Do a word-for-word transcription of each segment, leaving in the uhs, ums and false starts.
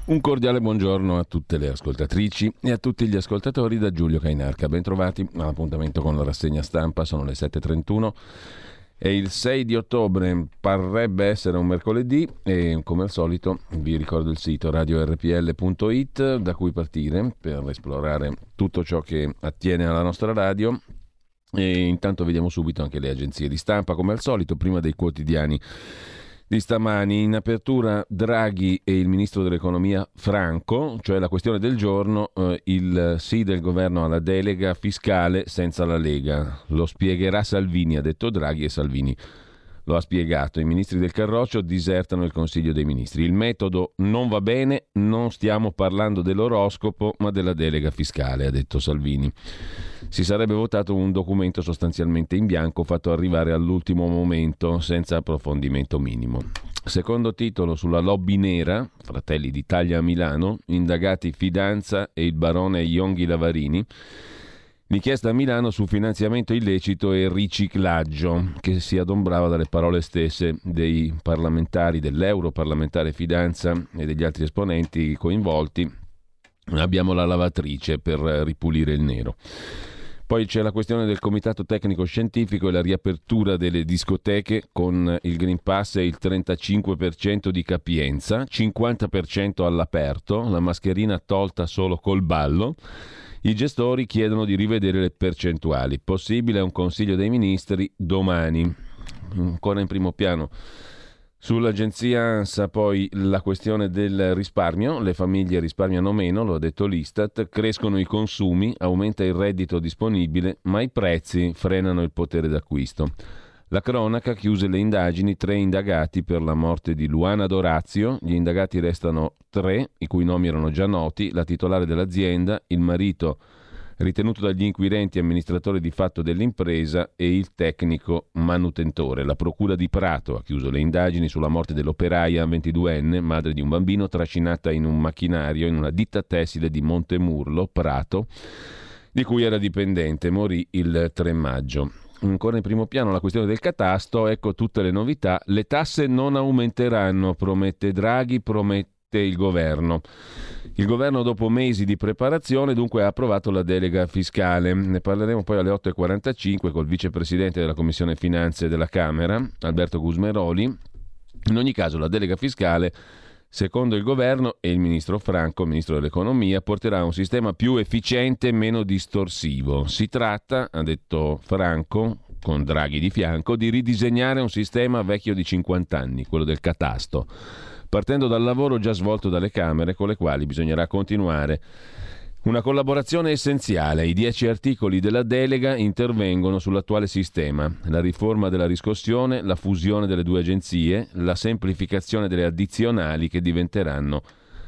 Un cordiale buongiorno a tutte le ascoltatrici e a tutti gli ascoltatori da Giulio Cainarca. Bentrovati all'appuntamento con la rassegna stampa, sono le sette e trentuno e il sei di ottobre parrebbe essere un mercoledì e come al solito vi ricordo il sito radio erre pi elle punto it da cui partire per esplorare tutto ciò che attiene alla nostra radio. E intanto vediamo subito anche le agenzie di stampa come al solito prima dei quotidiani di stamani. In apertura Draghi e il ministro dell'economia Franco, cioè la questione del giorno, eh, il sì del governo alla delega fiscale senza la Lega. Lo spiegherà Salvini, ha detto Draghi, e Salvini lo ha spiegato. I ministri del Carroccio disertano il Consiglio dei Ministri. Il metodo non va bene, non stiamo parlando dell'oroscopo ma della delega fiscale, ha detto Salvini. Si sarebbe votato un documento sostanzialmente in bianco fatto arrivare all'ultimo momento senza approfondimento minimo. Secondo titolo sulla lobby nera, Fratelli d'Italia a Milano, indagati Fidanza e il barone Ionghi Lavarini. L'inchiesta a Milano su finanziamento illecito e riciclaggio, che si adombrava dalle parole stesse dei parlamentari, dell'europarlamentare Fidanza e degli altri esponenti coinvolti. Abbiamo la lavatrice per ripulire il nero. Poi c'è la questione del comitato tecnico scientifico e la riapertura delle discoteche con il Green Pass e il trentacinque per cento di capienza, cinquanta per cento all'aperto, la mascherina tolta solo col ballo. I gestori chiedono di rivedere le percentuali. Possibile un Consiglio dei Ministri domani. Ancora in primo piano sull'agenzia ANSA poi la questione del risparmio. Le famiglie risparmiano meno, lo ha detto l'Istat, crescono i consumi, aumenta il reddito disponibile, ma i prezzi frenano il potere d'acquisto. La cronaca chiuse le indagini, tre indagati per la morte di Luana Dorazio. Gli indagati restano tre, i cui nomi erano già noti, la titolare dell'azienda, il marito ritenuto dagli inquirenti amministratore di fatto dell'impresa e il tecnico manutentore. La procura di Prato ha chiuso le indagini sulla morte dell'operaia ventiduenne, madre di un bambino, trascinata in un macchinario in una ditta tessile di Montemurlo, Prato, di cui era dipendente. Morì il tre maggio. Ancora in primo piano la questione del catasto, ecco tutte le novità. Le tasse non aumenteranno, promette Draghi, promette il governo. Il governo dopo mesi di preparazione dunque ha approvato la delega fiscale. Ne parleremo poi alle otto e quarantacinque col vicepresidente della Commissione Finanze della Camera, Alberto Gusmeroli. In ogni caso la delega fiscale, secondo il governo e il ministro Franco, ministro dell'economia, porterà a un sistema più efficiente e meno distorsivo. Si tratta, ha detto Franco, con Draghi di fianco, di ridisegnare un sistema vecchio di cinquanta anni, quello del catasto, partendo dal lavoro già svolto dalle Camere, con le quali bisognerà continuare. Una collaborazione essenziale. I dieci articoli della delega intervengono sull'attuale sistema, la riforma della riscossione, la fusione delle due agenzie, la semplificazione delle addizionali che diventeranno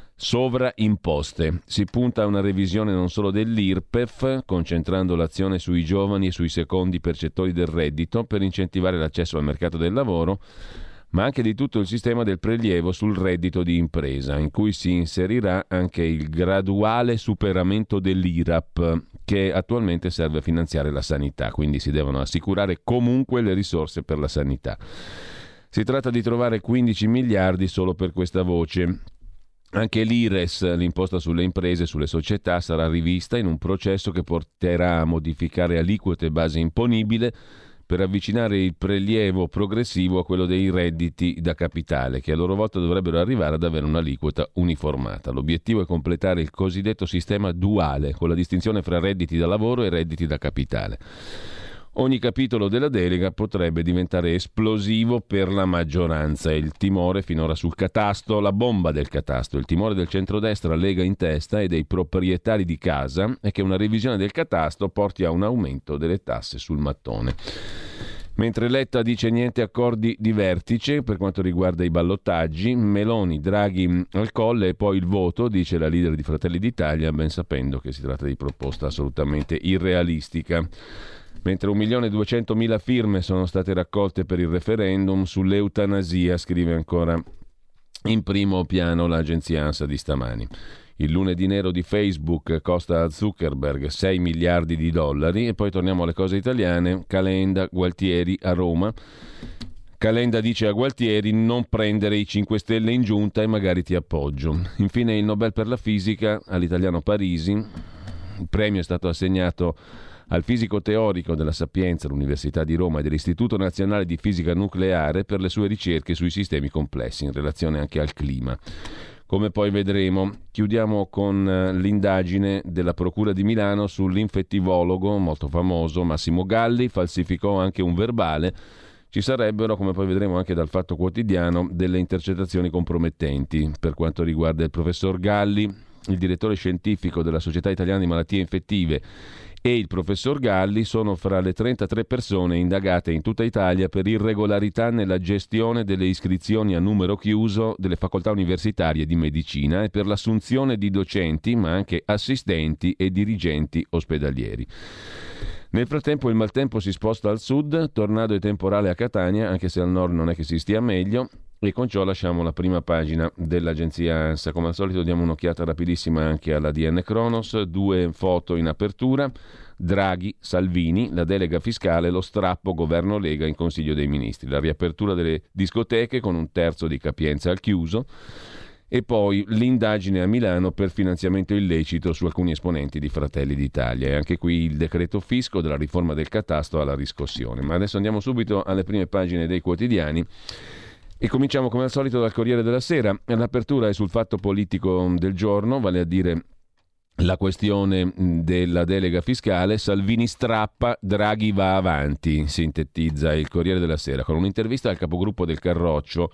sovraimposte. Si punta a una revisione non solo dell'I R P E F, concentrando l'azione sui giovani e sui secondi percettori del reddito per incentivare l'accesso al mercato del lavoro, ma anche di tutto il sistema del prelievo sul reddito di impresa, in cui si inserirà anche il graduale superamento dell'I R A P, che attualmente serve a finanziare la sanità, quindi si devono assicurare comunque le risorse per la sanità. Si tratta di trovare quindici miliardi solo per questa voce. Anche l'I R E S, l'imposta sulle imprese e sulle società, sarà rivista in un processo che porterà a modificare aliquote e base imponibile per avvicinare il prelievo progressivo a quello dei redditi da capitale, che a loro volta dovrebbero arrivare ad avere un'aliquota uniformata. L'obiettivo è completare il cosiddetto sistema duale, con la distinzione fra redditi da lavoro e redditi da capitale. Ogni capitolo della delega potrebbe diventare esplosivo per la maggioranza. Il timore finora sul catasto, la bomba del catasto, il timore del centrodestra, Lega in testa, e dei proprietari di casa è che una revisione del catasto porti a un aumento delle tasse sul mattone. Mentre Letta dice niente accordi di vertice per quanto riguarda i ballottaggi, Meloni, Draghi al colle e poi il voto, dice la leader di Fratelli d'Italia, ben sapendo che si tratta di proposta assolutamente irrealistica. Mentre un milione e duecentomila firme sono state raccolte per il referendum sull'eutanasia, scrive ancora in primo piano l'agenzia ANSA di stamani. Il lunedì nero di Facebook costa a Zuckerberg sei miliardi di dollari. E poi torniamo alle cose italiane. Calenda, Gualtieri a Roma. Calenda dice a Gualtieri: non prendere i cinque Stelle in giunta e magari ti appoggio. Infine il Nobel per la fisica all'italiano Parisi. Il premio è stato assegnato al fisico teorico della Sapienza, all'Università di Roma e dell'Istituto Nazionale di Fisica Nucleare per le sue ricerche sui sistemi complessi, in relazione anche al clima. Come poi vedremo. Chiudiamo con l'indagine della Procura di Milano sull'infettivologo molto famoso Massimo Galli, falsificò anche un verbale. Ci sarebbero, come poi vedremo anche dal Fatto Quotidiano, delle intercettazioni compromettenti per quanto riguarda il professor Galli, il direttore scientifico della Società Italiana di Malattie Infettive, e il professor Galli sono fra le trentatré persone indagate in tutta Italia per irregolarità nella gestione delle iscrizioni a numero chiuso delle facoltà universitarie di medicina e per l'assunzione di docenti, ma anche assistenti e dirigenti ospedalieri. Nel frattempo il maltempo si sposta al sud, tornado e temporale a Catania, anche se al nord non è che si stia meglio, e con ciò lasciamo la prima pagina dell'agenzia ANSA. Come al solito diamo un'occhiata rapidissima anche alla D N Cronos, due foto in apertura: Draghi, Salvini, la delega fiscale, lo strappo governo Lega in Consiglio dei Ministri, la riapertura delle discoteche con un terzo di capienza al chiuso, e poi l'indagine a Milano per finanziamento illecito su alcuni esponenti di Fratelli d'Italia. E anche qui il decreto fisco, della riforma del catasto alla riscossione. Ma adesso andiamo subito alle prime pagine dei quotidiani e cominciamo come al solito dal Corriere della Sera. L'apertura è sul fatto politico del giorno, vale a dire la questione della delega fiscale. Salvini strappa, Draghi va avanti, sintetizza il Corriere della Sera, con un'intervista al capogruppo del Carroccio,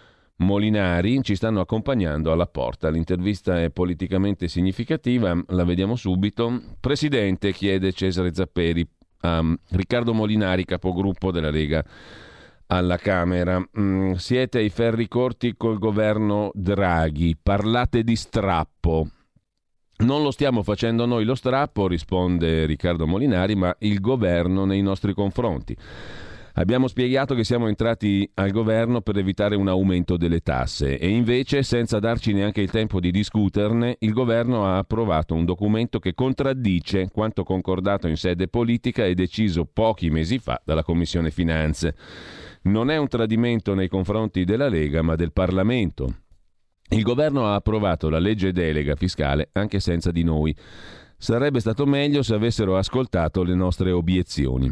Molinari. Ci stanno accompagnando alla porta. L'intervista è politicamente significativa, la vediamo subito. Presidente, chiede Cesare Zapperi a Riccardo Molinari, capogruppo della Lega alla Camera. Mm, siete ai ferri corti col governo Draghi, parlate di strappo. Non lo stiamo facendo noi lo strappo, risponde Riccardo Molinari, ma il governo nei nostri confronti. Abbiamo spiegato che siamo entrati al governo per evitare un aumento delle tasse e invece, senza darci neanche il tempo di discuterne, il governo ha approvato un documento che contraddice quanto concordato in sede politica e deciso pochi mesi fa dalla Commissione Finanze. Non è un tradimento nei confronti della Lega, ma del Parlamento. Il governo ha approvato la legge delega fiscale anche senza di noi. Sarebbe stato meglio se avessero ascoltato le nostre obiezioni.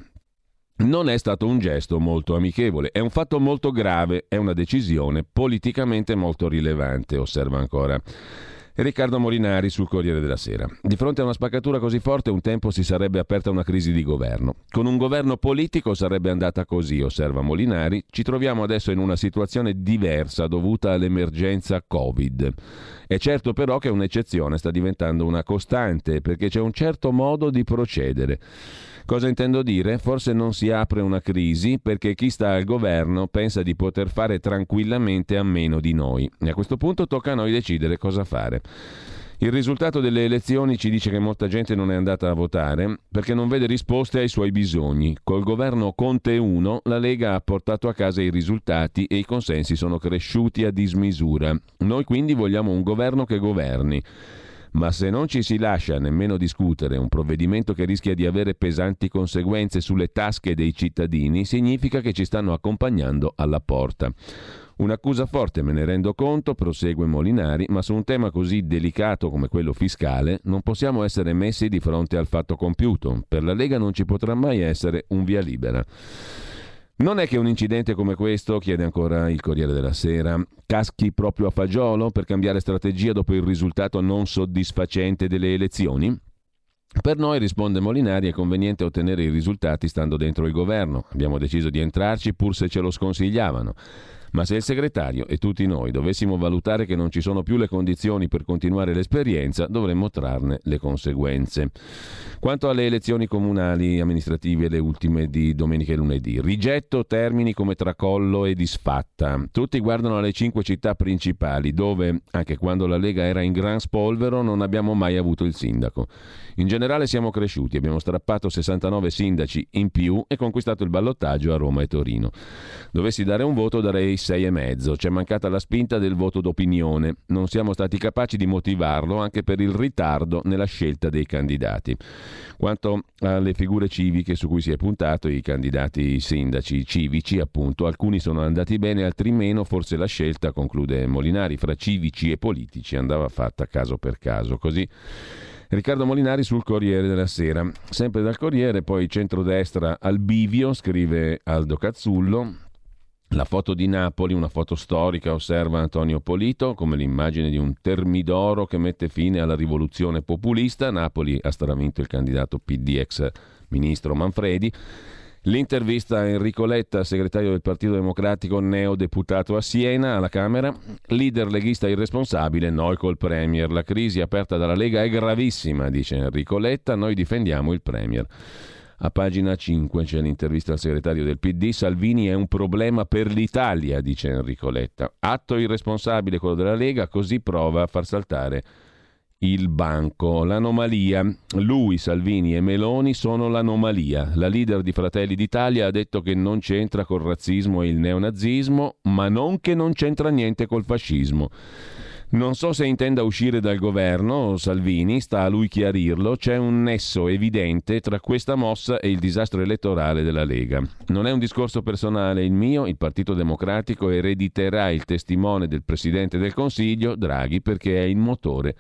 Non è stato un gesto molto amichevole, è un fatto molto grave, è una decisione politicamente molto rilevante, osserva ancora Riccardo Molinari sul Corriere della Sera. Di fronte a una spaccatura così forte un tempo si sarebbe aperta una crisi di governo. Con un governo politico sarebbe andata così, osserva Molinari. Ci troviamo adesso in una situazione diversa dovuta all'emergenza Covid. È certo però che un'eccezione sta diventando una costante, perché c'è un certo modo di procedere. Cosa intendo dire? Forse non si apre una crisi perché chi sta al governo pensa di poter fare tranquillamente a meno di noi. E a questo punto tocca a noi decidere cosa fare. Il risultato delle elezioni ci dice che molta gente non è andata a votare perché non vede risposte ai suoi bisogni. Col governo Conte uno la Lega ha portato a casa i risultati e i consensi sono cresciuti a dismisura. Noi quindi vogliamo un governo che governi. Ma se non ci si lascia nemmeno discutere un provvedimento che rischia di avere pesanti conseguenze sulle tasche dei cittadini, significa che ci stanno accompagnando alla porta. Un'accusa forte, me ne rendo conto, prosegue Molinari, ma su un tema così delicato come quello fiscale non possiamo essere messi di fronte al fatto compiuto. Per la Lega non ci potrà mai essere un via libera. Non è che un incidente come questo, chiede ancora il Corriere della Sera, caschi proprio a fagiolo per cambiare strategia dopo il risultato non soddisfacente delle elezioni? Per noi, risponde Molinari, è conveniente ottenere i risultati stando dentro il governo. Abbiamo deciso di entrarci pur se ce lo sconsigliavano. Ma se il segretario e tutti noi dovessimo valutare che non ci sono più le condizioni per continuare l'esperienza, dovremmo trarne le conseguenze. Quanto alle elezioni comunali amministrative, le ultime di domenica e lunedì, rigetto termini come tracollo e disfatta. Tutti guardano alle cinque città principali dove, anche quando la Lega era in gran spolvero, non abbiamo mai avuto il sindaco. In generale siamo cresciuti, abbiamo strappato sessantanove sindaci in più e conquistato il ballottaggio a Roma e Torino. Dovessi dare un voto, darei sei e mezzo. C'è mancata la spinta del voto d'opinione. Non siamo stati capaci di motivarlo anche per il ritardo nella scelta dei candidati. Quanto alle figure civiche su cui si è puntato, i candidati sindaci civici, appunto, alcuni sono andati bene, altri meno. Forse la scelta, conclude Molinari, fra civici e politici andava fatta caso per caso. Così Riccardo Molinari sul Corriere della Sera. Sempre dal Corriere, poi centrodestra al bivio, scrive Aldo Cazzullo. La foto di Napoli, una foto storica, osserva Antonio Polito, come l'immagine di un termidoro che mette fine alla rivoluzione populista. Napoli ha stravinto il candidato P D ex ministro Manfredi. L'intervista a Enrico Letta, segretario del Partito Democratico, neodeputato a Siena, alla Camera. Leader leghista irresponsabile, noi col Premier. La crisi aperta dalla Lega è gravissima, dice Enrico Letta, noi difendiamo il Premier. A pagina cinque c'è l'intervista al segretario del P D. Salvini è un problema per l'Italia, dice Enrico Letta. Atto irresponsabile quello della Lega, così prova a far saltare il banco. L'anomalia. Lui, Salvini e Meloni sono l'anomalia. La leader di Fratelli d'Italia ha detto che non c'entra col razzismo e il neonazismo, ma non che non c'entra niente col fascismo. Non so se intenda uscire dal governo, Salvini, sta a lui chiarirlo. C'è un nesso evidente tra questa mossa e il disastro elettorale della Lega. Non è un discorso personale il mio, il Partito Democratico erediterà il testimone del Presidente del Consiglio, Draghi, perché è il motore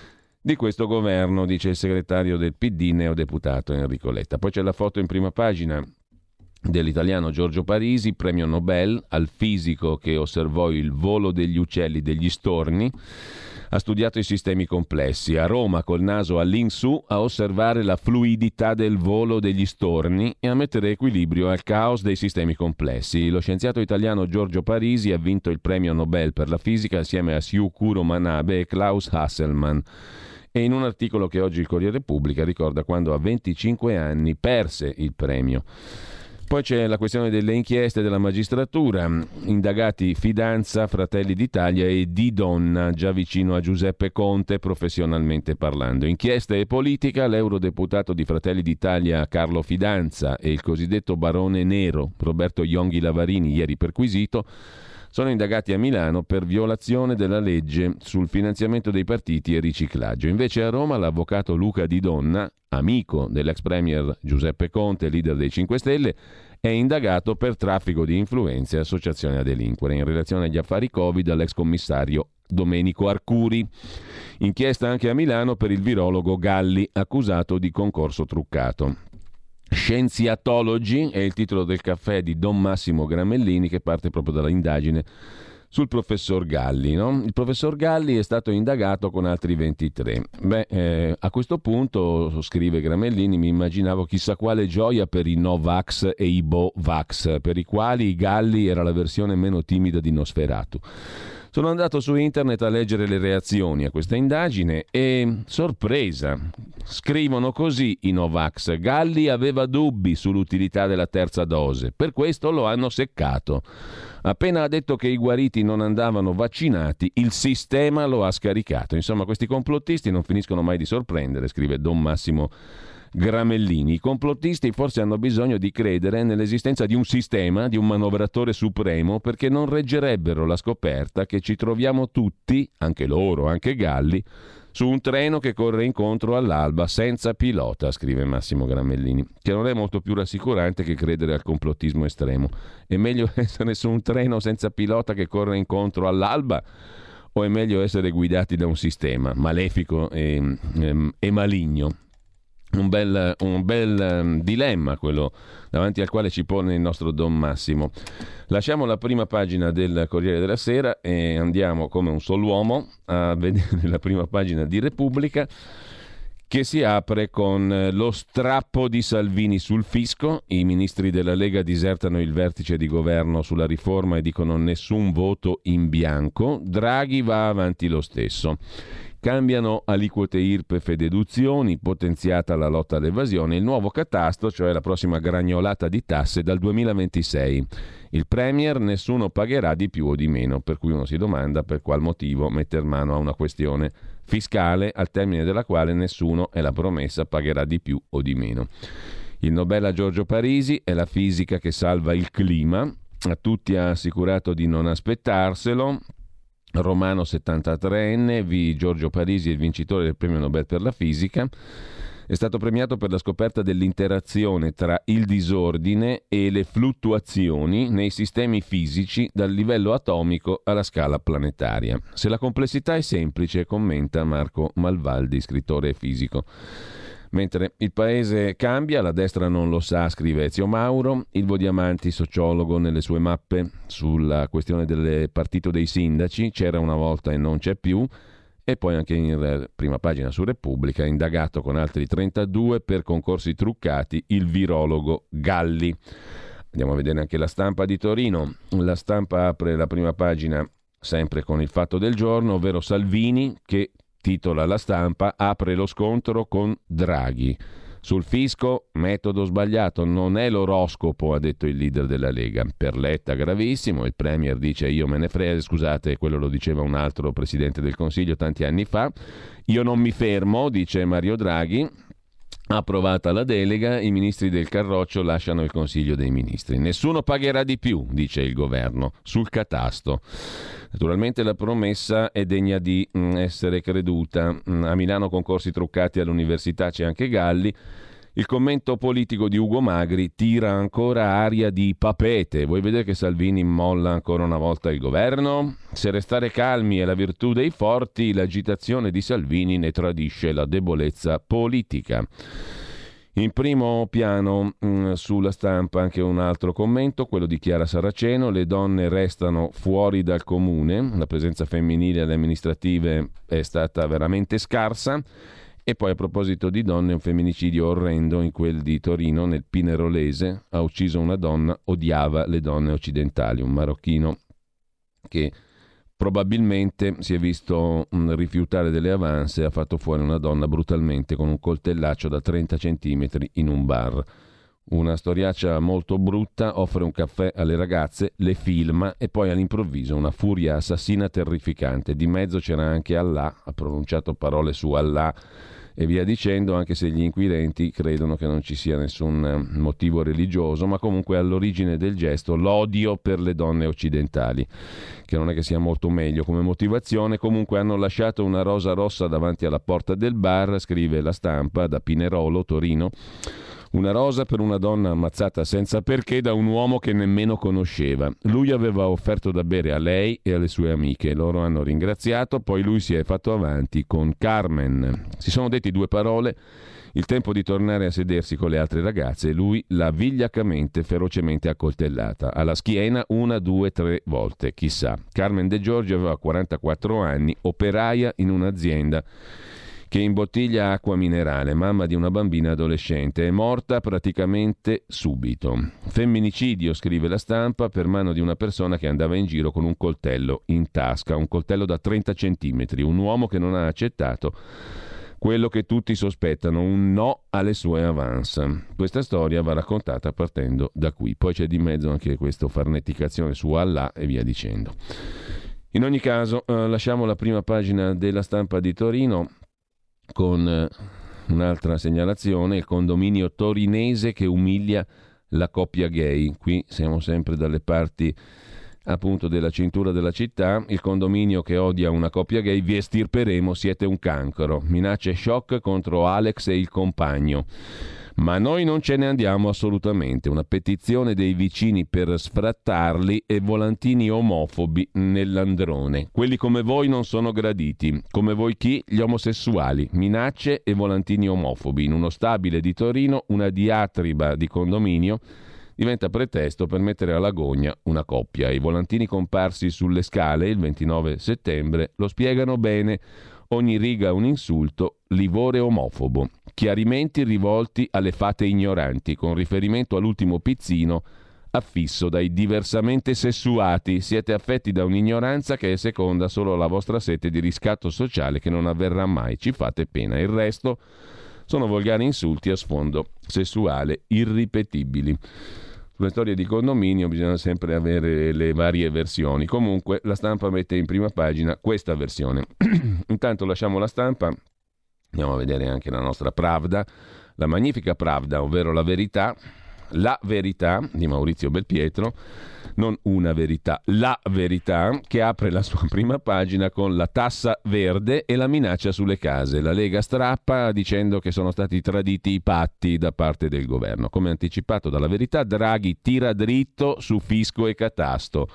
di questo governo, dice il segretario del P D, neodeputato Enrico Letta. Poi c'è la foto in prima pagina dell'italiano Giorgio Parisi, premio Nobel al fisico che osservò il volo degli uccelli degli storni. Ha studiato i sistemi complessi. A Roma, col naso all'insù, a osservare la fluidità del volo degli storni e a mettere equilibrio al caos dei sistemi complessi. Lo scienziato italiano Giorgio Parisi ha vinto il premio Nobel per la fisica assieme a Syukuro Manabe e Klaus Hasselmann. E in un articolo che oggi il Corriere pubblica ricorda quando a venticinque anni perse il premio. Poi c'è la questione delle inchieste della magistratura, indagati Fidanza, Fratelli d'Italia e Di Donna, già vicino a Giuseppe Conte professionalmente parlando. Inchieste e politica, l'eurodeputato di Fratelli d'Italia Carlo Fidanza e il cosiddetto barone nero Roberto Ionghi Lavarini, ieri perquisito, sono indagati a Milano per violazione della legge sul finanziamento dei partiti e riciclaggio. Invece a Roma l'avvocato Luca Di Donna, amico dell'ex premier Giuseppe Conte, leader dei cinque Stelle, è indagato per traffico di influenze e associazione a delinquere in relazione agli affari Covid all'ex commissario Domenico Arcuri. Inchiesta anche a Milano per il virologo Galli, accusato di concorso truccato. Scienziatology è il titolo del caffè di Don Massimo Gramellini, che parte proprio dall'indagine sul professor Galli, no? Il professor Galli è stato indagato con altri ventitré. Beh, eh, a questo punto, scrive Gramellini, mi immaginavo chissà quale gioia per i Novax e i Bovax, per i quali Galli era la versione meno timida di Nosferatu. Sono andato su internet a leggere le reazioni a questa indagine e, sorpresa, scrivono così i Novax: Galli aveva dubbi sull'utilità della terza dose, per questo lo hanno seccato. Appena ha detto che i guariti non andavano vaccinati, il sistema lo ha scaricato. Insomma, questi complottisti non finiscono mai di sorprendere, scrive Don Massimo Gramellini. I complottisti forse hanno bisogno di credere nell'esistenza di un sistema, di un manovratore supremo, perché non reggerebbero la scoperta che ci troviamo tutti, anche loro, anche Galli, su un treno che corre incontro all'alba senza pilota, scrive Massimo Gramellini, che non è molto più rassicurante che credere al complottismo estremo. È meglio essere su un treno senza pilota che corre incontro all'alba, o è meglio essere guidati da un sistema malefico e, e, e maligno? Un bel, un bel um, dilemma quello davanti al quale ci pone il nostro Don Massimo. Lasciamo la prima pagina del Corriere della Sera e andiamo come un solo uomo a vedere la prima pagina di Repubblica, che si apre con lo strappo di Salvini sul fisco. I ministri della Lega disertano il vertice di governo sulla riforma e dicono nessun voto in bianco. Draghi va avanti lo stesso. Cambiano aliquote I R P E F e deduzioni, potenziata la lotta all'evasione, il nuovo catasto, cioè la prossima gragnolata di tasse dal duemilaventisei. Il Premier: nessuno pagherà di più o di meno, per cui uno si domanda per qual motivo metter mano a una questione fiscale al termine della quale nessuno, è la promessa, pagherà di più o di meno. Il Nobel a Giorgio Parisi: è la fisica che salva il clima. a tutti ha assicurato di non aspettarselo. Romano, settantatreenne, V. Giorgio Parisi, il vincitore del premio Nobel per la fisica, è stato premiato per la scoperta dell'interazione tra il disordine e le fluttuazioni nei sistemi fisici dal livello atomico alla scala planetaria. Se la complessità è semplice, commenta Marco Malvaldi, scrittore e fisico. Mentre il paese cambia, la destra non lo sa, scrive Ezio Mauro. Ilvo Diamanti, sociologo, nelle sue mappe sulla questione del partito dei sindaci, c'era una volta e non c'è più. E poi anche in prima pagina su Repubblica, indagato con altri trentadue per concorsi truccati il virologo Galli. Andiamo a vedere anche La Stampa di Torino. La Stampa apre la prima pagina sempre con il fatto del giorno, ovvero Salvini che, titola La Stampa, apre lo scontro con Draghi. Sul fisco, metodo sbagliato, non è l'oroscopo, ha detto il leader della Lega. Per Letta gravissimo, il premier dice io me ne frega, scusate, quello lo diceva un altro presidente del Consiglio tanti anni fa. Io non mi fermo, dice Mario Draghi. Approvata la delega, i ministri del Carroccio lasciano il Consiglio dei Ministri. Nessuno pagherà di più, dice il governo, sul catasto. Naturalmente la promessa è degna di mh, essere creduta. Mh, a Milano concorsi truccati all'università, c'è anche Galli. Il commento politico di Ugo Magri tira ancora aria di papete. Vuoi vedere che Salvini molla ancora una volta il governo? Se restare calmi è la virtù dei forti, l'agitazione di Salvini ne tradisce la debolezza politica. In primo piano mh, sulla Stampa anche un altro commento, quello di Chiara Saraceno. Le donne restano fuori dal comune, la presenza femminile alle amministrative è stata veramente scarsa. E poi a proposito di donne, un femminicidio orrendo in quel di Torino, nel Pinerolese, ha ucciso una donna, odiava le donne occidentali, un marocchino che probabilmente si è visto mh, rifiutare delle avance e ha fatto fuori una donna brutalmente con un coltellaccio da trenta centimetri in un bar. Una storiaccia molto brutta, offre un caffè alle ragazze, le filma e poi all'improvviso una furia assassina terrificante. Di mezzo c'era anche Allah, ha pronunciato parole su Allah e via dicendo, anche se gli inquirenti credono che non ci sia nessun motivo religioso, ma comunque all'origine del gesto l'odio per le donne occidentali, che non è che sia molto meglio come motivazione. Comunque hanno lasciato una rosa rossa davanti alla porta del bar, scrive La Stampa, da Pinerolo, Torino. Una rosa per una donna ammazzata senza perché da un uomo che nemmeno conosceva. Lui aveva offerto da bere a lei e alle sue amiche. Loro hanno ringraziato, poi lui si è fatto avanti con Carmen. Si sono detti due parole, il tempo di tornare a sedersi con le altre ragazze e lui l'ha vigliaccamente, ferocemente accoltellata. Alla schiena una, due, tre volte, chissà. Carmen De Giorgio aveva quarantaquattro anni, operaia in un'azienda che imbottiglia acqua minerale, mamma di una bambina adolescente, è morta praticamente subito. Femminicidio, scrive La Stampa, per mano di una persona che andava in giro con un coltello in tasca, un coltello da trenta centimetri, un uomo che non ha accettato quello che tutti sospettano, un no alle sue avance. Questa storia va raccontata partendo da qui. Poi c'è di mezzo anche questa farneticazione su Allah e via dicendo. In ogni caso, eh, lasciamo la prima pagina della Stampa di Torino con un'altra segnalazione, il condominio torinese che umilia la coppia gay. Qui siamo sempre dalle parti appunto della cintura della città. Il condominio che odia una coppia gay: vi estirperemo, siete un cancro. Minacce shock contro Alex e il compagno. Ma noi non ce ne andiamo assolutamente. Una petizione dei vicini per sfrattarli e volantini omofobi nell'androne. Quelli come voi non sono graditi. Come voi chi? Gli omosessuali. Minacce e volantini omofobi. In uno stabile di Torino una diatriba di condominio diventa pretesto per mettere alla gogna una coppia. I volantini comparsi sulle scale il ventinove settembre lo spiegano bene. Ogni riga un insulto, livore omofobo. Chiarimenti rivolti alle fate ignoranti, con riferimento all'ultimo pizzino affisso dai diversamente sessuati. Siete affetti da un'ignoranza che è seconda solo alla vostra sete di riscatto sociale che non avverrà mai. Ci fate pena. Il resto sono volgari insulti a sfondo sessuale irripetibili. Sulle storie di condominio bisogna sempre avere le varie versioni. Comunque La Stampa mette in prima pagina questa versione. Intanto lasciamo La Stampa, andiamo a vedere anche la nostra Pravda, la magnifica Pravda, ovvero La Verità. La Verità di Maurizio Belpietro, non una verità, La Verità, che apre la sua prima pagina con la tassa verde e la minaccia sulle case. La Lega strappa dicendo che sono stati traditi i patti da parte del governo. Come anticipato dalla Verità, Draghi tira dritto su fisco e catasto.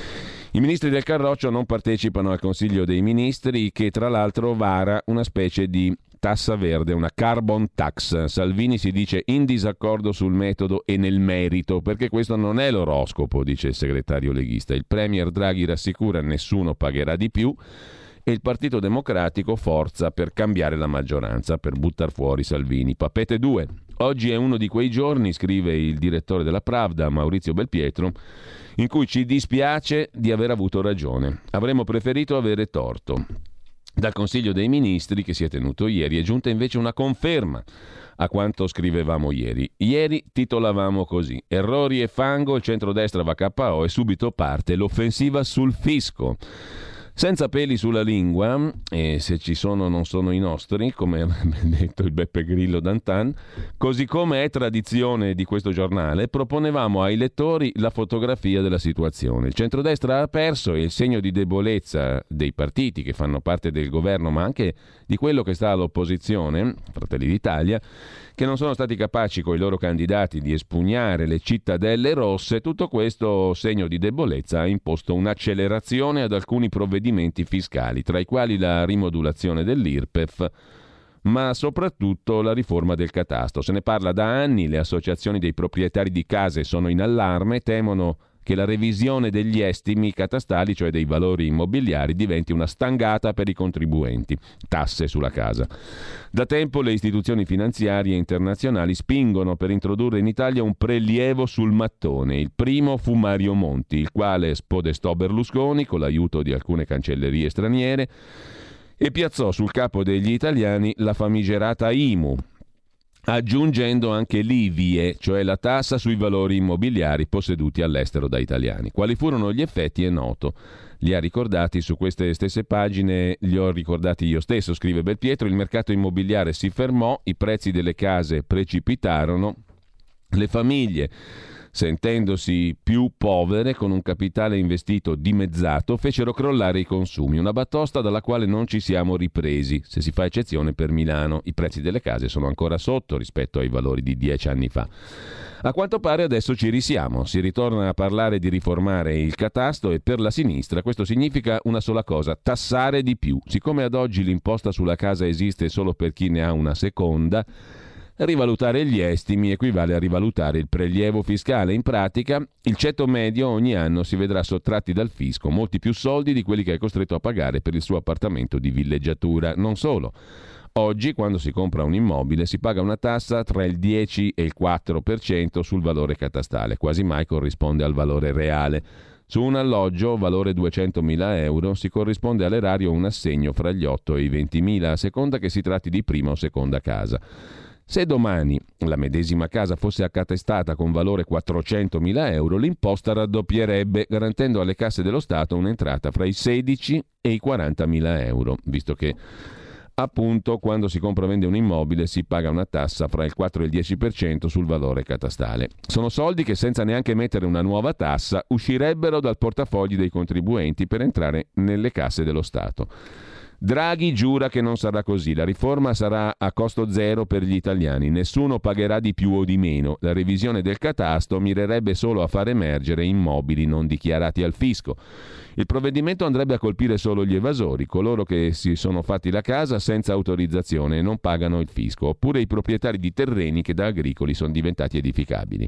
I ministri del Carroccio non partecipano al Consiglio dei Ministri, che tra l'altro vara una specie di tassa verde, una carbon tax. Salvini si dice in disaccordo sul metodo e nel merito, perché questo non è l'oroscopo, dice il segretario leghista. Il premier Draghi rassicura nessuno pagherà di più e il Partito Democratico forza per cambiare la maggioranza, per buttar fuori Salvini. Papete due. Oggi è uno di quei giorni, scrive il direttore della Pravda, Maurizio Belpietro, in cui ci dispiace di aver avuto ragione. Avremmo preferito avere torto. Dal Consiglio dei Ministri, che si è tenuto ieri, è giunta invece una conferma a quanto scrivevamo ieri. Ieri titolavamo così: errori e fango, il centrodestra va K O e subito parte l'offensiva sul fisco. Senza peli sulla lingua, e se ci sono non sono i nostri, come avrebbe detto il Beppe Grillo d'antan, così come è tradizione di questo giornale, proponevamo ai lettori la fotografia della situazione. Il centrodestra ha perso e il segno di debolezza dei partiti che fanno parte del governo, ma anche di quello che sta all'opposizione, Fratelli d'Italia, che non sono stati capaci con i loro candidati di espugnare le cittadelle rosse. Tutto questo segno di debolezza ha imposto un'accelerazione ad alcuni provvedimenti fiscali, tra i quali la rimodulazione dell'I R P E F, ma soprattutto la riforma del catasto. Se ne parla da anni, le associazioni dei proprietari di case sono in allarme, temono che la revisione degli estimi catastali, cioè dei valori immobiliari, diventi una stangata per i contribuenti, tasse sulla casa. Da tempo le istituzioni finanziarie internazionali spingono per introdurre in Italia un prelievo sul mattone. Il primo fu Mario Monti, il quale spodestò Berlusconi con l'aiuto di alcune cancellerie straniere e piazzò sul capo degli italiani la famigerata I M U, aggiungendo anche l'I V I E, cioè la tassa sui valori immobiliari posseduti all'estero da italiani. Quali furono gli effetti è noto. Li ha ricordati su queste stesse pagine, li ho ricordati io stesso, scrive Belpietro. Il mercato immobiliare si fermò, i prezzi delle case precipitarono, le famiglie, sentendosi più povere, con un capitale investito dimezzato, fecero crollare i consumi, una batosta dalla quale non ci siamo ripresi, se si fa eccezione per Milano. I prezzi delle case sono ancora sotto rispetto ai valori di dieci anni fa. A quanto pare adesso ci risiamo, si ritorna a parlare di riformare il catasto e per la sinistra questo significa una sola cosa: tassare di più. Siccome ad oggi l'imposta sulla casa esiste solo per chi ne ha una seconda, rivalutare gli estimi equivale a rivalutare il prelievo fiscale. In pratica, il ceto medio ogni anno si vedrà sottratti dal fisco molti più soldi di quelli che è costretto a pagare per il suo appartamento di villeggiatura. Non solo. Oggi, quando si compra un immobile, si paga una tassa tra il dieci e il quattro per cento sul valore catastale, quasi mai corrisponde al valore reale. Su un alloggio, valore duecentomila euro, si corrisponde all'erario un assegno fra gli otto e i ventimila, a seconda che si tratti di prima o seconda casa. Se domani la medesima casa fosse accatastata con valore quattrocentomila euro, l'imposta raddoppierebbe, garantendo alle casse dello Stato un'entrata fra i sedici e i quarantamila euro, visto che appunto quando si compra o vende un immobile si paga una tassa fra il quattro e il dieci per cento sul valore catastale. Sono soldi che senza neanche mettere una nuova tassa uscirebbero dal portafogli dei contribuenti per entrare nelle casse dello Stato. Draghi giura che non sarà così, la riforma sarà a costo zero per gli italiani, nessuno pagherà di più o di meno, la revisione del catasto mirerebbe solo a far emergere immobili non dichiarati al fisco. Il provvedimento andrebbe a colpire solo gli evasori, coloro che si sono fatti la casa senza autorizzazione e non pagano il fisco, oppure i proprietari di terreni che da agricoli sono diventati edificabili.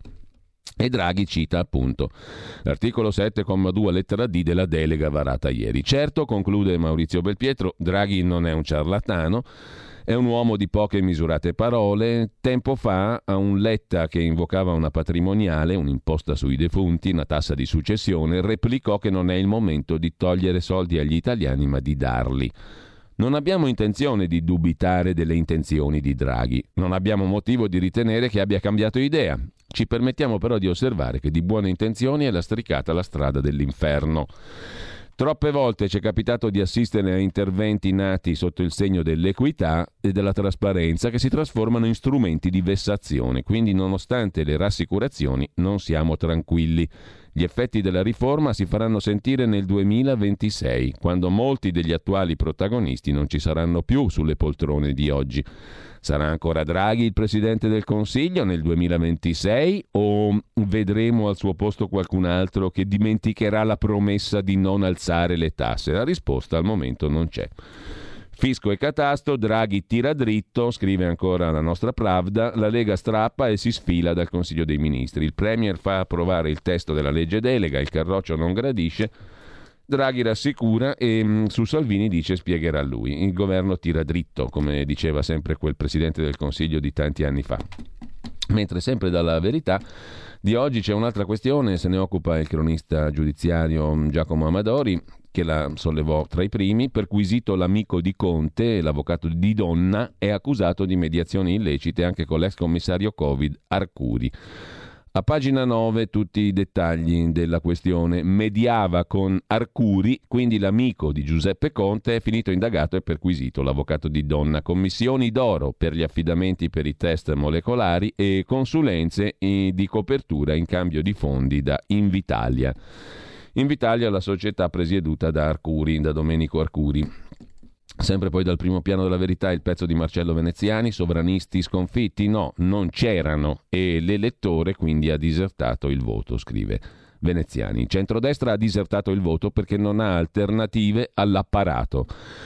E Draghi cita appunto l'articolo sette comma due lettera D della delega varata ieri. Certo, conclude Maurizio Belpietro, Draghi non è un ciarlatano, è un uomo di poche misurate parole. Tempo fa a un Letta che invocava una patrimoniale, un'imposta sui defunti, una tassa di successione, replicò che non è il momento di togliere soldi agli italiani ma di darli. Non abbiamo intenzione di dubitare delle intenzioni di Draghi, non abbiamo motivo di ritenere che abbia cambiato idea. Ci permettiamo però di osservare che di buone intenzioni è lastricata la strada dell'inferno. Troppe volte ci è capitato di assistere a interventi nati sotto il segno dell'equità e della trasparenza che si trasformano in strumenti di vessazione, quindi nonostante le rassicurazioni non siamo tranquilli. Gli effetti della riforma si faranno sentire nel duemilaventisei, quando molti degli attuali protagonisti non ci saranno più sulle poltrone di oggi. Sarà ancora Draghi il Presidente del Consiglio nel duemilaventisei o vedremo al suo posto qualcun altro che dimenticherà la promessa di non alzare le tasse? La risposta al momento non c'è. Fisco e catasto, Draghi tira dritto, scrive ancora la nostra Pravda, la Lega strappa e si sfila dal Consiglio dei Ministri. Il Premier fa approvare il testo della legge delega, il Carroccio non gradisce, Draghi rassicura e mh, su Salvini dice spiegherà lui. Il governo tira dritto, come diceva sempre quel Presidente del Consiglio di tanti anni fa. Mentre sempre dalla Verità di oggi c'è un'altra questione, se ne occupa il cronista giudiziario Giacomo Amadori, che la sollevò tra i primi. Perquisito l'amico di Conte, l'avvocato di Donna, è accusato di mediazioni illecite anche con l'ex commissario Covid Arcuri. A pagina nove tutti i dettagli della questione. Mediava con Arcuri, quindi l'amico di Giuseppe Conte, è finito indagato e perquisito l'avvocato di Donna. Commissioni d'oro per gli affidamenti per i test molecolari e consulenze di copertura in cambio di fondi da Invitalia. Invitalia, la società presieduta da Arcuri, da Domenico Arcuri. Sempre poi dal primo piano della Verità il pezzo di Marcello Veneziani, sovranisti sconfitti? No, non c'erano e l'elettore quindi ha disertato il voto, scrive Veneziani. Il centrodestra ha disertato il voto perché non ha alternative all'apparato.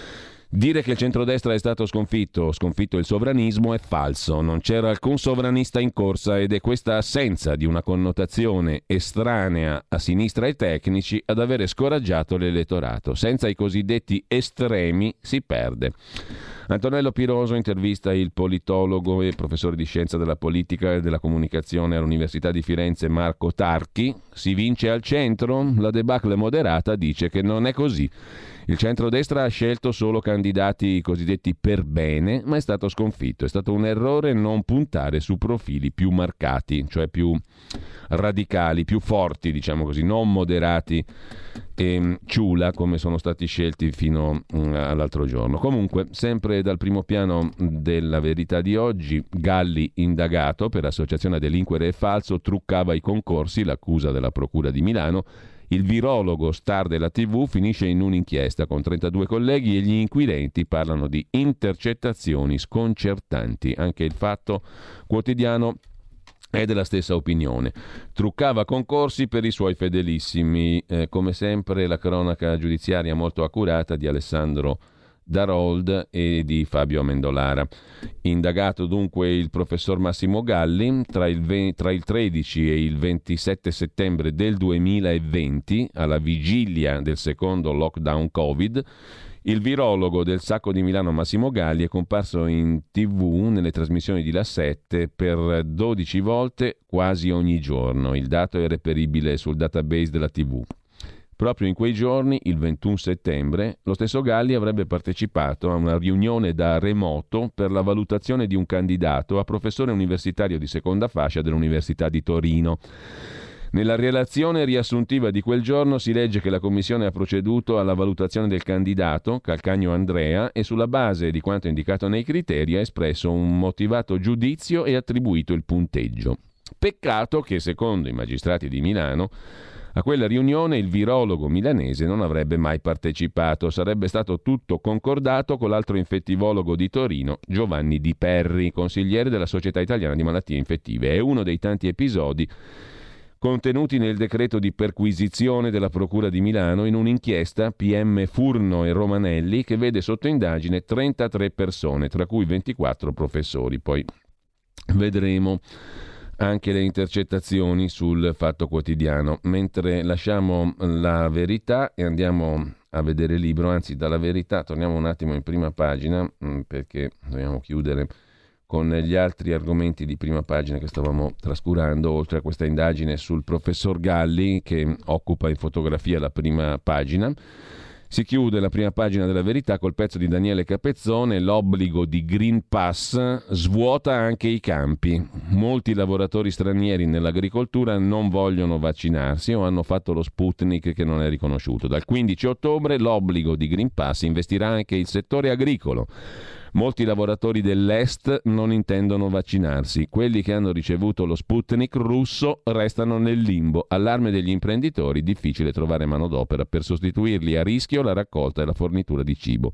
Dire che il centrodestra è stato sconfitto, sconfitto il sovranismo, è falso. Non c'era alcun sovranista in corsa ed è questa assenza di una connotazione estranea a sinistra e tecnici ad avere scoraggiato l'elettorato. Senza i cosiddetti estremi si perde. Antonello Piroso intervista il politologo e professore di scienza della politica e della comunicazione all'Università di Firenze Marco Tarchi. Si vince al centro? La debacle moderata dice che non è così. Il centrodestra ha scelto solo candidati cosiddetti per bene, ma è stato sconfitto. È stato un errore non puntare su profili più marcati, cioè più radicali, più forti, diciamo così, non moderati e ciula come sono stati scelti fino all'altro giorno. Comunque, sempre dal primo piano della Verità di oggi, Galli indagato per associazione a delinquere e falso, truccava i concorsi, l'accusa della Procura di Milano. Il virologo star della tivù finisce in un'inchiesta con trentadue colleghi e gli inquirenti parlano di intercettazioni sconcertanti. Anche il Fatto Quotidiano è della stessa opinione. Truccava concorsi per i suoi fedelissimi. Eh, come sempre la cronaca giudiziaria molto accurata di Alessandro Darold e di Fabio Amendolara. Indagato dunque il professor Massimo Galli tra il, ve- tra il tredici e il ventisette settembre del duemilaventi, alla vigilia del secondo lockdown Covid. Il virologo del Sacco di Milano Massimo Galli è comparso in tivù nelle trasmissioni di La sette per dodici volte quasi ogni giorno. Il dato è reperibile sul database della tivù. Proprio in quei giorni, il ventuno settembre, lo stesso Galli avrebbe partecipato a una riunione da remoto per la valutazione di un candidato a professore universitario di seconda fascia dell'Università di Torino. Nella relazione riassuntiva di quel giorno si legge che la commissione ha proceduto alla valutazione del candidato, Calcagno Andrea, e sulla base di quanto indicato nei criteri ha espresso un motivato giudizio e attribuito il punteggio. Peccato che, secondo i magistrati di Milano, a quella riunione il virologo milanese non avrebbe mai partecipato, sarebbe stato tutto concordato con l'altro infettivologo di Torino, Giovanni Di Perri, consigliere della Società Italiana di Malattie Infettive. È uno dei tanti episodi contenuti nel decreto di perquisizione della Procura di Milano in un'inchiesta P M Furno e Romanelli che vede sotto indagine trentatré persone, tra cui ventiquattro professori. Poi vedremo anche le intercettazioni sul Fatto Quotidiano. Mentre lasciamo La Verità e andiamo a vedere il libro, anzi dalla Verità torniamo un attimo in prima pagina perché dobbiamo chiudere con gli altri argomenti di prima pagina che stavamo trascurando, oltre a questa indagine sul professor Galli che occupa in fotografia la prima pagina. Si chiude la prima pagina della Verità col pezzo di Daniele Capezzone: l'obbligo di Green Pass svuota anche i campi. Molti lavoratori stranieri nell'agricoltura non vogliono vaccinarsi o hanno fatto lo Sputnik che non è riconosciuto. Dal quindici ottobre l'obbligo di Green Pass investirà anche il settore agricolo. Molti lavoratori dell'Est non intendono vaccinarsi. Quelli che hanno ricevuto lo Sputnik russo restano nel limbo. Allarme degli imprenditori: difficile trovare manodopera per sostituirli, a rischio la raccolta e la fornitura di cibo.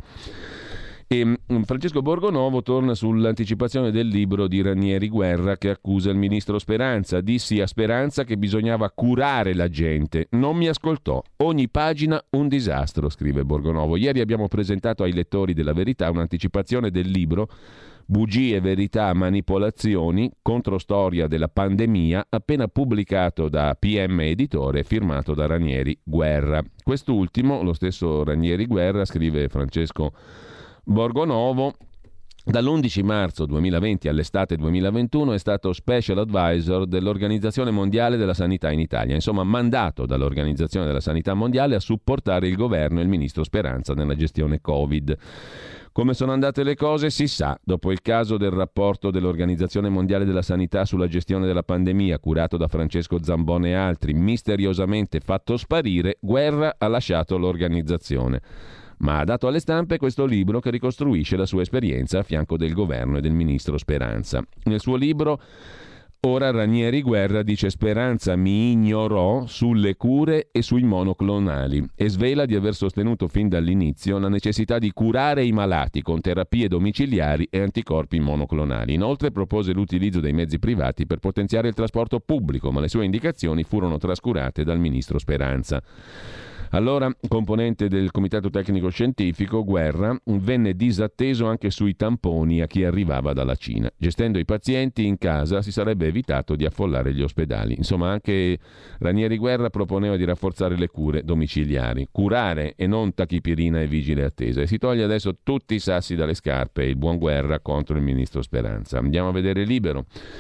E Francesco Borgonovo torna sull'anticipazione del libro di Ranieri Guerra che accusa il ministro Speranza. Dissi a Speranza che bisognava curare la gente, non mi ascoltò. Ogni pagina un disastro, scrive Borgonovo. Ieri abbiamo presentato ai lettori della Verità un'anticipazione del libro Bugie, verità, manipolazioni, controstoria della pandemia, appena pubblicato da P M Editore, firmato da Ranieri Guerra. Quest'ultimo, lo stesso Ranieri Guerra, scrive Francesco Borgonovo, dall'undici marzo duemilaventi all'estate duemilaventuno è stato Special Advisor dell'Organizzazione Mondiale della Sanità in Italia, insomma mandato dall'Organizzazione della Sanità Mondiale a supportare il governo e il ministro Speranza nella gestione Covid. Come sono andate le cose si sa. Dopo il caso del rapporto dell'Organizzazione Mondiale della Sanità sulla gestione della pandemia, curato da Francesco Zambon e altri, misteriosamente fatto sparire, Guerra ha lasciato l'organizzazione, ma ha dato alle stampe questo libro che ricostruisce la sua esperienza a fianco del governo e del ministro Speranza. Nel suo libro ora Ranieri Guerra dice: Speranza mi ignorò sulle cure e sui monoclonali e svela di aver sostenuto fin dall'inizio la necessità di curare i malati con terapie domiciliari e anticorpi monoclonali. Inoltre propose l'utilizzo dei mezzi privati per potenziare il trasporto pubblico, ma le sue indicazioni furono trascurate dal ministro Speranza. Allora, componente del Comitato Tecnico Scientifico, Guerra venne disatteso anche sui tamponi a chi arrivava dalla Cina. Gestendo i pazienti in casa si sarebbe evitato di affollare gli ospedali. Insomma, anche Ranieri Guerra proponeva di rafforzare le cure domiciliari, curare e non tachipirina e vigile attesa. E si toglie adesso tutti i sassi dalle scarpe, il buon Guerra contro il ministro Speranza. Andiamo a vedere Libero.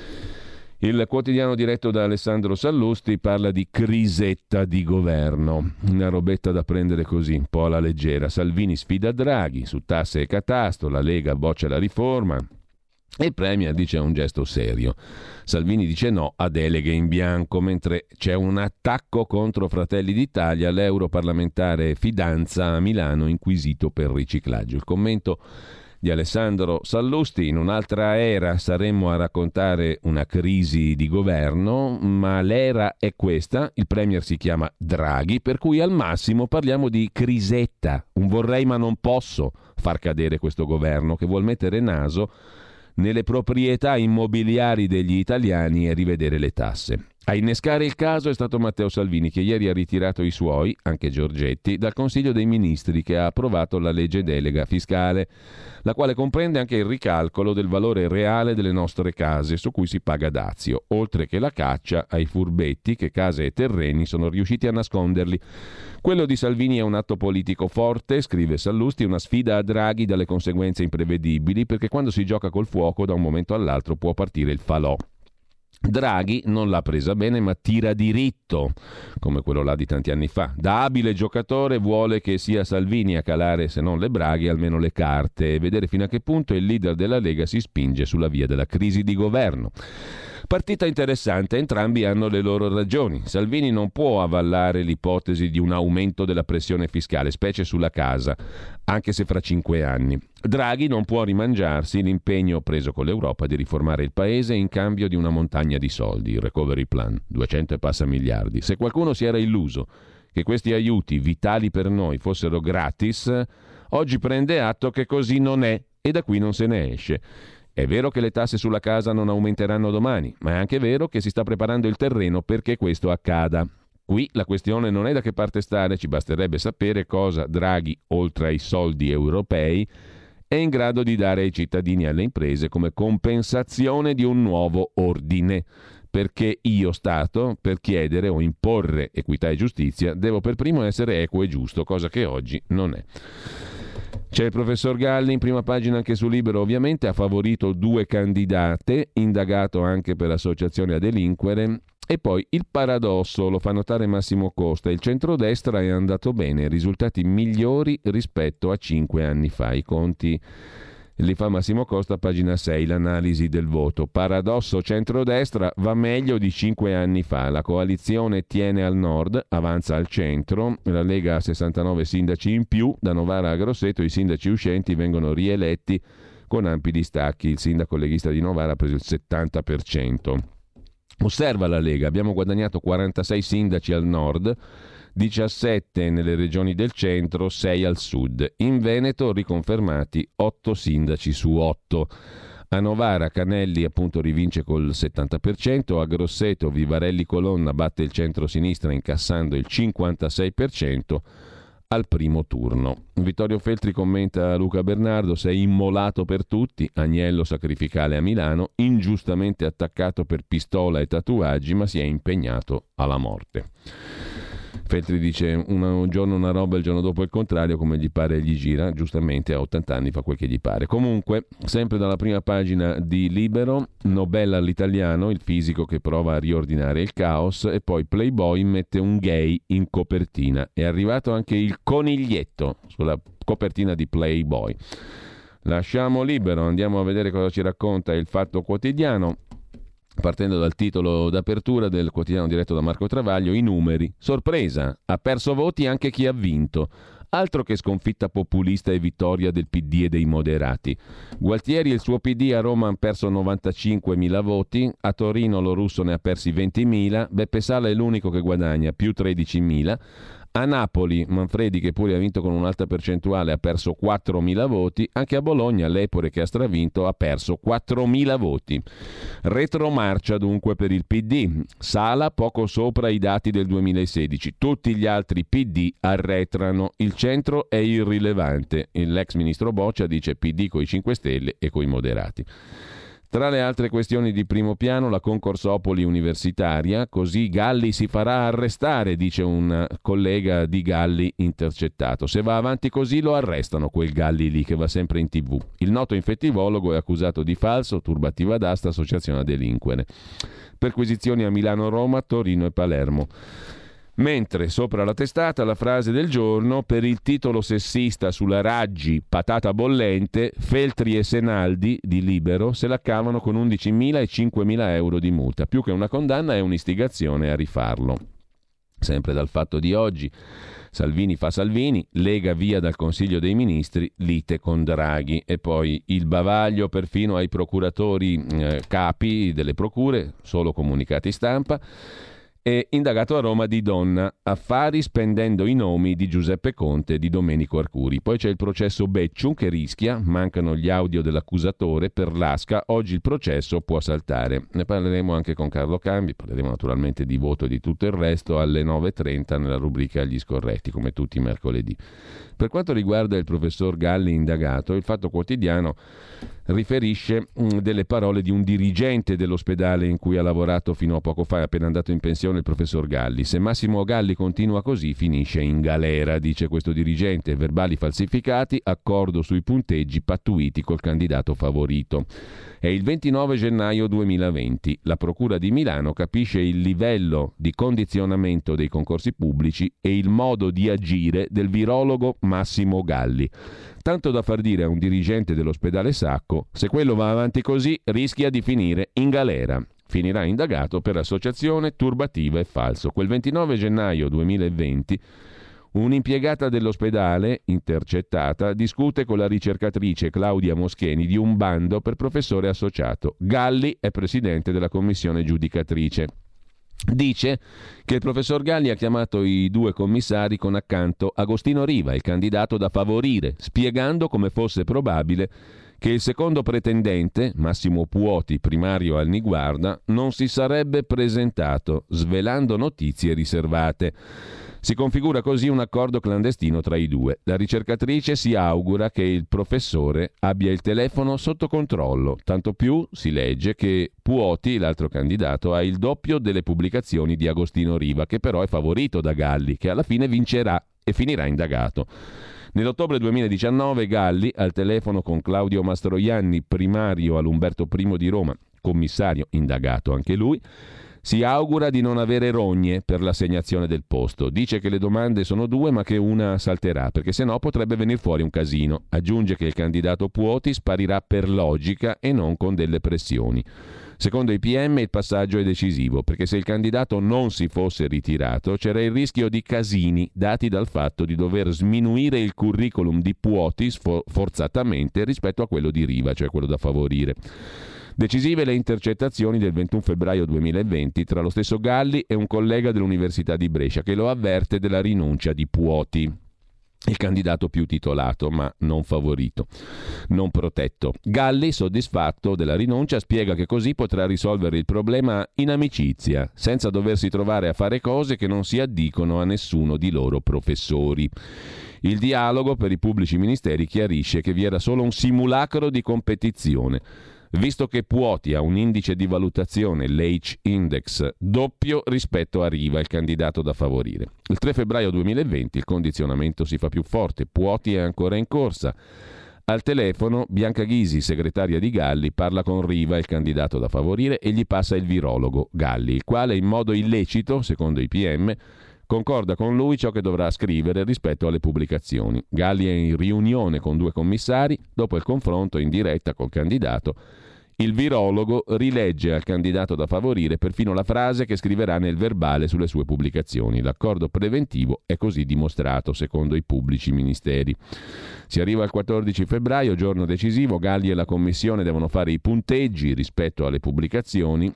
Il quotidiano diretto da Alessandro Sallusti parla di crisetta di governo, una robetta da prendere così, un po' alla leggera. Salvini sfida Draghi su tasse e catasto, la Lega boccia la riforma e il Premier dice un gesto serio. Salvini dice no a deleghe in bianco, mentre c'è un attacco contro Fratelli d'Italia, l'europarlamentare Fidanza a Milano inquisito per riciclaggio. Il commento di Alessandro Sallusti: in un'altra era saremmo a raccontare una crisi di governo, ma l'era è questa, il premier si chiama Draghi, per cui al massimo parliamo di crisetta, un vorrei ma non posso far cadere questo governo che vuol mettere naso nelle proprietà immobiliari degli italiani e rivedere le tasse. A innescare il caso è stato Matteo Salvini, che ieri ha ritirato i suoi, anche Giorgetti, dal Consiglio dei Ministri che ha approvato la legge delega fiscale, la quale comprende anche il ricalcolo del valore reale delle nostre case su cui si paga dazio, oltre che la caccia ai furbetti che case e terreni sono riusciti a nasconderli. Quello di Salvini è un atto politico forte, scrive Sallusti, una sfida a Draghi dalle conseguenze imprevedibili, perché quando si gioca col fuoco da un momento all'altro può partire il falò. Draghi non l'ha presa bene, ma tira diritto, come quello là di tanti anni fa. Da abile giocatore vuole che sia Salvini a calare, se non le braghe, almeno le carte, e vedere fino a che punto il leader della Lega si spinge sulla via della crisi di governo. Partita interessante, entrambi hanno le loro ragioni. Salvini non può avallare l'ipotesi di un aumento della pressione fiscale, specie sulla casa, anche se fra cinque anni. Draghi non può rimangiarsi l'impegno preso con l'Europa di riformare il paese in cambio di una montagna di soldi, il recovery plan, duecento e passa miliardi. Se qualcuno si era illuso che questi aiuti vitali per noi fossero gratis, oggi prende atto che così non è e da qui non se ne esce. È vero che le tasse sulla casa non aumenteranno domani, ma è anche vero che si sta preparando il terreno perché questo accada. Qui la questione non è da che parte stare, ci basterebbe sapere cosa Draghi, oltre ai soldi europei, è in grado di dare ai cittadini e alle imprese come compensazione di un nuovo ordine. Perché io, Stato, per chiedere o imporre equità e giustizia, devo per primo essere equo e giusto, cosa che oggi non è. C'è il professor Galli in prima pagina anche su Libero, ovviamente ha favorito due candidate, indagato anche per associazione a delinquere, E poi il paradosso, lo fa notare Massimo Costa, il centrodestra è andato bene, risultati migliori rispetto a cinque anni fa. I conti li fa Massimo Costa, pagina sei, l'analisi del voto. Paradosso centrodestra, va meglio di cinque anni fa. La coalizione tiene al nord, avanza al centro, la Lega ha sessantanove sindaci in più, da Novara a Grosseto i sindaci uscenti vengono rieletti con ampi distacchi. Il sindaco leghista di Novara ha preso il settanta per cento. Osserva la Lega, abbiamo guadagnato quarantasei sindaci al nord, diciassette nelle regioni del centro, sei al sud. In Veneto riconfermati otto sindaci su otto. A Novara Canelli appunto rivince col settanta per cento, a Grosseto Vivarelli Colonna batte il centro-sinistra incassando il cinquantasei per cento al primo turno. Vittorio Feltri commenta Luca Bernardo: sei immolato per tutti, agnello sacrificale a Milano, ingiustamente attaccato per pistola e tatuaggi, ma si è impegnato alla morte. Feltri dice una, un giorno una roba, il giorno dopo il contrario, come gli pare e gli gira, giustamente a ottanta anni fa quel che gli pare. Comunque, sempre dalla prima pagina di Libero, Nobel all'italiano, il fisico che prova a riordinare il caos, e poi Playboy mette un gay in copertina. È arrivato anche il coniglietto sulla copertina di Playboy. Lasciamo Libero, andiamo a vedere cosa ci racconta il Fatto Quotidiano. Partendo dal titolo d'apertura del quotidiano diretto da Marco Travaglio, i numeri. Sorpresa, ha perso voti anche chi ha vinto. Altro che sconfitta populista e vittoria del P D e dei moderati. Gualtieri e il suo P D a Roma hanno perso novantacinquemila voti, a Torino lo russo ne ha persi ventimila, Beppe Sala è l'unico che guadagna, più tredicimila. A Napoli, Manfredi, che pure ha vinto con un'alta percentuale, ha perso quattromila voti. Anche a Bologna, Lepore, che ha stravinto, ha perso quattromila voti. Retromarcia dunque per il P D. Sala poco sopra i dati del duemilasedici. Tutti gli altri P D arretrano. Il centro è irrilevante. L'ex ministro Boccia dice P D coi cinque Stelle e coi moderati. Tra le altre questioni di primo piano, la concorsopoli universitaria, così Galli si farà arrestare, dice un collega di Galli intercettato. Se va avanti così lo arrestano, quel Galli lì che va sempre in tv. Il noto infettivologo è accusato di falso, turbativa d'asta, associazione a delinquere. Perquisizioni a Milano, Roma, Torino e Palermo. Mentre sopra la testata la frase del giorno: per il titolo sessista sulla Raggi, patata bollente, Feltri e Senaldi di Libero se la cavano con undicimila e cinquemila euro di multa. Più che una condanna è un'istigazione a rifarlo. Sempre dal Fatto di oggi, Salvini fa Salvini, Lega via dal Consiglio dei Ministri, lite con Draghi. E poi il bavaglio perfino ai procuratori eh, capi delle procure, solo comunicati stampa. È indagato a Roma Di Donna, affari spendendo i nomi di Giuseppe Conte e di Domenico Arcuri. Poi c'è il processo Becciu che rischia, mancano gli audio dell'accusatore per l'Asca, oggi il processo può saltare. Ne parleremo anche con Carlo Cambi, parleremo naturalmente di voto e di tutto il resto alle nove e trenta nella rubrica Gli Scorretti, come tutti i mercoledì. Per quanto riguarda il professor Galli indagato, il Fatto Quotidiano riferisce mh, delle parole di un dirigente dell'ospedale in cui ha lavorato fino a poco fa, è appena andato in pensione il professor Galli. Se Massimo Galli continua così finisce in galera, dice questo dirigente. Verbali falsificati, accordo sui punteggi pattuiti col candidato favorito. È il ventinove gennaio duemilaventi. La Procura di Milano capisce il livello di condizionamento dei concorsi pubblici e il modo di agire del virologo Massimo Galli. Tanto da far dire a un dirigente dell'ospedale Sacco: se quello va avanti così rischia di finire in galera. Finirà indagato per associazione turbativa e falso. Quel ventinove gennaio duemilaventi un'impiegata dell'ospedale, intercettata, discute con la ricercatrice Claudia Moscheni di un bando per professore associato. Galli è presidente della commissione giudicatrice. Dice che il professor Galli ha chiamato i due commissari con accanto Agostino Riva, il candidato da favorire, spiegando come fosse probabile che il secondo pretendente, Massimo Puoti, primario al Niguarda, non si sarebbe presentato, svelando notizie riservate. Si configura così un accordo clandestino tra i due. La ricercatrice si augura che il professore abbia il telefono sotto controllo, tanto più si legge che Puoti, l'altro candidato, ha il doppio delle pubblicazioni di Agostino Riva, che però è favorito da Galli, che alla fine vincerà e finirà indagato. Nell'ottobre duemiladiciannove Galli, al telefono con Claudio Mastroianni, primario all'Umberto I di Roma, commissario indagato anche lui, Si augura di non avere rogne per l'assegnazione del posto. Dice che le domande sono due ma che una salterà, perché sennò potrebbe venire fuori un casino. Aggiunge che il candidato Puoti sparirà per logica e non con delle pressioni. Secondo i P M il passaggio è decisivo, perché se il candidato non si fosse ritirato c'era il rischio di casini dati dal fatto di dover sminuire il curriculum di Puoti sfor- forzatamente rispetto a quello di Riva, cioè quello da favorire. Decisive le intercettazioni del ventuno febbraio duemilaventi tra lo stesso Galli e un collega dell'Università di Brescia che lo avverte della rinuncia di Puoti, il candidato più titolato ma non favorito, non protetto. Galli, soddisfatto della rinuncia, spiega che così potrà risolvere il problema in amicizia, senza doversi trovare a fare cose che non si addicono a nessuno di loro professori. Il dialogo per i pubblici ministeri chiarisce che vi era solo un simulacro di competizione, visto che Puoti ha un indice di valutazione, l'H-Index, doppio rispetto a Riva, il candidato da favorire. Il tre febbraio duemilaventi il condizionamento si fa più forte, Puoti è ancora in corsa. Al telefono Bianca Ghisi, segretaria di Galli, parla con Riva, il candidato da favorire, e gli passa il virologo Galli, il quale in modo illecito, secondo i P M, concorda con lui ciò che dovrà scrivere rispetto alle pubblicazioni. Galli è in riunione con due commissari, dopo il confronto in diretta col candidato. Il virologo rilegge al candidato da favorire perfino la frase che scriverà nel verbale sulle sue pubblicazioni. L'accordo preventivo è così dimostrato, secondo i pubblici ministeri. Si arriva al quattordici febbraio, giorno decisivo. Galli e la commissione devono fare i punteggi rispetto alle pubblicazioni.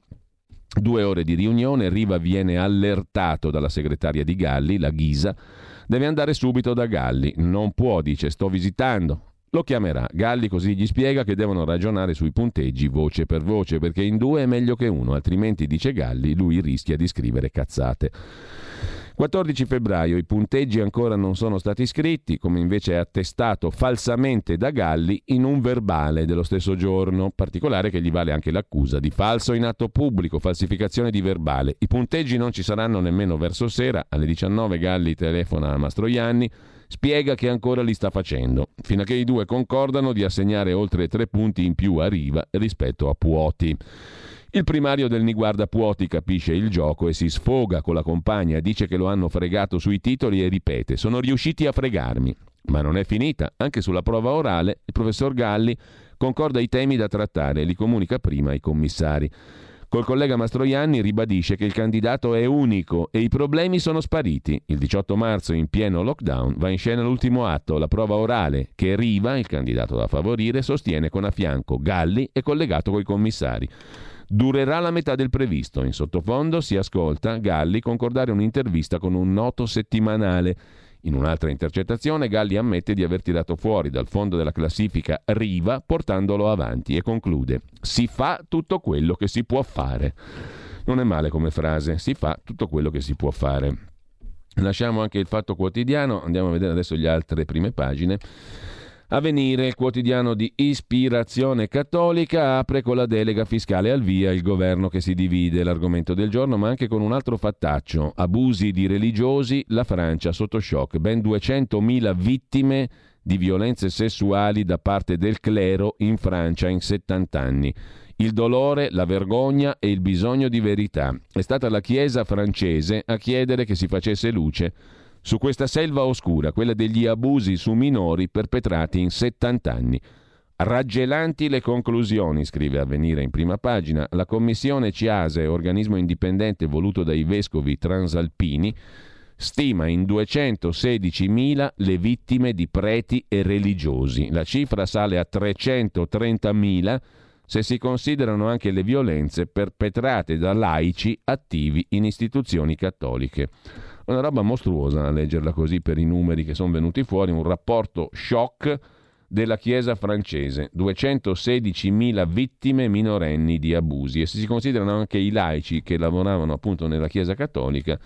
Due ore di riunione, Riva viene allertato dalla segretaria di Galli, la Ghisa, deve andare subito da Galli. Non può, dice, sto visitando. Lo chiamerà. Galli così gli spiega che devono ragionare sui punteggi voce per voce, perché in due è meglio che uno, altrimenti, dice Galli, lui rischia di scrivere cazzate. quattordici febbraio, i punteggi ancora non sono stati scritti, come invece è attestato falsamente da Galli in un verbale dello stesso giorno, particolare che gli vale anche l'accusa di falso in atto pubblico, falsificazione di verbale. I punteggi non ci saranno nemmeno verso sera. Alle diciannove Galli telefona a Mastroianni, spiega che ancora li sta facendo, fino a che i due concordano di assegnare oltre tre punti in più a Riva rispetto a Puoti. Il primario del Niguarda Puoti capisce il gioco e si sfoga con la compagna, dice che lo hanno fregato sui titoli e ripete: sono riusciti a fregarmi. Ma non è finita, anche sulla prova orale il professor Galli concorda i temi da trattare e li comunica prima ai commissari. Col collega Mastroianni ribadisce che il candidato è unico e i problemi sono spariti. Il diciotto marzo, in pieno lockdown, va in scena l'ultimo atto, la prova orale, che Riva, il candidato da favorire, sostiene con a fianco Galli e collegato coi commissari. Durerà la metà del previsto. In sottofondo si ascolta Galli concordare un'intervista con un noto settimanale. In un'altra intercettazione Galli ammette di aver tirato fuori dal fondo della classifica Riva portandolo avanti e conclude: si fa tutto quello che si può fare. Non è male come frase, si fa tutto quello che si può fare. Lasciamo anche il Fatto Quotidiano, andiamo a vedere adesso le altre prime pagine. Avvenire, il quotidiano di ispirazione cattolica, apre con la delega fiscale al via, il governo che si divide, l'argomento del giorno, ma anche con un altro fattaccio: abusi di religiosi, la Francia sotto shock, ben duecentomila vittime di violenze sessuali da parte del clero in Francia in settanta anni. Il dolore, la vergogna e il bisogno di verità. È stata la Chiesa francese a chiedere che si facesse luce su questa selva oscura, quella degli abusi su minori perpetrati in settanta anni. Raggelanti le conclusioni, scrive Avvenire in prima pagina. La commissione CIASE, organismo indipendente voluto dai vescovi transalpini, stima in duecentosedicimila le vittime di preti e religiosi. La cifra sale a trecentotrentamila se si considerano anche le violenze perpetrate da laici attivi in istituzioni cattoliche. Una roba mostruosa a leggerla così per i numeri che sono venuti fuori, un rapporto shock della Chiesa francese, duecentosedicimila vittime minorenni di abusi, e se si considerano anche i laici che lavoravano appunto nella Chiesa cattolica,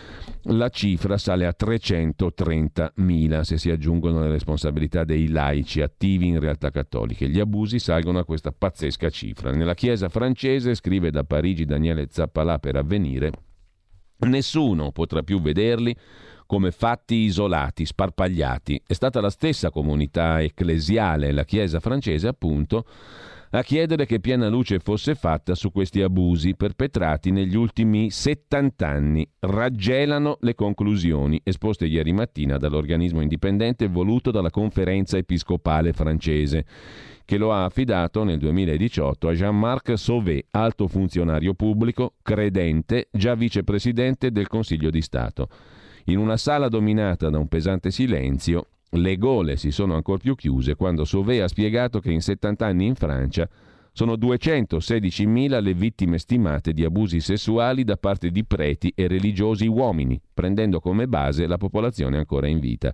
la cifra sale a trecentotrentamila se si aggiungono le responsabilità dei laici attivi in realtà cattoliche. Gli abusi salgono a questa pazzesca cifra. Nella Chiesa francese, scrive da Parigi Daniele Zappalà per Avvenire, nessuno potrà più vederli come fatti isolati, sparpagliati. È stata la stessa comunità ecclesiale, la Chiesa francese appunto, a chiedere che piena luce fosse fatta su questi abusi perpetrati negli ultimi settanta anni. Raggelano le conclusioni esposte ieri mattina dall'organismo indipendente voluto dalla Conferenza Episcopale francese, che lo ha affidato nel duemiladiciotto a Jean-Marc Sauvé, alto funzionario pubblico, credente, già vicepresidente del Consiglio di Stato. In una sala dominata da un pesante silenzio, le gole si sono ancor più chiuse quando Sauvé ha spiegato che in settanta anni in Francia sono duecentosedicimila le vittime stimate di abusi sessuali da parte di preti e religiosi uomini, prendendo come base la popolazione ancora in vita.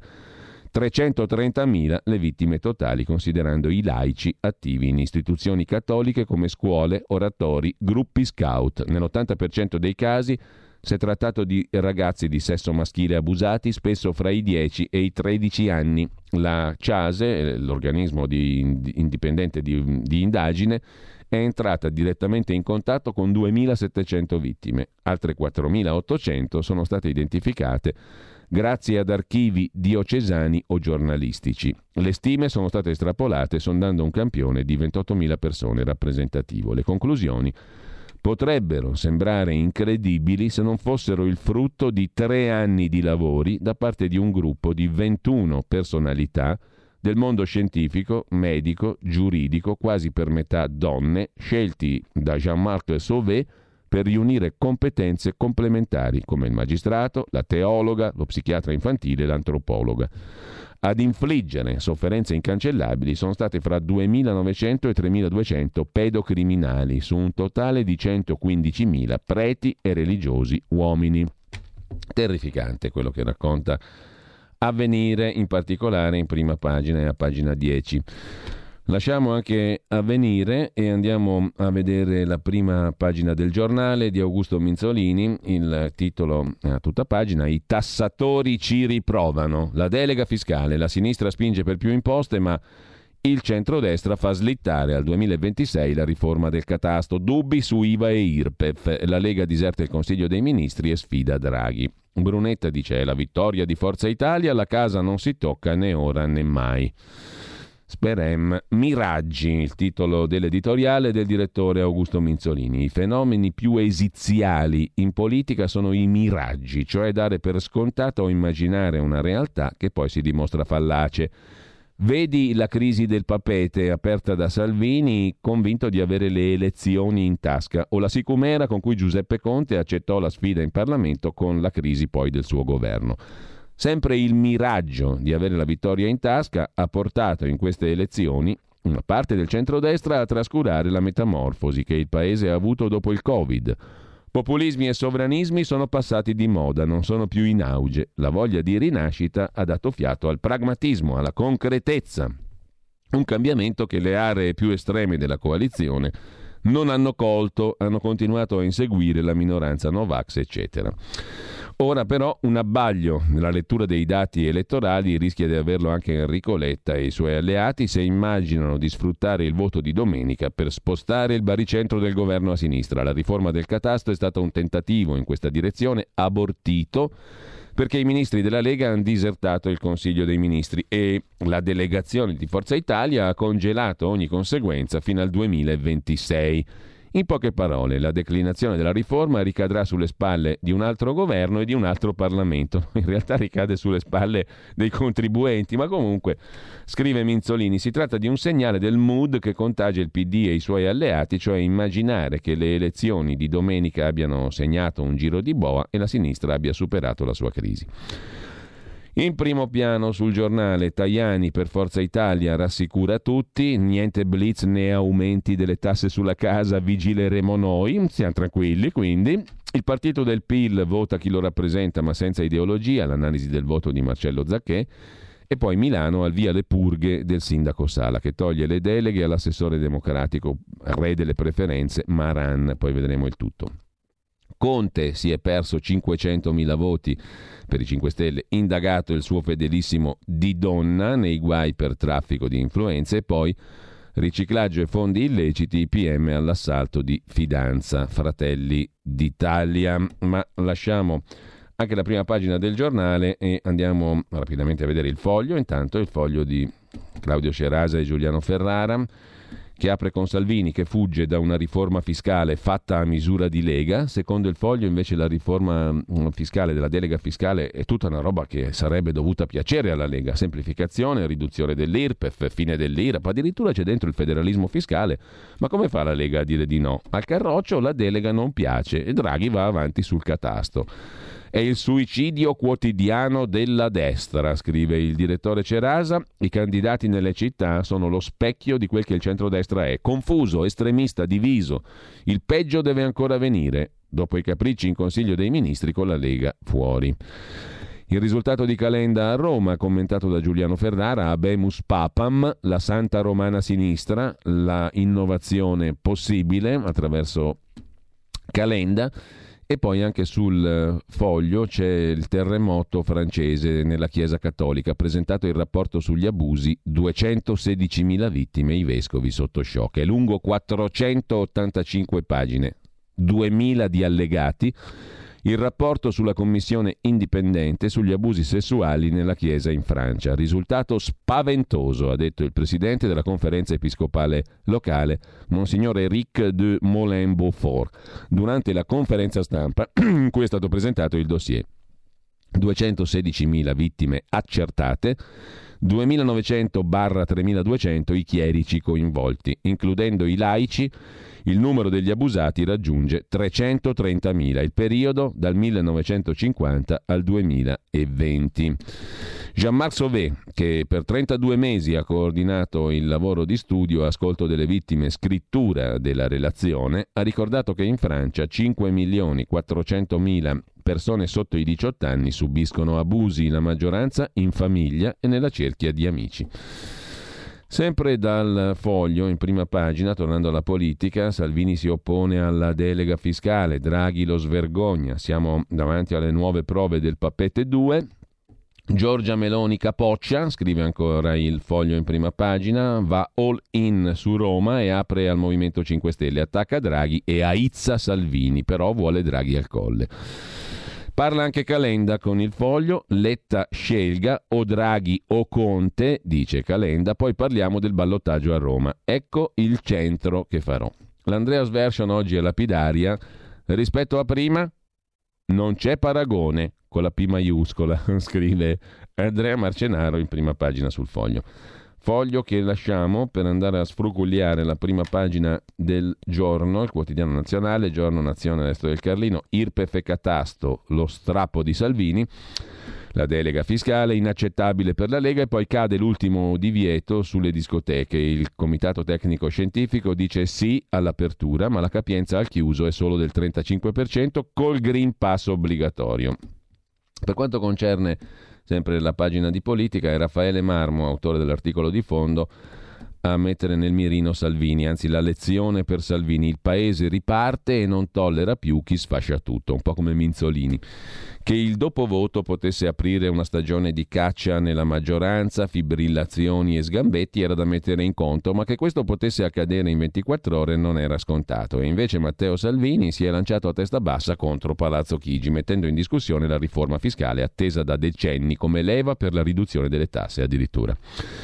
trecentotrentamila le vittime totali, considerando i laici attivi in istituzioni cattoliche come scuole, oratori, gruppi scout. Nell'ottanta per cento dei casi si è trattato di ragazzi di sesso maschile abusati, spesso fra i dieci e i tredici anni. La C A S E, l'organismo di, di, indipendente di, di indagine, è entrata direttamente in contatto con duemilasettecento vittime. Altre quattromilaottocento sono state identificate grazie ad archivi diocesani o giornalistici. Le stime sono state estrapolate sondando un campione di ventottomila persone rappresentativo. Le conclusioni potrebbero sembrare incredibili se non fossero il frutto di tre anni di lavori da parte di un gruppo di ventuno personalità del mondo scientifico, medico, giuridico, quasi per metà donne, scelti da Jean-Marc Sauvé per riunire competenze complementari come il magistrato, la teologa, lo psichiatra infantile e l'antropologa. Ad infliggere sofferenze incancellabili sono state fra duemilanovecento e tremiladuecento pedocriminali su un totale di centoquindicimila preti e religiosi uomini. Terrificante quello che racconta Avvenire, in particolare in prima pagina e a pagina dieci. Lasciamo anche Avvenire e andiamo a vedere la prima pagina del Giornale di Augusto Minzolini. Il titolo a tutta pagina: i tassatori ci riprovano, la delega fiscale, la sinistra spinge per più imposte ma il centrodestra fa slittare al duemilaventisei la riforma del catasto, dubbi su I V A e I R P E F, la Lega diserta il Consiglio dei Ministri e sfida Draghi. Brunetta dice: è la vittoria di Forza Italia, la casa non si tocca né ora né mai. Sperem. Miraggi, il titolo dell'editoriale del direttore Augusto Minzolini. I fenomeni più esiziali in politica sono i miraggi, cioè dare per scontata o immaginare una realtà che poi si dimostra fallace. Vedi la crisi del papete aperta da Salvini, convinto di avere le elezioni in tasca, o la sicumera con cui Giuseppe Conte accettò la sfida in Parlamento con la crisi poi del suo governo. Sempre il miraggio di avere la vittoria in tasca ha portato in queste elezioni una parte del centrodestra a trascurare la metamorfosi che il paese ha avuto dopo il Covid. Populismi e sovranismi sono passati di moda, non sono più in auge. La voglia di rinascita ha dato fiato al pragmatismo, alla concretezza. Un cambiamento che le aree più estreme della coalizione non hanno colto, hanno continuato a inseguire la minoranza Novax, eccetera. Ora però un abbaglio nella lettura dei dati elettorali rischia di averlo anche Enrico Letta e i suoi alleati se immaginano di sfruttare il voto di domenica per spostare il baricentro del governo a sinistra. La riforma del catasto è stato un tentativo in questa direzione, abortito, perché i ministri della Lega hanno disertato il Consiglio dei Ministri e la delegazione di Forza Italia ha congelato ogni conseguenza fino al duemilaventisei. In poche parole, la declinazione della riforma ricadrà sulle spalle di un altro governo e di un altro Parlamento. In realtà ricade sulle spalle dei contribuenti, ma comunque, scrive Minzolini, si tratta di un segnale del mood che contagia il P D e i suoi alleati, cioè immaginare che le elezioni di domenica abbiano segnato un giro di boa e la sinistra abbia superato la sua crisi. In primo piano sul Giornale, Tajani per Forza Italia rassicura tutti, niente blitz né aumenti delle tasse sulla casa, vigileremo noi, siamo tranquilli quindi. Il partito del P I L vota chi lo rappresenta ma senza ideologia, l'analisi del voto di Marcello Zacchè. E poi Milano al via le purghe del sindaco Sala, che toglie le deleghe all'assessore democratico, re delle preferenze, Maran, poi vedremo il tutto. Conte si è perso cinquecentomila voti per i cinque Stelle, indagato il suo fedelissimo Di Donna nei guai per traffico di influenze, e poi riciclaggio e fondi illeciti, I P M all'assalto di Fidanza, Fratelli d'Italia. Ma lasciamo anche la prima pagina del Giornale e andiamo rapidamente a vedere il Foglio. Intanto il Foglio di Claudio Cerasa e Giuliano Ferrara, che apre con Salvini che fugge da una riforma fiscale fatta a misura di Lega. Secondo il Foglio invece la riforma fiscale della delega fiscale è tutta una roba che sarebbe dovuta piacere alla Lega: semplificazione, riduzione dell'I R P E F, fine dell'I R A P, addirittura c'è dentro il federalismo fiscale. Ma come fa la Lega a dire di no? Al Carroccio la delega non piace e Draghi va avanti sul catasto. È il suicidio quotidiano della destra, scrive il direttore Cerasa. I candidati nelle città sono lo specchio di quel che il centrodestra è: confuso, estremista, diviso. Il peggio deve ancora venire, dopo i capricci in Consiglio dei Ministri con la Lega fuori. Il risultato di Calenda a Roma, commentato da Giuliano Ferrara: Habemus Papam, la santa romana sinistra, la innovazione possibile attraverso Calenda. E poi anche sul Foglio c'è il terremoto francese nella Chiesa Cattolica, presentato il rapporto sugli abusi, duecentosedicimila vittime, i vescovi sotto shock. È lungo quattrocentottantacinque pagine, duemila di allegati. Il rapporto sulla commissione indipendente sugli abusi sessuali nella Chiesa in Francia. Risultato spaventoso, ha detto il presidente della conferenza episcopale locale, Monsignor Éric de Molin-Beaufort, durante la conferenza stampa in cui è stato presentato il dossier. duecentosedicimila vittime accertate, duemilanovecento tremiladuecento i chierici coinvolti, includendo i laici. Il numero degli abusati raggiunge trecentotrentamila, il periodo dal millenovecentocinquanta al duemilaventi. Jean-Marc Sauvé, che per trentadue mesi ha coordinato il lavoro di studio, ascolto delle vittime, scrittura della relazione, ha ricordato che in Francia cinque milioni quattrocentomila persone sotto i diciotto anni subiscono abusi, la maggioranza in famiglia e nella cerchia di amici. Sempre dal Foglio, in prima pagina, tornando alla politica, Salvini si oppone alla delega fiscale, Draghi lo svergogna, siamo davanti alle nuove prove del Pappete due. Giorgia Meloni capoccia, scrive ancora il Foglio in prima pagina, va all in su Roma e apre al Movimento cinque Stelle, attacca Draghi e aizza Salvini, però vuole Draghi al colle. Parla anche Calenda con il Foglio, Letta scelga o Draghi o Conte, dice Calenda, poi parliamo del ballottaggio a Roma. Ecco il centro che farò. L'Andreas Version oggi è lapidaria, rispetto a prima non c'è paragone, con la P maiuscola, scrive Andrea Marcenaro in prima pagina sul Foglio. Foglio che lasciamo per andare a sfrugugliare la prima pagina del Giorno, il quotidiano nazionale, Giorno, Nazione, Resto del Carlino, I R P E F e Catasto, lo strappo di Salvini, la delega fiscale inaccettabile per la Lega e poi cade l'ultimo divieto sulle discoteche. Il Comitato Tecnico Scientifico dice sì all'apertura, ma la capienza al chiuso è solo del trentacinque per cento col Green Pass obbligatorio. Per quanto concerne sempre la pagina di politica, è Raffaele Marmo, autore dell'articolo di fondo, a mettere nel mirino Salvini, anzi la lezione per Salvini: il paese riparte e non tollera più chi sfascia tutto, un po' come Minzolini. Che il dopovoto potesse aprire una stagione di caccia nella maggioranza, fibrillazioni e sgambetti era da mettere in conto, ma che questo potesse accadere in ventiquattro ore non era scontato. E invece Matteo Salvini si è lanciato a testa bassa contro Palazzo Chigi, mettendo in discussione la riforma fiscale attesa da decenni come leva per la riduzione delle tasse addirittura.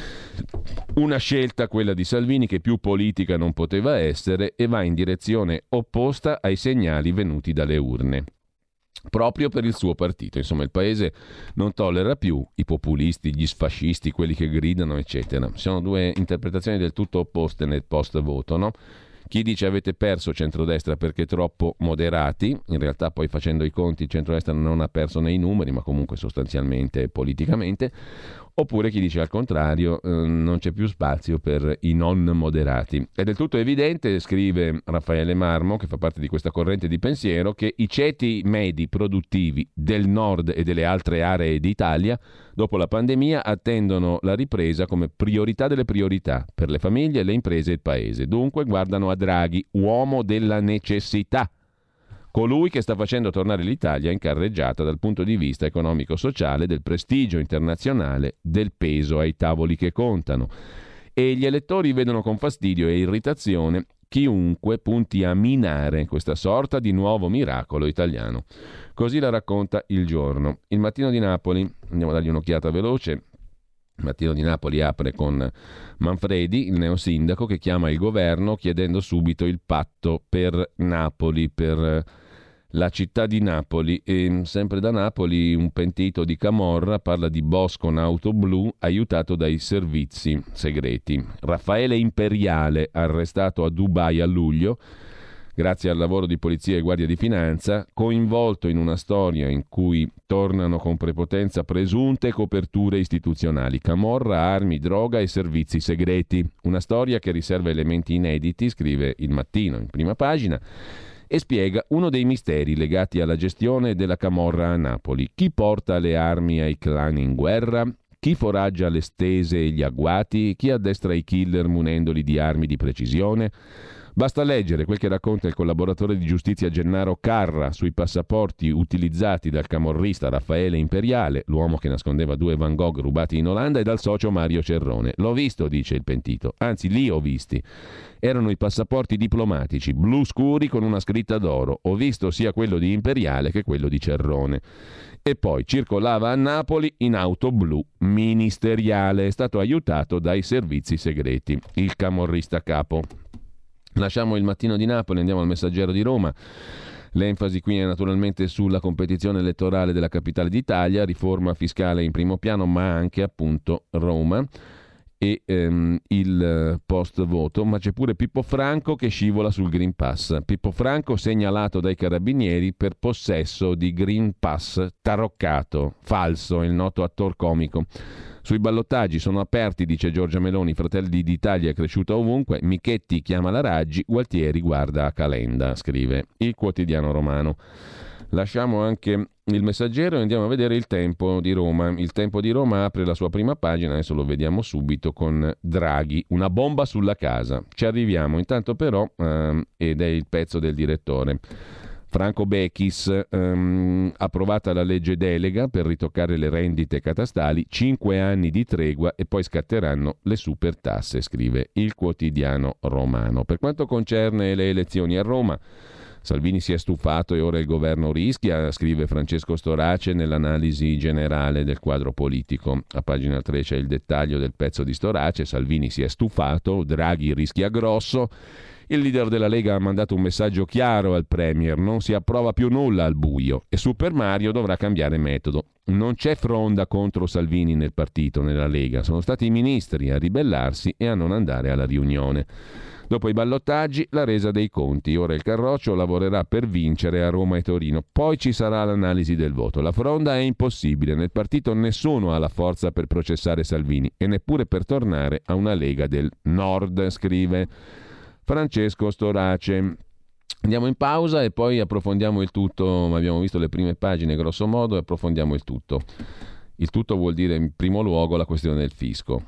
Una scelta, quella di Salvini, che più politica non poteva essere e va in direzione opposta ai segnali venuti dalle urne. Proprio per il suo partito. Insomma, il paese non tollera più i populisti, gli sfascisti, quelli che gridano, eccetera. Sono due interpretazioni del tutto opposte nel post-voto, no? Chi dice avete perso centrodestra perché troppo moderati, in realtà poi facendo i conti il centrodestra non ha perso nei numeri, ma comunque sostanzialmente e politicamente. Oppure chi dice al contrario, eh, non c'è più spazio per i non moderati. È del tutto evidente, scrive Raffaele Marmo, che fa parte di questa corrente di pensiero, che i ceti medi produttivi del nord e delle altre aree d'Italia dopo la pandemia attendono la ripresa come priorità delle priorità per le famiglie, le imprese e il paese. Dunque guardano a Draghi, uomo della necessità, colui che sta facendo tornare l'Italia in carreggiata dal punto di vista economico-sociale, del prestigio internazionale, del peso ai tavoli che contano. E gli elettori vedono con fastidio e irritazione chiunque punti a minare questa sorta di nuovo miracolo italiano. Così la racconta Il Giorno. Il Mattino di Napoli, andiamo a dargli un'occhiata veloce, Il Mattino di Napoli apre con Manfredi, il neosindaco, che chiama il governo chiedendo subito il patto per Napoli, per la città di Napoli. E sempre da Napoli un pentito di camorra parla di Bosco in auto blu aiutato dai servizi segreti. Raffaele Imperiale, arrestato a Dubai a luglio grazie al lavoro di polizia e guardia di finanza, coinvolto in una storia in cui tornano con prepotenza presunte coperture istituzionali, camorra, armi, droga e servizi segreti. Una storia che riserva elementi inediti, scrive Il Mattino in prima pagina, e spiega uno dei misteri legati alla gestione della camorra a Napoli. Chi porta le armi ai clan in guerra? Chi foraggia le stese e gli agguati? Chi addestra i killer munendoli di armi di precisione? Basta leggere quel che racconta il collaboratore di giustizia Gennaro Carra sui passaporti utilizzati dal camorrista Raffaele Imperiale, l'uomo che nascondeva due Van Gogh rubati in Olanda, e dal socio Mario Cerrone. L'ho visto, dice il pentito, anzi li ho visti. Erano i passaporti diplomatici, blu scuri con una scritta d'oro. Ho visto sia quello di Imperiale che quello di Cerrone. E poi circolava a Napoli in auto blu ministeriale. È stato aiutato dai servizi segreti. Il camorrista capo. Lasciamo il Mattino di Napoli, andiamo al Messaggero di Roma. L'enfasi qui è naturalmente sulla competizione elettorale della capitale d'Italia, riforma fiscale in primo piano, ma anche appunto Roma e ehm, il post voto, ma c'è pure Pippo Franco che scivola sul Green Pass. Pippo Franco segnalato dai carabinieri per possesso di Green Pass taroccato, falso, il noto attor comico. Sui ballottaggi sono aperti, dice Giorgia Meloni, Fratelli d'Italia è cresciuta ovunque, Michetti chiama la Raggi, Gualtieri guarda a Calenda, scrive il Quotidiano Romano. Lasciamo anche il Messaggero e andiamo a vedere il Tempo di Roma. Il Tempo di Roma apre la sua prima pagina, adesso lo vediamo subito, con Draghi, una bomba sulla casa. Ci arriviamo, intanto però, ehm, ed è il pezzo del direttore. Franco Bechis, um, approvata la legge delega per ritoccare le rendite catastali, cinque anni di tregua e poi scatteranno le super tasse, scrive il Quotidiano Romano. Per quanto concerne le elezioni a Roma, Salvini si è stufato e ora il governo rischia, scrive Francesco Storace nell'analisi generale del quadro politico. A pagina tre c'è il dettaglio del pezzo di Storace. Salvini si è stufato, Draghi rischia grosso. Il leader della Lega ha mandato un messaggio chiaro al Premier: non si approva più nulla al buio e Super Mario dovrà cambiare metodo. Non c'è fronda contro Salvini nel partito, nella Lega. Sono stati i ministri a ribellarsi e a non andare alla riunione. Dopo i ballottaggi, la resa dei conti. Ora il Carroccio lavorerà per vincere a Roma e Torino. Poi ci sarà l'analisi del voto. La fronda è impossibile. Nel partito nessuno ha la forza per processare Salvini e neppure per tornare a una Lega del Nord, scrive Francesco Storace. Andiamo in pausa e poi approfondiamo il tutto. Abbiamo visto le prime pagine grosso modo e approfondiamo il tutto. Il tutto vuol dire in primo luogo la questione del fisco.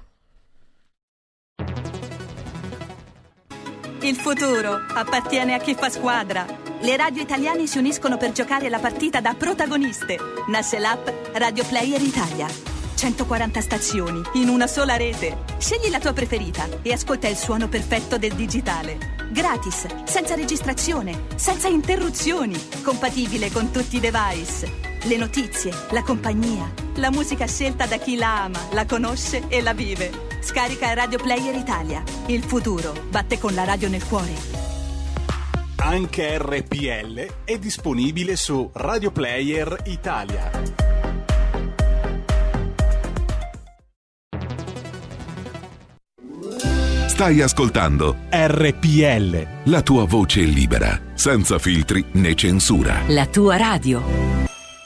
Il futuro appartiene a chi fa squadra. Le radio italiane si uniscono per giocare la partita da protagoniste. Nasce l'app Radio Player Italia. centoquaranta stazioni in una sola rete. Scegli la tua preferita e ascolta il suono perfetto del digitale. Gratis, senza registrazione, senza interruzioni, compatibile con tutti i device. Le notizie, la compagnia, la musica scelta da chi la ama, la conosce e la vive. Scarica Radio Player Italia. Il futuro batte con la radio nel cuore. Anche R P L è disponibile su Radio Player Italia. Stai ascoltando R P L, la tua voce libera, senza filtri né censura. La tua radio.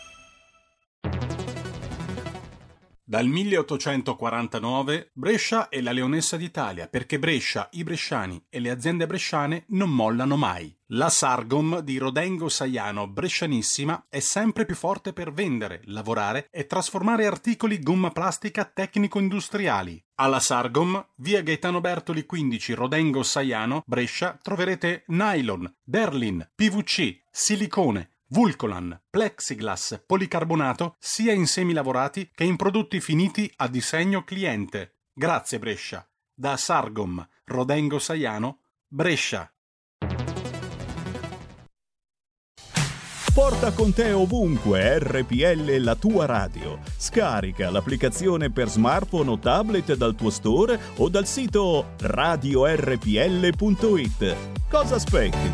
Dal milleottocentoquarantanove Brescia è la leonessa d'Italia, perché Brescia, i bresciani e le aziende bresciane non mollano mai. La Sargom di Rodengo Saiano, brescianissima, è sempre più forte per vendere, lavorare e trasformare articoli gomma plastica tecnico-industriali. Alla Sargom, via Gaetano Bertoli quindici, Rodengo Saiano, Brescia, troverete nylon, derlin, P V C, silicone, Vulcolan, plexiglass, policarbonato, sia in semi lavorati che in prodotti finiti a disegno cliente. Grazie Brescia. Da Sargom, Rodengo Saiano, Brescia. Porta con te ovunque R P L, la tua radio. Scarica l'applicazione per smartphone o tablet dal tuo store o dal sito radio erre pi elle punto it. Cosa aspetti?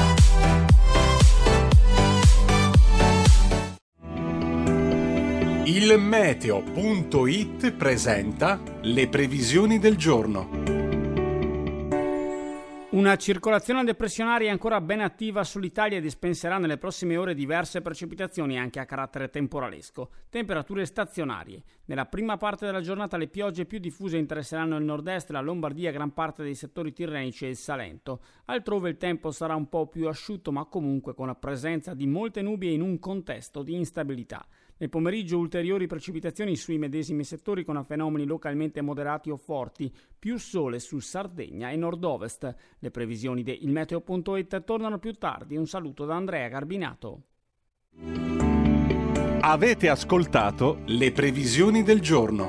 Il meteo punto it presenta le previsioni del giorno. Una circolazione depressionaria è ancora ben attiva sull'Italia e dispenserà nelle prossime ore diverse precipitazioni anche a carattere temporalesco. Temperature stazionarie. Nella prima parte della giornata le piogge più diffuse interesseranno il nord-est, la Lombardia e gran parte dei settori tirrenici e il Salento. Altrove il tempo sarà un po' più asciutto, ma comunque con la presenza di molte nubi e in un contesto di instabilità. Nel pomeriggio ulteriori precipitazioni sui medesimi settori con fenomeni localmente moderati o forti, più sole su Sardegna e nord-ovest. Le previsioni di il meteo punto it tornano più tardi. Un saluto da Andrea Garbinato. Avete ascoltato le previsioni del giorno.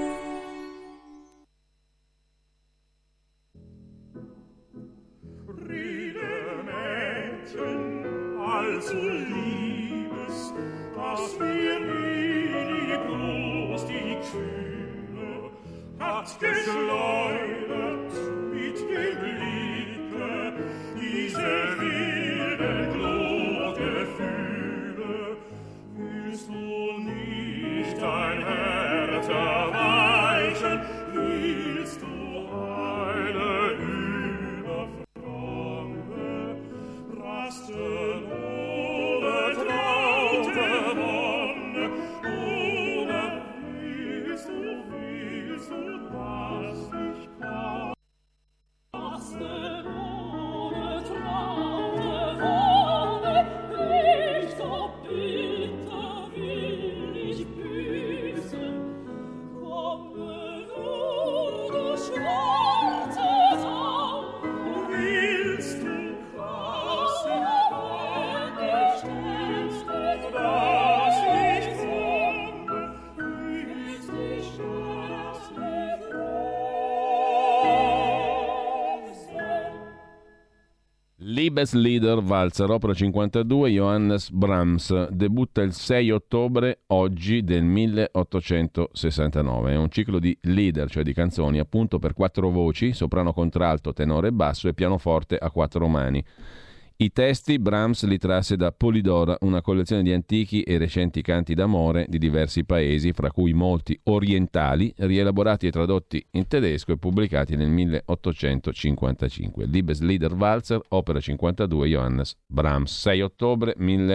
Rede Mädchen, also Liebes, das mir nie bloß die Kühle hat geschleudert mit dem Blicke diese wilden Glutgefühle. Willst du nicht dein Herz erweichen, willst du eine überfromme, rasten ohne traute Wonne, oder willst du, willst du, dass ich kann? Rasten ohne traute Wonne, nicht so bitter will ich büßen. Komme nur, du schwarze Sau, willst du kosten, wenn ich stellst, dass ich komme, willst du Schatz mit Rosen. Liebeslieder, Walzer, opera cinquantadue, Johannes Brahms, debutta il sei ottobre, oggi del milleottocentosessantanove. È un ciclo di lieder, cioè di canzoni, appunto per quattro voci, soprano contralto, tenore e basso e pianoforte a quattro mani. I testi Brahms li trasse da Polidora, una collezione di antichi e recenti canti d'amore di diversi paesi, fra cui molti orientali, rielaborati e tradotti in tedesco e pubblicati nel milleottocentocinquantacinque. Liebeslieder Walzer, opera cinquantadue, Johannes Brahms, sei ottobre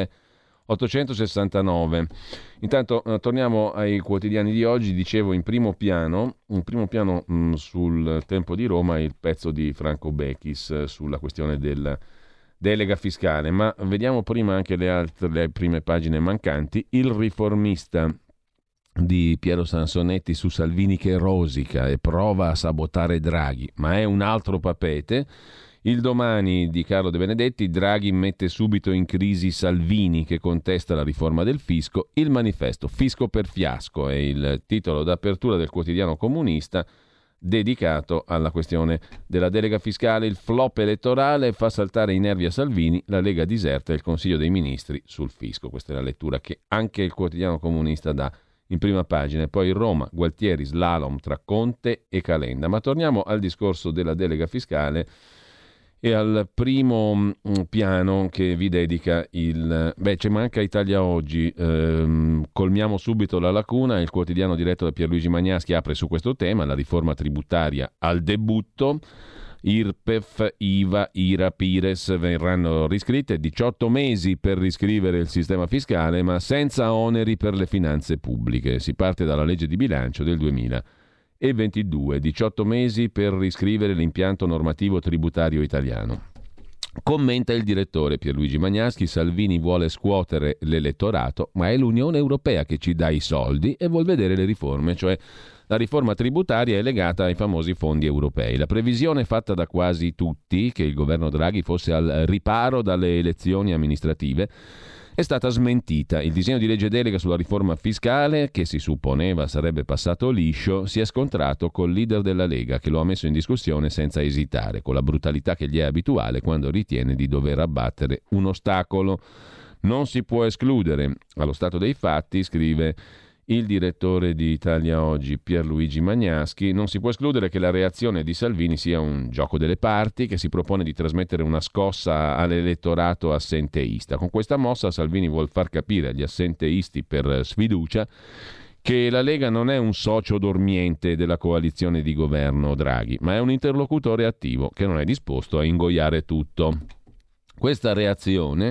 milleottocentosessantanove. Intanto eh, torniamo ai quotidiani di oggi. Dicevo in primo piano, in primo piano mh, sul Tempo di Roma il pezzo di Franco Bechis eh, sulla questione del delega fiscale, ma vediamo prima anche le altre le prime pagine mancanti. Il Riformista di Piero Sansonetti su Salvini che rosica e prova a sabotare Draghi, ma è un altro papete. Il Domani di Carlo De Benedetti, Draghi mette subito in crisi Salvini che contesta la riforma del fisco. Il Manifesto, fisco per fiasco, è il titolo d'apertura del quotidiano comunista, dedicato alla questione della delega fiscale. Il flop elettorale fa saltare i nervi a Salvini, la Lega diserta il Consiglio dei Ministri sul fisco. Questa è la lettura che anche il quotidiano comunista dà in prima pagina. E poi Roma, Gualtieri, slalom tra Conte e Calenda. Ma torniamo al discorso della delega fiscale e al primo mh, piano che vi dedica il... Beh, ci manca Italia Oggi, ehm, colmiamo subito la lacuna. Il quotidiano diretto da Pierluigi Magnaschi apre su questo tema, la riforma tributaria al debutto. I R P E F, I V A, I R A P, I R E S verranno riscritte, diciotto mesi per riscrivere il sistema fiscale, ma senza oneri per le finanze pubbliche. Si parte dalla legge di bilancio del duemilaventidue, diciotto mesi per riscrivere l'impianto normativo tributario italiano. Commenta il direttore Pierluigi Magnaschi: Salvini vuole scuotere l'elettorato, ma è l'Unione Europea che ci dà i soldi e vuol vedere le riforme, cioè la riforma tributaria è legata ai famosi fondi europei. La previsione fatta da quasi tutti, che il governo Draghi fosse al riparo dalle elezioni amministrative, è stata smentita. Il disegno di legge delega sulla riforma fiscale, che si supponeva sarebbe passato liscio, si è scontrato col leader della Lega, che lo ha messo in discussione senza esitare, con la brutalità che gli è abituale quando ritiene di dover abbattere un ostacolo. Non si può escludere, allo stato dei fatti, scrive il direttore di Italia Oggi Pierluigi Magnaschi, non si può escludere che la reazione di Salvini sia un gioco delle parti che si propone di trasmettere una scossa all'elettorato assenteista. Con questa mossa Salvini vuol far capire agli assenteisti per sfiducia che la Lega non è un socio dormiente della coalizione di governo Draghi, ma è un interlocutore attivo che non è disposto a ingoiare tutto. Questa reazione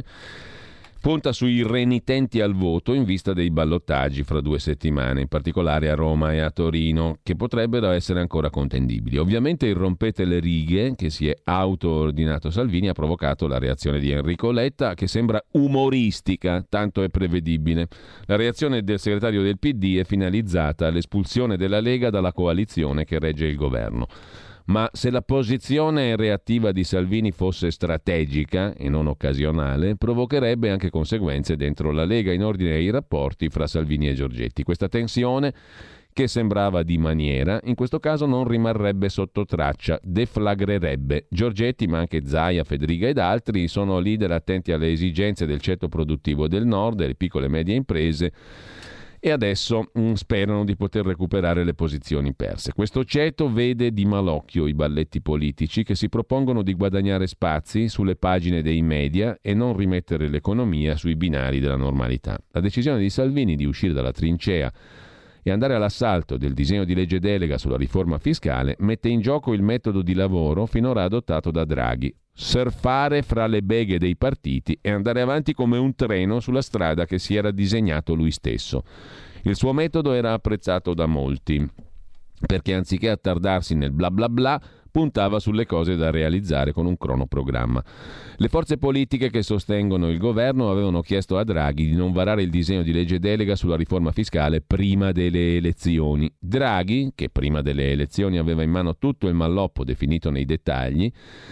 punta sui renitenti al voto in vista dei ballottaggi fra due settimane, in particolare a Roma e a Torino, che potrebbero essere ancora contendibili. Ovviamente il rompete le righe che si è auto-ordinato Salvini ha provocato la reazione di Enrico Letta, che sembra umoristica, tanto è prevedibile. La reazione del segretario del P D è finalizzata all'espulsione della Lega dalla coalizione che regge il governo. Ma se la posizione reattiva di Salvini fosse strategica e non occasionale, provocherebbe anche conseguenze dentro la Lega in ordine ai rapporti fra Salvini e Giorgetti. Questa tensione, che sembrava di maniera, in questo caso non rimarrebbe sotto traccia, deflagrerebbe. Giorgetti, ma anche Zaia, Fedriga ed altri sono leader attenti alle esigenze del ceto produttivo del Nord, delle piccole e medie imprese, e adesso mh, sperano di poter recuperare le posizioni perse. Questo ceto vede di malocchio i balletti politici che si propongono di guadagnare spazi sulle pagine dei media e non rimettere l'economia sui binari della normalità. La decisione di Salvini di uscire dalla trincea e andare all'assalto del disegno di legge delega sulla riforma fiscale mette in gioco il metodo di lavoro finora adottato da Draghi: surfare fra le beghe dei partiti e andare avanti come un treno sulla strada che si era disegnato lui stesso. Il suo metodo era apprezzato da molti, perché anziché attardarsi nel bla bla bla, puntava sulle cose da realizzare con un cronoprogramma. Le forze politiche che sostengono il governo avevano chiesto a Draghi di non varare il disegno di legge delega sulla riforma fiscale prima delle elezioni. Draghi, che prima delle elezioni aveva in mano tutto il malloppo definito nei dettagli,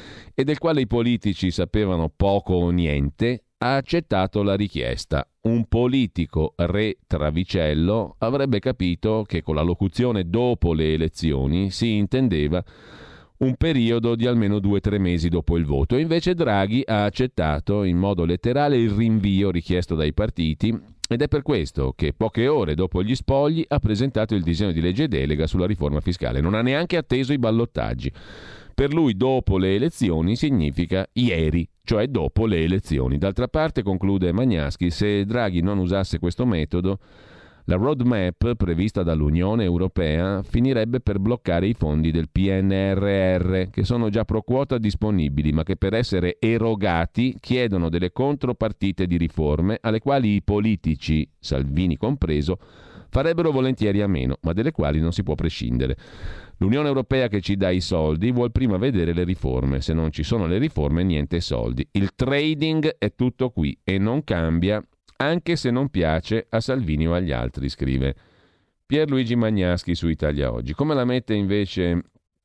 e del quale i politici sapevano poco o niente, ha accettato la richiesta. Un politico re Travicello avrebbe capito che con la locuzione dopo le elezioni si intendeva un periodo di almeno due o tre mesi dopo il voto. Invece Draghi ha accettato in modo letterale il rinvio richiesto dai partiti ed è per questo che poche ore dopo gli spogli ha presentato il disegno di legge delega sulla riforma fiscale. Non ha neanche atteso i ballottaggi. Per lui dopo le elezioni significa ieri, cioè dopo le elezioni. D'altra parte, conclude Magnaschi, se Draghi non usasse questo metodo, la roadmap prevista dall'Unione Europea finirebbe per bloccare i fondi del P N R R, che sono già pro quota disponibili, ma che per essere erogati chiedono delle contropartite di riforme alle quali i politici, Salvini compreso, farebbero volentieri a meno, ma delle quali non si può prescindere. L'Unione Europea che ci dà i soldi vuol prima vedere le riforme. Se non ci sono le riforme, niente soldi. Il trading è tutto qui e non cambia, anche se non piace a Salvini o agli altri, scrive Pierluigi Magnaschi su Italia Oggi. Come la mette invece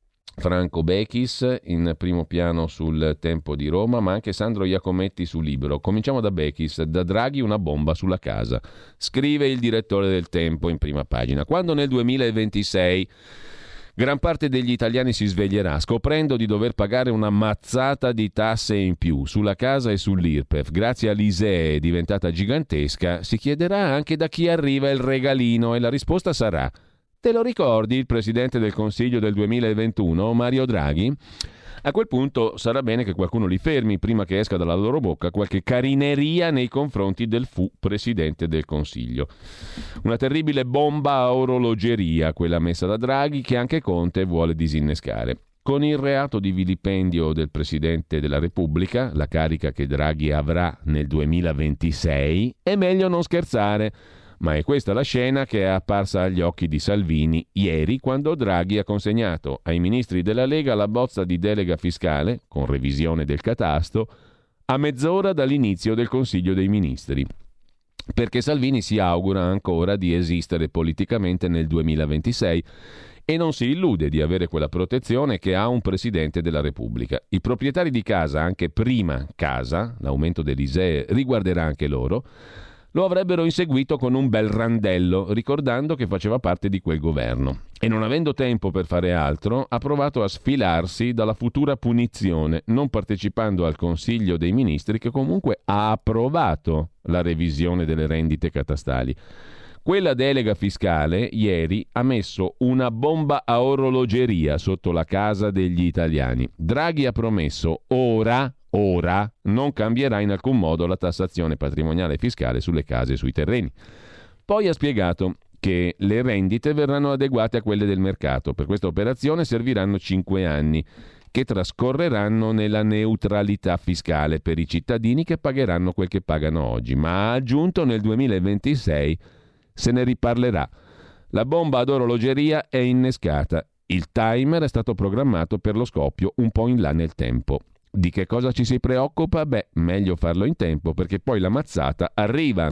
Franco Bechis in primo piano sul Tempo di Roma, ma anche Sandro Iacometti su Libero. Cominciamo da Bechis. Da Draghi una bomba sulla casa. Scrive il direttore del Tempo in prima pagina. Quando nel duemilaventisei gran parte degli italiani si sveglierà scoprendo di dover pagare una mazzata di tasse in più sulla casa e sull'I R P E F, grazie all'I S E E diventata gigantesca, si chiederà anche da chi arriva il regalino e la risposta sarà: te lo ricordi il Presidente del Consiglio del duemilaventuno, Mario Draghi? A quel punto sarà bene che qualcuno li fermi prima che esca dalla loro bocca qualche carineria nei confronti del fu Presidente del Consiglio. Una terribile bomba a orologeria, quella messa da Draghi, che anche Conte vuole disinnescare. Con il reato di vilipendio del Presidente della Repubblica, la carica che Draghi avrà nel duemilaventisei, è meglio non scherzare. Ma è questa la scena che è apparsa agli occhi di Salvini ieri, quando Draghi ha consegnato ai ministri della Lega la bozza di delega fiscale, con revisione del catasto, a mezz'ora dall'inizio del Consiglio dei Ministri. Perché Salvini si augura ancora di esistere politicamente nel duemilaventisei e non si illude di avere quella protezione che ha un Presidente della Repubblica. I proprietari di casa, anche prima casa, l'aumento dell'I S E E riguarderà anche loro, lo avrebbero inseguito con un bel randello, ricordando che faceva parte di quel governo. E non avendo tempo per fare altro, ha provato a sfilarsi dalla futura punizione, non partecipando al Consiglio dei Ministri che comunque ha approvato la revisione delle rendite catastali. Quella delega fiscale ieri ha messo una bomba a orologeria sotto la casa degli italiani. Draghi ha promesso ora Ora non cambierà in alcun modo la tassazione patrimoniale e fiscale sulle case e sui terreni. Poi ha spiegato che le rendite verranno adeguate a quelle del mercato. Per questa operazione serviranno cinque anni, che trascorreranno nella neutralità fiscale per i cittadini che pagheranno quel che pagano oggi. Ma ha aggiunto nel duemilaventisei se ne riparlerà. La bomba ad orologeria è innescata. Il timer è stato programmato per lo scoppio un po' in là nel tempo. Di che cosa ci si preoccupa? Beh, meglio farlo in tempo perché poi la mazzata arriva.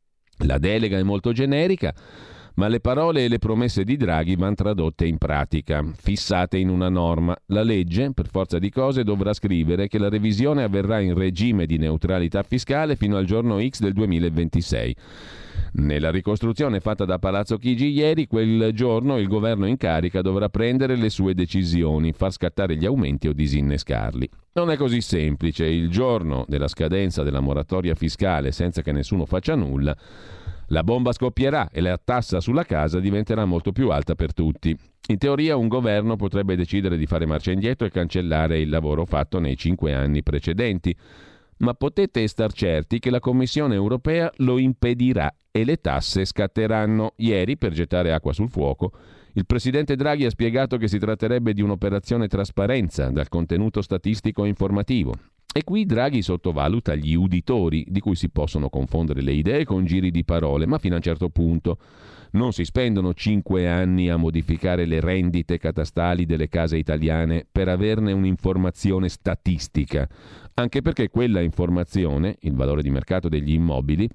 La delega è molto generica, ma le parole e le promesse di Draghi vanno tradotte in pratica, fissate in una norma. La legge, per forza di cose, dovrà scrivere che la revisione avverrà in regime di neutralità fiscale fino al giorno X del duemilaventisei. Nella ricostruzione fatta da Palazzo Chigi ieri, quel giorno il governo in carica dovrà prendere le sue decisioni, far scattare gli aumenti o disinnescarli. Non è così semplice. Il giorno della scadenza della moratoria fiscale, senza che nessuno faccia nulla, la bomba scoppierà e la tassa sulla casa diventerà molto più alta per tutti. In teoria un governo potrebbe decidere di fare marcia indietro e cancellare il lavoro fatto nei cinque anni precedenti, ma potete star certi che la Commissione europea lo impedirà e le tasse scatteranno. Ieri, per gettare acqua sul fuoco, il presidente Draghi ha spiegato che si tratterebbe di un'operazione trasparenza dal contenuto statistico e informativo. E qui Draghi sottovaluta gli uditori, di cui si possono confondere le idee con giri di parole, ma fino a un certo punto. Non si spendono cinque anni a modificare le rendite catastali delle case italiane per averne un'informazione statistica, anche perché quella informazione, il valore di mercato degli immobili,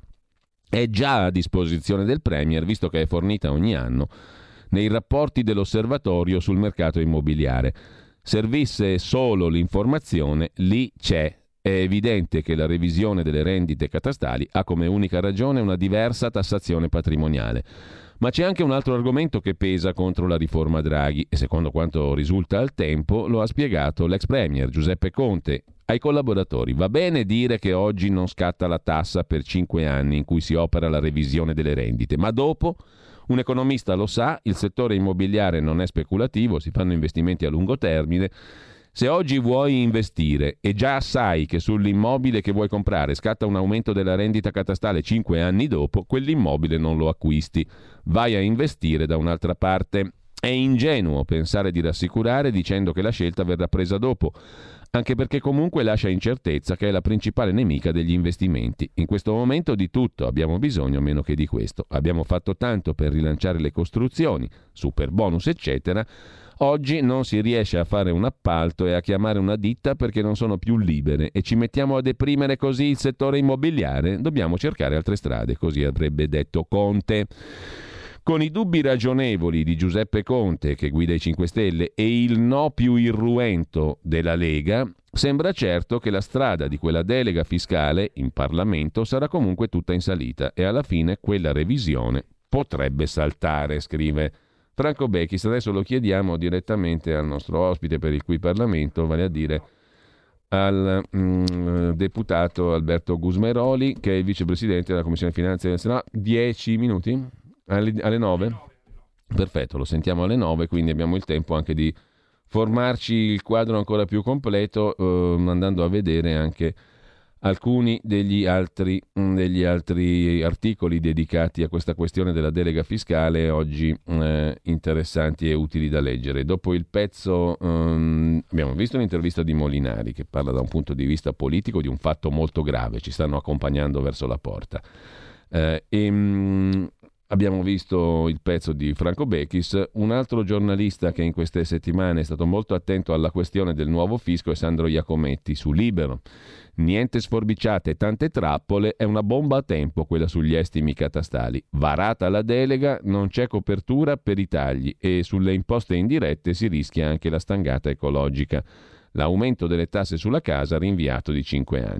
è già a disposizione del Premier, visto che è fornita ogni anno nei rapporti dell'Osservatorio sul mercato immobiliare. Servisse solo l'informazione, lì c'è. È evidente che la revisione delle rendite catastali ha come unica ragione una diversa tassazione patrimoniale. Ma c'è anche un altro argomento che pesa contro la riforma Draghi e secondo quanto risulta al Tempo lo ha spiegato l'ex premier Giuseppe Conte ai collaboratori. Va bene dire che oggi non scatta la tassa per cinque anni in cui si opera la revisione delle rendite, ma dopo, un economista lo sa, il settore immobiliare non è speculativo, si fanno investimenti a lungo termine. Se oggi vuoi investire e già sai che sull'immobile che vuoi comprare scatta un aumento della rendita catastale cinque anni dopo, quell'immobile non lo acquisti, vai a investire da un'altra parte. È ingenuo pensare di rassicurare dicendo che la scelta verrà presa dopo, anche perché comunque lascia incertezza, che è la principale nemica degli investimenti. In questo momento di tutto abbiamo bisogno, meno che di questo. Abbiamo fatto tanto per rilanciare le costruzioni, super bonus eccetera. Oggi non si riesce a fare un appalto e a chiamare una ditta perché non sono più libere e ci mettiamo a deprimere così il settore immobiliare? Dobbiamo cercare altre strade, così avrebbe detto Conte. Con i dubbi ragionevoli di Giuseppe Conte, che guida i cinque Stelle, e il no più irruento della Lega, sembra certo che la strada di quella delega fiscale in Parlamento sarà comunque tutta in salita e alla fine quella revisione potrebbe saltare, scrive Franco Bechis. Adesso lo chiediamo direttamente al nostro ospite per il cui Parlamento, vale a dire al mm, deputato Alberto Gusmeroli, che è il vicepresidente della Commissione Finanze del Senato. Dieci minuti? Alle, alle nove? Perfetto, lo sentiamo alle nove, quindi abbiamo il tempo anche di formarci il quadro ancora più completo, eh, andando a vedere anche alcuni degli altri, degli altri articoli dedicati a questa questione della delega fiscale, oggi eh, interessanti e utili da leggere. Dopo il pezzo um, abbiamo visto un'intervista di Molinari che parla da un punto di vista politico di un fatto molto grave, ci stanno accompagnando verso la porta. Eh, e, um, Abbiamo visto il pezzo di Franco Bechis. Un altro giornalista che in queste settimane è stato molto attento alla questione del nuovo fisco è Sandro Iacometti su Libero. Niente sforbiciate, tante trappole, è una bomba a tempo quella sugli estimi catastali. Varata la delega, non c'è copertura per i tagli e sulle imposte indirette si rischia anche la stangata ecologica. L'aumento delle tasse sulla casa rinviato di cinque anni.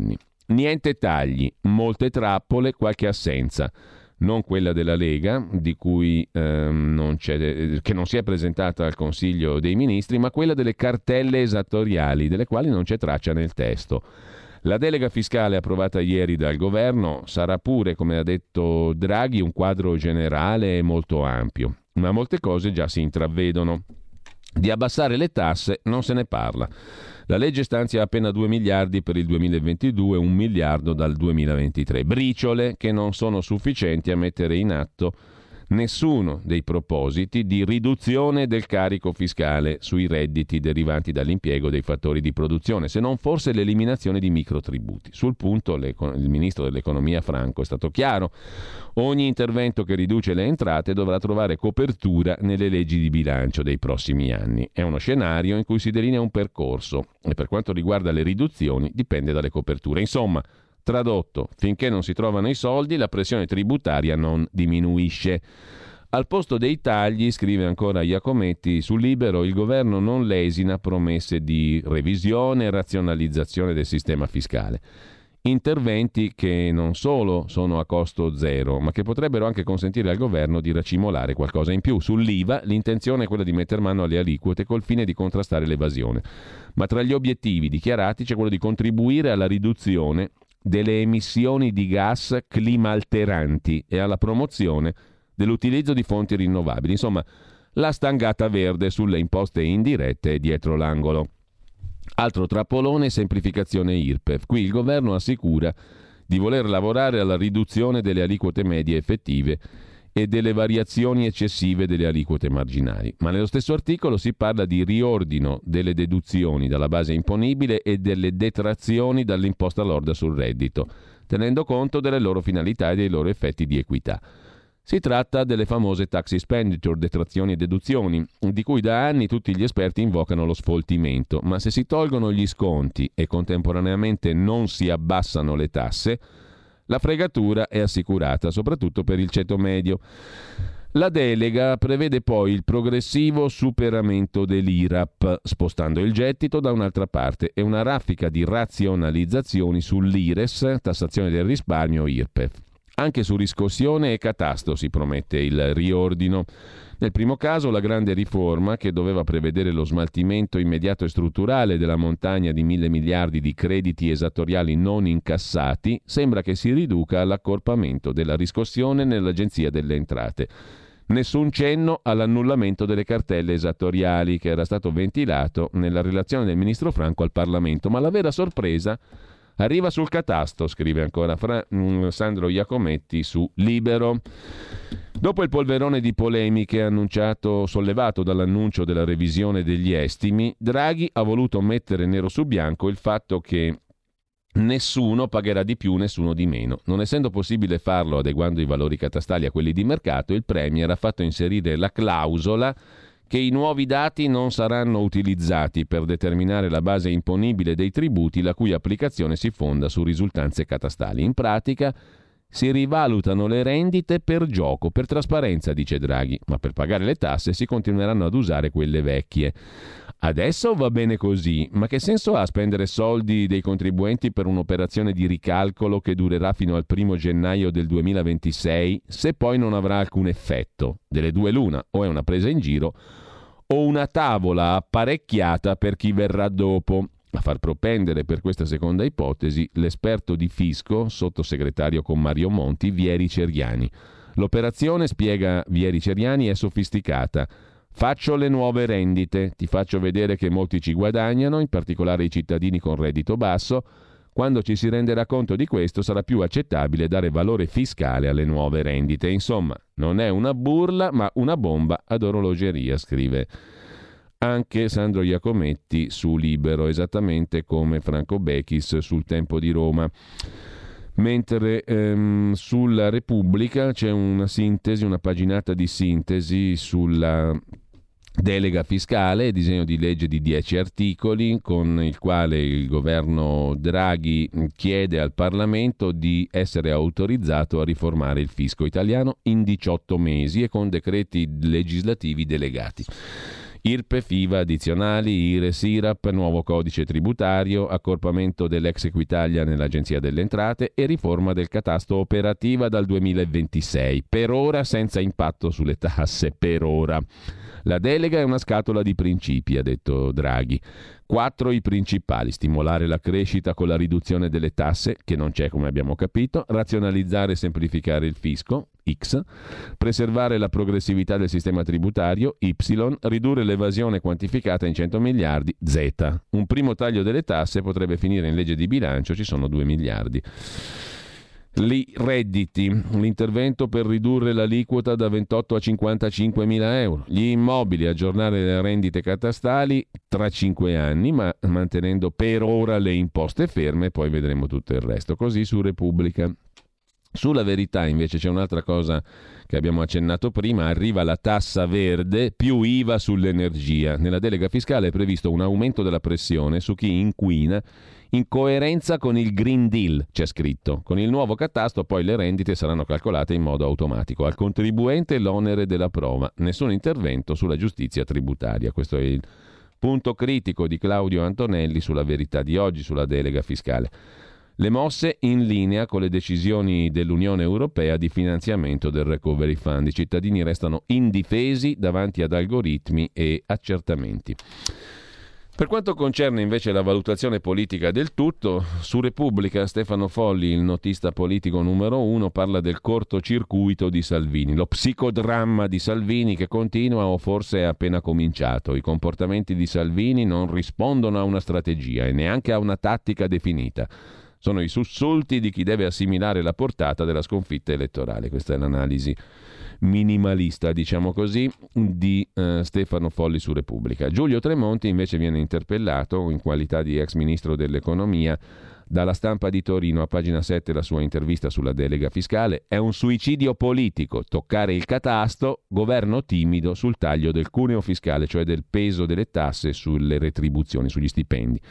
Niente tagli, molte trappole, qualche assenza. Non quella della Lega, di cui ehm, non c'è, che non si è presentata al Consiglio dei Ministri, ma quella delle cartelle esattoriali, delle quali non c'è traccia nel testo. La delega fiscale approvata ieri dal governo sarà pure, come ha detto Draghi, un quadro generale molto ampio, ma molte cose già si intravedono. Di abbassare le tasse non se ne parla. La legge stanzia appena due miliardi per il duemilaventidue, un miliardo dal duemilaventitré. Briciole che non sono sufficienti a mettere in atto nessuno dei propositi di riduzione del carico fiscale sui redditi derivanti dall'impiego dei fattori di produzione, se non forse l'eliminazione di microtributi. Sul punto il ministro dell'economia Franco è stato chiaro: ogni intervento che riduce le entrate dovrà trovare copertura nelle leggi di bilancio dei prossimi anni. È uno scenario in cui si delinea un percorso e per quanto riguarda le riduzioni dipende dalle coperture. Insomma, tradotto, finché non si trovano i soldi, la pressione tributaria non diminuisce. Al posto dei tagli, scrive ancora Iacometti su Libero, il governo non lesina promesse di revisione e razionalizzazione del sistema fiscale. Interventi che non solo sono a costo zero, ma che potrebbero anche consentire al governo di racimolare qualcosa in più. Sull'I V A l'intenzione è quella di metter mano alle aliquote col fine di contrastare l'evasione. Ma tra gli obiettivi dichiarati c'è quello di contribuire alla riduzione delle emissioni di gas climalteranti e alla promozione dell'utilizzo di fonti rinnovabili. Insomma, la stangata verde sulle imposte indirette è dietro l'angolo. Altro trappolone, semplificazione I R P E F. Qui il governo assicura di voler lavorare alla riduzione delle aliquote medie effettive e delle variazioni eccessive delle aliquote marginali. Ma nello stesso articolo si parla di riordino delle deduzioni dalla base imponibile e delle detrazioni dall'imposta lorda sul reddito, tenendo conto delle loro finalità e dei loro effetti di equità. Si tratta delle famose tax expenditure, detrazioni e deduzioni, di cui da anni tutti gli esperti invocano lo sfoltimento, ma se si tolgono gli sconti e contemporaneamente non si abbassano le tasse, la fregatura è assicurata, soprattutto per il ceto medio. La delega prevede poi il progressivo superamento dell'I R A P, spostando il gettito da un'altra parte, e una raffica di razionalizzazioni sull'I R E S, tassazione del risparmio, I R P E F. Anche su riscossione e catasto si promette il riordino. Nel primo caso la grande riforma, che doveva prevedere lo smaltimento immediato e strutturale della montagna di mille miliardi di crediti esattoriali non incassati, sembra che si riduca all'accorpamento della riscossione nell'Agenzia delle Entrate. Nessun cenno all'annullamento delle cartelle esattoriali, che era stato ventilato nella relazione del ministro Franco al Parlamento, ma la vera sorpresa arriva sul catasto, scrive ancora Fra- Sandro Iacometti su Libero. Dopo il polverone di polemiche annunciato, sollevato dall'annuncio della revisione degli estimi, Draghi ha voluto mettere nero su bianco il fatto che nessuno pagherà di più, nessuno di meno. Non essendo possibile farlo adeguando i valori catastali a quelli di mercato, il Premier ha fatto inserire la clausola che i nuovi dati non saranno utilizzati per determinare la base imponibile dei tributi la cui applicazione si fonda su risultanze catastali. In pratica si rivalutano le rendite per gioco, per trasparenza, dice Draghi, ma per pagare le tasse si continueranno ad usare quelle vecchie. Adesso va bene così, ma che senso ha spendere soldi dei contribuenti per un'operazione di ricalcolo che durerà fino al primo gennaio del duemilaventisei se poi non avrà alcun effetto? Delle due l'una, o è una presa in giro o una tavola apparecchiata per chi verrà dopo. A far propendere per questa seconda ipotesi l'esperto di fisco, sottosegretario con Mario Monti, Vieri Ceriani. L'operazione, spiega Vieri Ceriani, è sofisticata. Faccio le nuove rendite, ti faccio vedere che molti ci guadagnano, in particolare i cittadini con reddito basso. Quando ci si renderà conto di questo sarà più accettabile dare valore fiscale alle nuove rendite. Insomma, non è una burla ma una bomba ad orologeria, scrive anche Sandro Iacometti su Libero, esattamente come Franco Bechis sul Tempo di Roma. Mentre ehm, sulla Repubblica c'è una sintesi, una paginata di sintesi sulla delega fiscale, disegno di legge di dieci articoli con il quale il governo Draghi chiede al Parlamento di essere autorizzato a riformare il fisco italiano in diciotto mesi e con decreti legislativi delegati. I R P E F, I V A addizionali, I R E S, I R A P, nuovo codice tributario, accorpamento dell'ex Equitalia nell'Agenzia delle Entrate e riforma del catasto operativa dal duemilaventisei. Per ora senza impatto sulle tasse, per ora. La delega è una scatola di principi, ha detto Draghi. Quattro i principali: stimolare la crescita con la riduzione delle tasse, che non c'è come abbiamo capito, razionalizzare e semplificare il fisco, X, preservare la progressività del sistema tributario, Y, ridurre l'evasione quantificata in cento miliardi, Z. Un primo taglio delle tasse potrebbe finire in legge di bilancio, ci sono due miliardi. I redditi, l'intervento per ridurre l'aliquota da ventotto a cinquantacinque mila euro, gli immobili, aggiornare le rendite catastali tra cinque anni, ma mantenendo per ora le imposte ferme, poi vedremo tutto il resto. Così su Repubblica. Sulla Verità invece c'è un'altra cosa che abbiamo accennato prima: arriva la tassa verde più I V A sull'energia. Nella delega fiscale è previsto un aumento della pressione su chi inquina in coerenza con il Green Deal, c'è scritto. Con il nuovo catasto poi le rendite saranno calcolate in modo automatico. Al contribuente l'onere della prova, nessun intervento sulla giustizia tributaria. Questo è il punto critico di Claudio Antonelli sulla Verità di oggi, sulla delega fiscale. Le mosse in linea con le decisioni dell'Unione Europea di finanziamento del Recovery Fund. I cittadini restano indifesi davanti ad algoritmi e accertamenti. Per quanto concerne invece la valutazione politica del tutto, su Repubblica Stefano Folli, il notista politico numero uno, parla del cortocircuito di Salvini, lo psicodramma di Salvini che continua o forse è appena cominciato. I comportamenti di Salvini non rispondono a una strategia e neanche a una tattica definita. Sono i sussulti di chi deve assimilare la portata della sconfitta elettorale. Questa è l'analisi minimalista, diciamo così, di eh, Stefano Folli su Repubblica. Giulio Tremonti invece viene interpellato in qualità di ex ministro dell'economia dalla Stampa di Torino. A pagina sette la sua intervista sulla delega fiscale: è un suicidio politico toccare il catasto, governo timido sul taglio del cuneo fiscale, cioè del peso delle tasse sulle retribuzioni, sugli stipendi.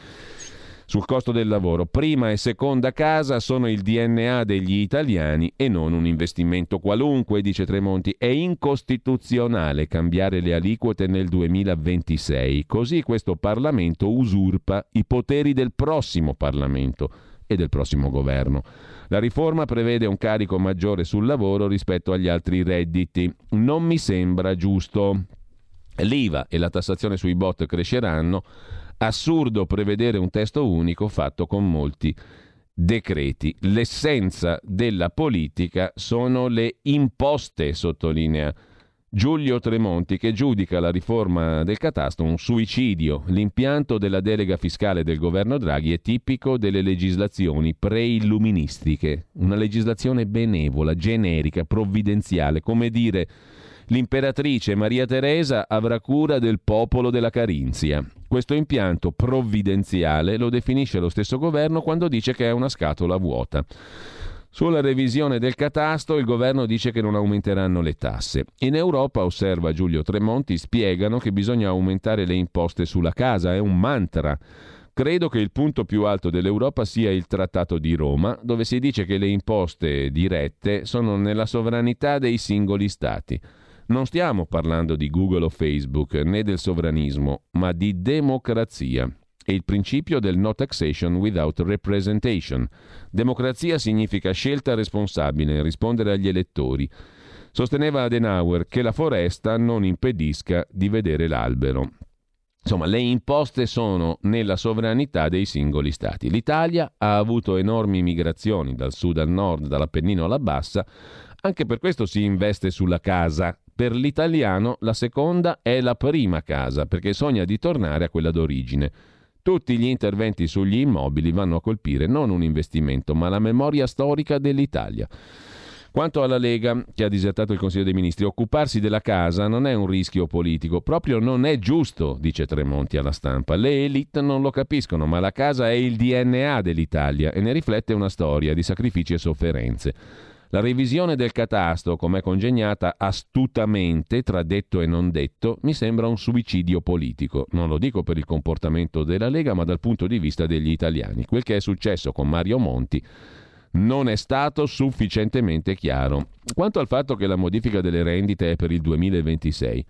Sul costo del lavoro, prima e seconda casa sono il D N A degli italiani e non un investimento qualunque, dice Tremonti. È incostituzionale cambiare le aliquote nel duemilaventisei, così questo Parlamento usurpa i poteri del prossimo Parlamento e del prossimo governo. La riforma prevede un carico maggiore sul lavoro rispetto agli altri redditi. Non mi sembra giusto. L'I V A e la tassazione sui bot cresceranno. Assurdo prevedere un testo unico fatto con molti decreti. L'essenza della politica sono le imposte, sottolinea Giulio Tremonti, che giudica la riforma del catasto un suicidio. L'impianto della delega fiscale del governo Draghi è tipico delle legislazioni pre-illuministiche, una legislazione benevola, generica, provvidenziale, come dire: l'imperatrice Maria Teresa avrà cura del popolo della Carinzia. Questo impianto provvidenziale lo definisce lo stesso governo quando dice che è una scatola vuota. Sulla revisione del catasto il governo dice che non aumenteranno le tasse. In Europa, osserva Giulio Tremonti, spiegano che bisogna aumentare le imposte sulla casa, è un mantra. Credo che il punto più alto dell'Europa sia il Trattato di Roma, dove si dice che le imposte dirette sono nella sovranità dei singoli stati. Non stiamo parlando di Google o Facebook, né del sovranismo, ma di democrazia. È il principio del no taxation without representation. Democrazia significa scelta responsabile, rispondere agli elettori. Sosteneva Adenauer che la foresta non impedisca di vedere l'albero. Insomma, le imposte sono nella sovranità dei singoli stati. L'Italia ha avuto enormi migrazioni dal sud al nord, dall'Appennino alla Bassa. Anche per questo si investe sulla casa. Per l'italiano la seconda è la prima casa, perché sogna di tornare a quella d'origine. Tutti gli interventi sugli immobili vanno a colpire non un investimento, ma la memoria storica dell'Italia. Quanto alla Lega, che ha disertato il Consiglio dei Ministri, occuparsi della casa non è un rischio politico, proprio non è giusto, dice Tremonti alla Stampa. Le elite non lo capiscono, ma la casa è il D N A dell'Italia e ne riflette una storia di sacrifici e sofferenze. La revisione del catasto, com'è congegnata astutamente tra detto e non detto, mi sembra un suicidio politico. Non lo dico per il comportamento della Lega, ma dal punto di vista degli italiani. Quel che è successo con Mario Monti non è stato sufficientemente chiaro. Quanto al fatto che la modifica delle rendite è per il duemilaventisei,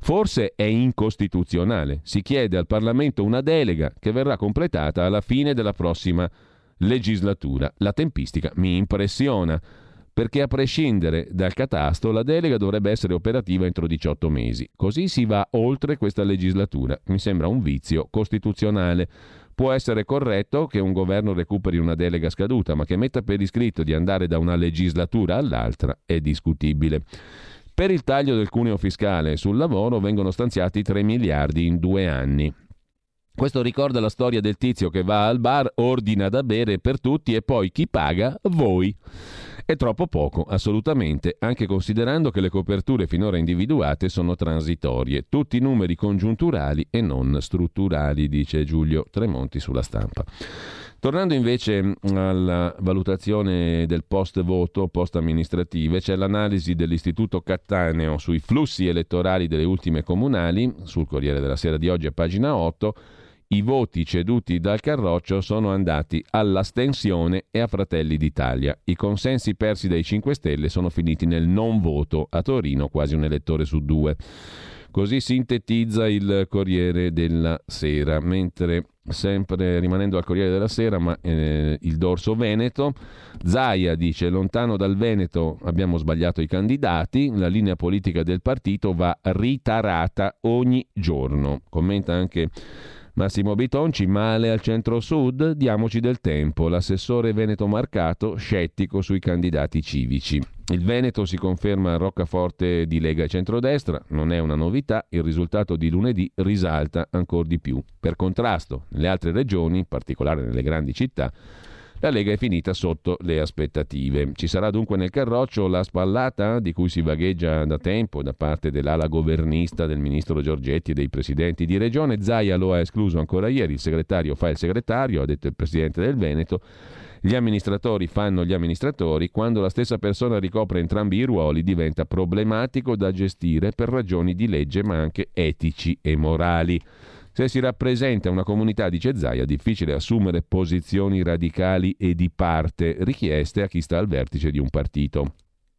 Forse è incostituzionale. Si chiede al Parlamento una delega che verrà completata alla fine della prossima legislatura. La tempistica mi impressiona, perché a prescindere dal catasto la delega dovrebbe essere operativa entro diciotto mesi. Così si va oltre questa legislatura. Mi sembra un vizio costituzionale. Può essere corretto che un governo recuperi una delega scaduta, ma che metta per iscritto di andare da una legislatura all'altra è discutibile. Per il taglio del cuneo fiscale sul lavoro vengono stanziati tre miliardi in due anni. Questo ricorda la storia del tizio che va al bar, ordina da bere per tutti e poi chi paga? Voi. È troppo poco, assolutamente, anche considerando che le coperture finora individuate sono transitorie, tutti numeri congiunturali e non strutturali, dice Giulio Tremonti sulla Stampa. Tornando invece alla valutazione del post-voto, post-amministrative, c'è l'analisi dell'Istituto Cattaneo sui flussi elettorali delle ultime comunali, sul Corriere della Sera di oggi a pagina otto. I voti ceduti dal Carroccio sono andati all'astensione e a Fratelli d'Italia. I consensi persi dai cinque Stelle sono finiti nel non voto, a Torino quasi un elettore su due. Così sintetizza il Corriere della Sera, mentre sempre rimanendo al Corriere della Sera, ma eh, il dorso veneto, Zaia dice: lontano dal Veneto abbiamo sbagliato i candidati, la linea politica del partito va ritarata ogni giorno. Commenta anche Massimo Bitonci: male al centro-sud, diamoci del tempo. L'assessore Veneto Marcato scettico sui candidati civici. Il Veneto si conferma roccaforte di Lega e centrodestra, non è una novità, il risultato di lunedì risalta ancora di più. Per contrasto, nelle altre regioni, in particolare nelle grandi città, la Lega è finita sotto le aspettative. Ci sarà dunque nel Carroccio la spallata di cui si vagheggia da tempo da parte dell'ala governista del ministro Giorgetti e dei presidenti di regione. Zaia lo ha escluso ancora ieri, il segretario fa il segretario, ha detto il presidente del Veneto. Gli amministratori fanno gli amministratori. Quando la stessa persona ricopre entrambi i ruoli diventa problematico da gestire per ragioni di legge ma anche etici e morali. Se si rappresenta una comunità, dice Zaia, difficile assumere posizioni radicali e di parte richieste a chi sta al vertice di un partito.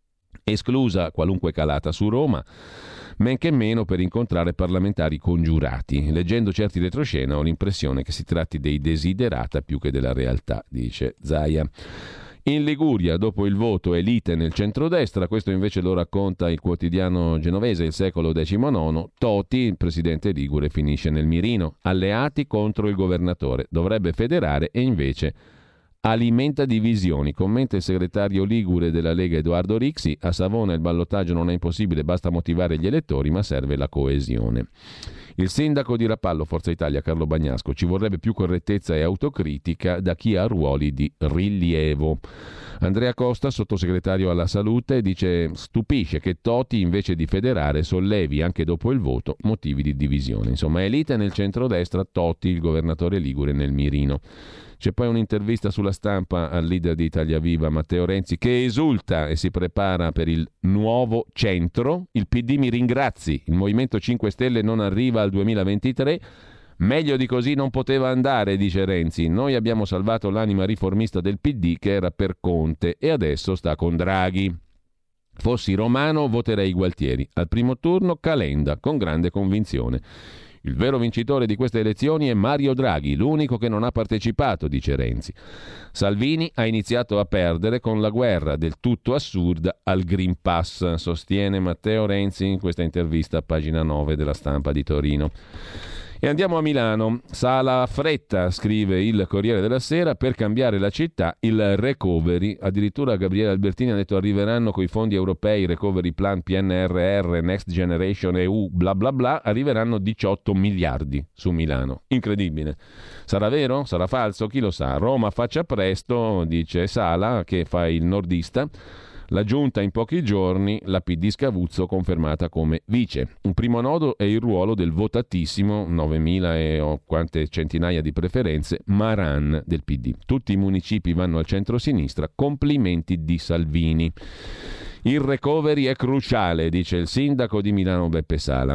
Esclusa qualunque calata su Roma, men che meno per incontrare parlamentari congiurati. Leggendo certi retroscena ho l'impressione che si tratti dei desiderata più che della realtà, dice Zaia. In Liguria, dopo il voto, è lite nel centrodestra, questo invece lo racconta il quotidiano genovese Il Secolo diciannove. Toti, il presidente ligure, finisce nel mirino. Alleati contro il governatore, dovrebbe federare e invece alimenta divisioni. Commenta il segretario ligure della Lega Edoardo Rixi: a Savona il ballottaggio non è impossibile, basta motivare gli elettori, ma serve la coesione. Il sindaco di Rapallo, Forza Italia, Carlo Bagnasco: ci vorrebbe più correttezza e autocritica da chi ha ruoli di rilievo. Andrea Costa, sottosegretario alla salute, dice: stupisce che Toti invece di federare sollevi anche dopo il voto motivi di divisione. Insomma, elite nel centrodestra, Toti, il governatore ligure, nel mirino. C'è poi un'intervista sulla Stampa al leader di Italia Viva, Matteo Renzi, che esulta e si prepara per il nuovo centro. Il P D mi ringrazi, il Movimento cinque Stelle non arriva al duemilaventitré, meglio di così non poteva andare, dice Renzi. Noi abbiamo salvato l'anima riformista del P D che era per Conte e adesso sta con Draghi. Fossi romano voterei Gualtieri, al primo turno Calenda, con grande convinzione. Il vero vincitore di queste elezioni è Mario Draghi, l'unico che non ha partecipato, dice Renzi. Salvini ha iniziato a perdere con la guerra del tutto assurda al Green Pass, sostiene Matteo Renzi in questa intervista a pagina nove della Stampa di Torino. E andiamo a Milano. Sala fretta, scrive il Corriere della Sera, per cambiare la città, il recovery. Addirittura Gabriele Albertini ha detto: arriveranno coi fondi europei, recovery plan, P N R R, Next Generation E U, bla bla bla, arriveranno diciotto miliardi su Milano. Incredibile. Sarà vero? Sarà falso? Chi lo sa? Roma faccia presto, dice Sala, che fa il nordista. La giunta in pochi giorni, la P D Scavuzzo confermata come vice. Un primo nodo è il ruolo del votatissimo, novemila e oh, quante centinaia di preferenze, Maran del P D. Tutti i municipi vanno al centro-sinistra, complimenti di Salvini. Il recovery è cruciale, dice il sindaco di Milano Beppe Sala.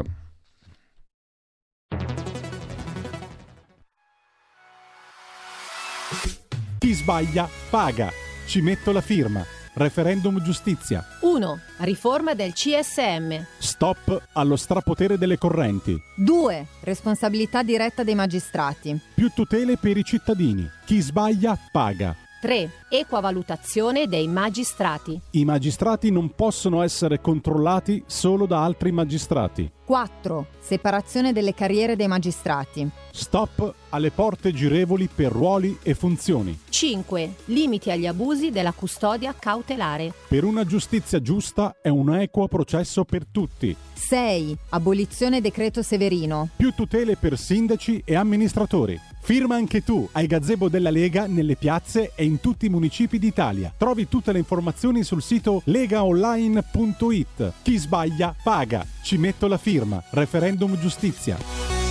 Chi sbaglia paga. Ci metto la firma. referendum giustizia. uno. Riforma del C S M. Stop allo strapotere delle correnti. due. Responsabilità diretta dei magistrati. Più tutele per i cittadini. Chi sbaglia paga. tre. Equa valutazione dei magistrati. I magistrati non possono essere controllati solo da altri magistrati. quattro. Separazione delle carriere dei magistrati. Stop alle porte girevoli per ruoli e funzioni. cinque. Limiti agli abusi della custodia cautelare. Per una giustizia giusta e un equo processo per tutti. sei. Abolizione decreto Severino. Più tutele per sindaci e amministratori. Firma anche tu ai gazebo della Lega nelle piazze e in tutti i municipi d'Italia. Trovi tutte le informazioni sul sito legaonline punto it. Chi sbaglia paga. Ci metto la firma. Referendum giustizia.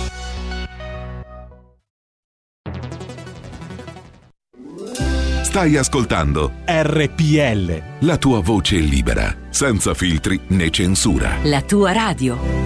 Stai ascoltando R P L. la tua voce libera, senza filtri né censura. La tua radio.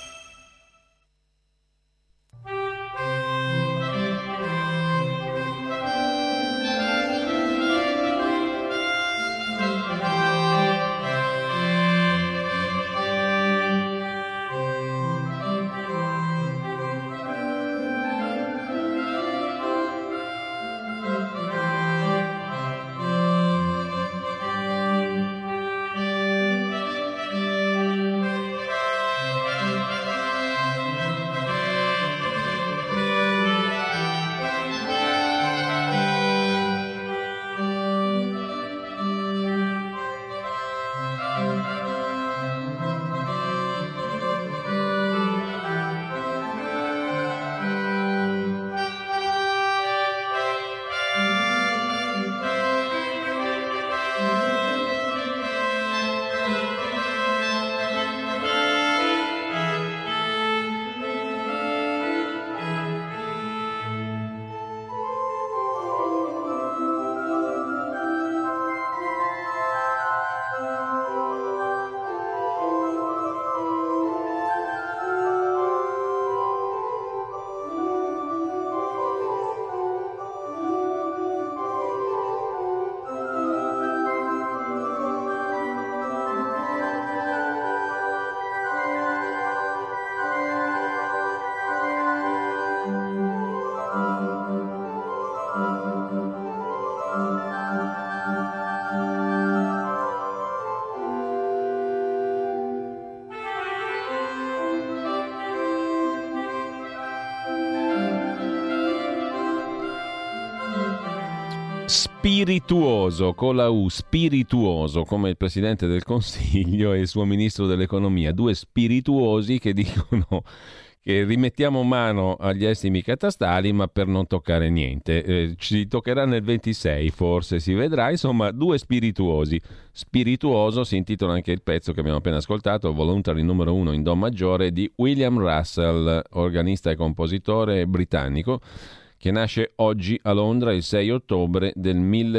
Spirituoso, con la U, spirituoso, come il Presidente del Consiglio e il suo Ministro dell'Economia, due spirituosi che dicono che rimettiamo mano agli estimi catastali ma per non toccare niente. Eh, ci toccherà nel ventisei, forse si vedrà, insomma due spirituosi. Spirituoso si intitola anche il pezzo che abbiamo appena ascoltato, Voluntary numero uno in Do maggiore di William Russell, organista e compositore britannico, che nasce oggi a Londra il sei ottobre del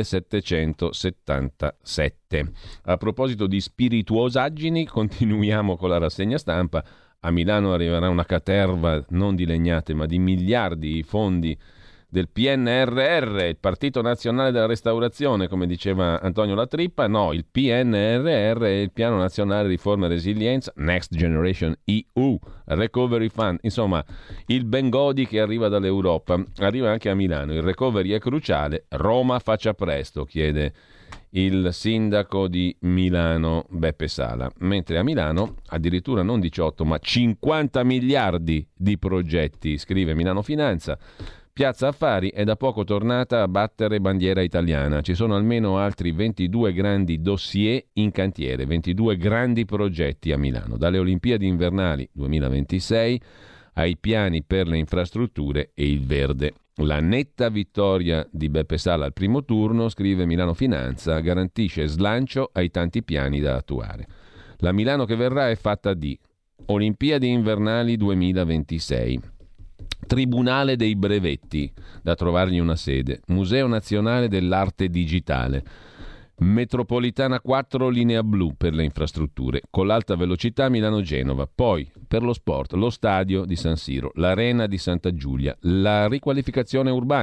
millesettecentosettantasette. A proposito di spirituosaggini, continuiamo con la rassegna stampa. A Milano arriverà una caterva non di legnate ma di miliardi di fondi del P N R R, il Partito Nazionale della Restaurazione, come diceva Antonio Latrippa. No, il P N R R è il Piano Nazionale di Riforma e Resilienza, Next Generation E U, Recovery Fund, insomma il Bengodi che arriva dall'Europa. Arriva anche a Milano, il recovery è cruciale, Roma faccia presto, chiede il sindaco di Milano Beppe Sala, mentre a Milano addirittura non diciotto ma cinquanta miliardi di progetti, scrive Milano Finanza. Piazza Affari è da poco tornata a battere bandiera italiana. Ci sono almeno altri ventidue grandi dossier in cantiere, ventidue grandi progetti a Milano, dalle Olimpiadi invernali duemilaventisei ai piani per le infrastrutture e il verde. La netta vittoria di Beppe Sala al primo turno, scrive Milano Finanza, garantisce slancio ai tanti piani da attuare. La Milano che verrà è fatta di Olimpiadi invernali duemilaventisei, Tribunale dei brevetti, da trovargli una sede, Museo Nazionale dell'Arte Digitale, Metropolitana quattro linea blu per le infrastrutture, con l'alta velocità Milano-Genova, poi per lo sport lo stadio di San Siro, l'arena di Santa Giulia, la riqualificazione urbana,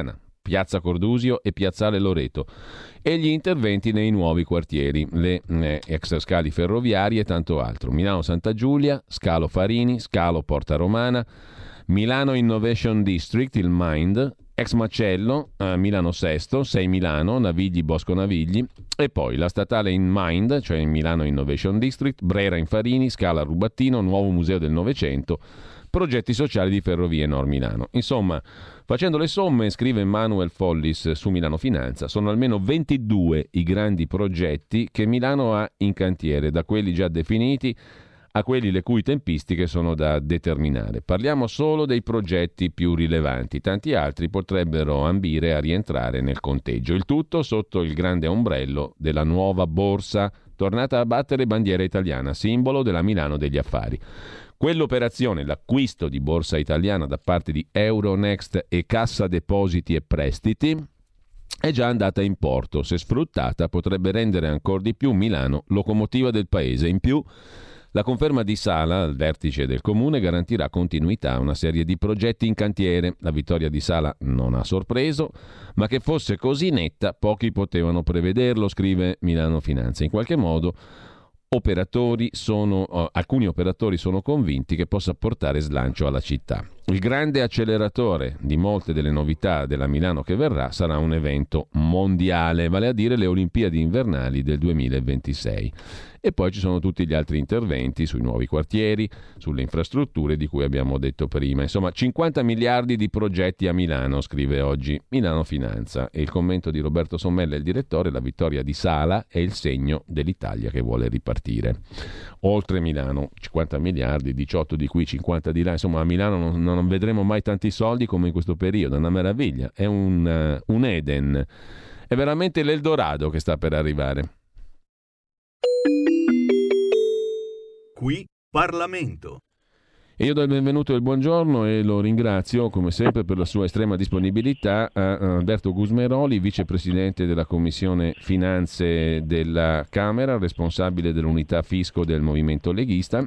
Piazza Cordusio e Piazzale Loreto, e gli interventi nei nuovi quartieri, le eh, ex scali ferroviari e tanto altro. Milano Santa Giulia, Scalo Farini, Scalo Porta Romana, Milano Innovation District, il Mind, ex Macello, eh, Milano Sesto, sei Milano, Navigli Bosco Navigli, e poi la statale in Mind, cioè in Milano Innovation District, Brera in Farini, Scala Rubattino, nuovo museo del Novecento, progetti sociali di Ferrovie Nord Milano. Insomma, facendo le somme, scrive Manuel Follis su Milano Finanza, sono almeno ventidue i grandi progetti che Milano ha in cantiere, da quelli già definiti a quelli le cui tempistiche sono da determinare. Parliamo solo dei progetti più rilevanti, tanti altri potrebbero ambire a rientrare nel conteggio. Il tutto sotto il grande ombrello della nuova borsa, tornata a battere bandiera italiana, simbolo della Milano degli affari. Quell'operazione, l'acquisto di borsa italiana da parte di Euronext e Cassa Depositi e Prestiti, è già andata in porto. Se sfruttata potrebbe rendere ancora di più Milano locomotiva del paese. In più, la conferma di Sala al vertice del comune garantirà continuità a una serie di progetti in cantiere. La vittoria di Sala non ha sorpreso, ma che fosse così netta pochi potevano prevederlo, scrive Milano Finanza. In qualche modo operatori sono, uh, alcuni operatori sono convinti che possa portare slancio alla città. Il grande acceleratore di molte delle novità della Milano che verrà sarà un evento mondiale, vale a dire le Olimpiadi invernali del duemilaventisei. E poi ci sono tutti gli altri interventi sui nuovi quartieri, sulle infrastrutture di cui abbiamo detto prima. Insomma, cinquanta miliardi di progetti a Milano, scrive oggi Milano Finanza. E il commento di Roberto Sommella, il direttore: la vittoria di Sala è il segno dell'Italia che vuole ripartire. Oltre Milano, cinquanta miliardi, diciotto di qui, cinquanta di là. Insomma, a Milano non, non vedremo mai tanti soldi come in questo periodo. È una meraviglia, è un, uh, un Eden. È veramente l'Eldorado che sta per arrivare. Qui Parlamento. E io do il benvenuto e il buongiorno e lo ringrazio come sempre per la sua estrema disponibilità a Alberto Gusmeroli, vicepresidente della Commissione Finanze della Camera, responsabile dell'unità fisco del Movimento Leghista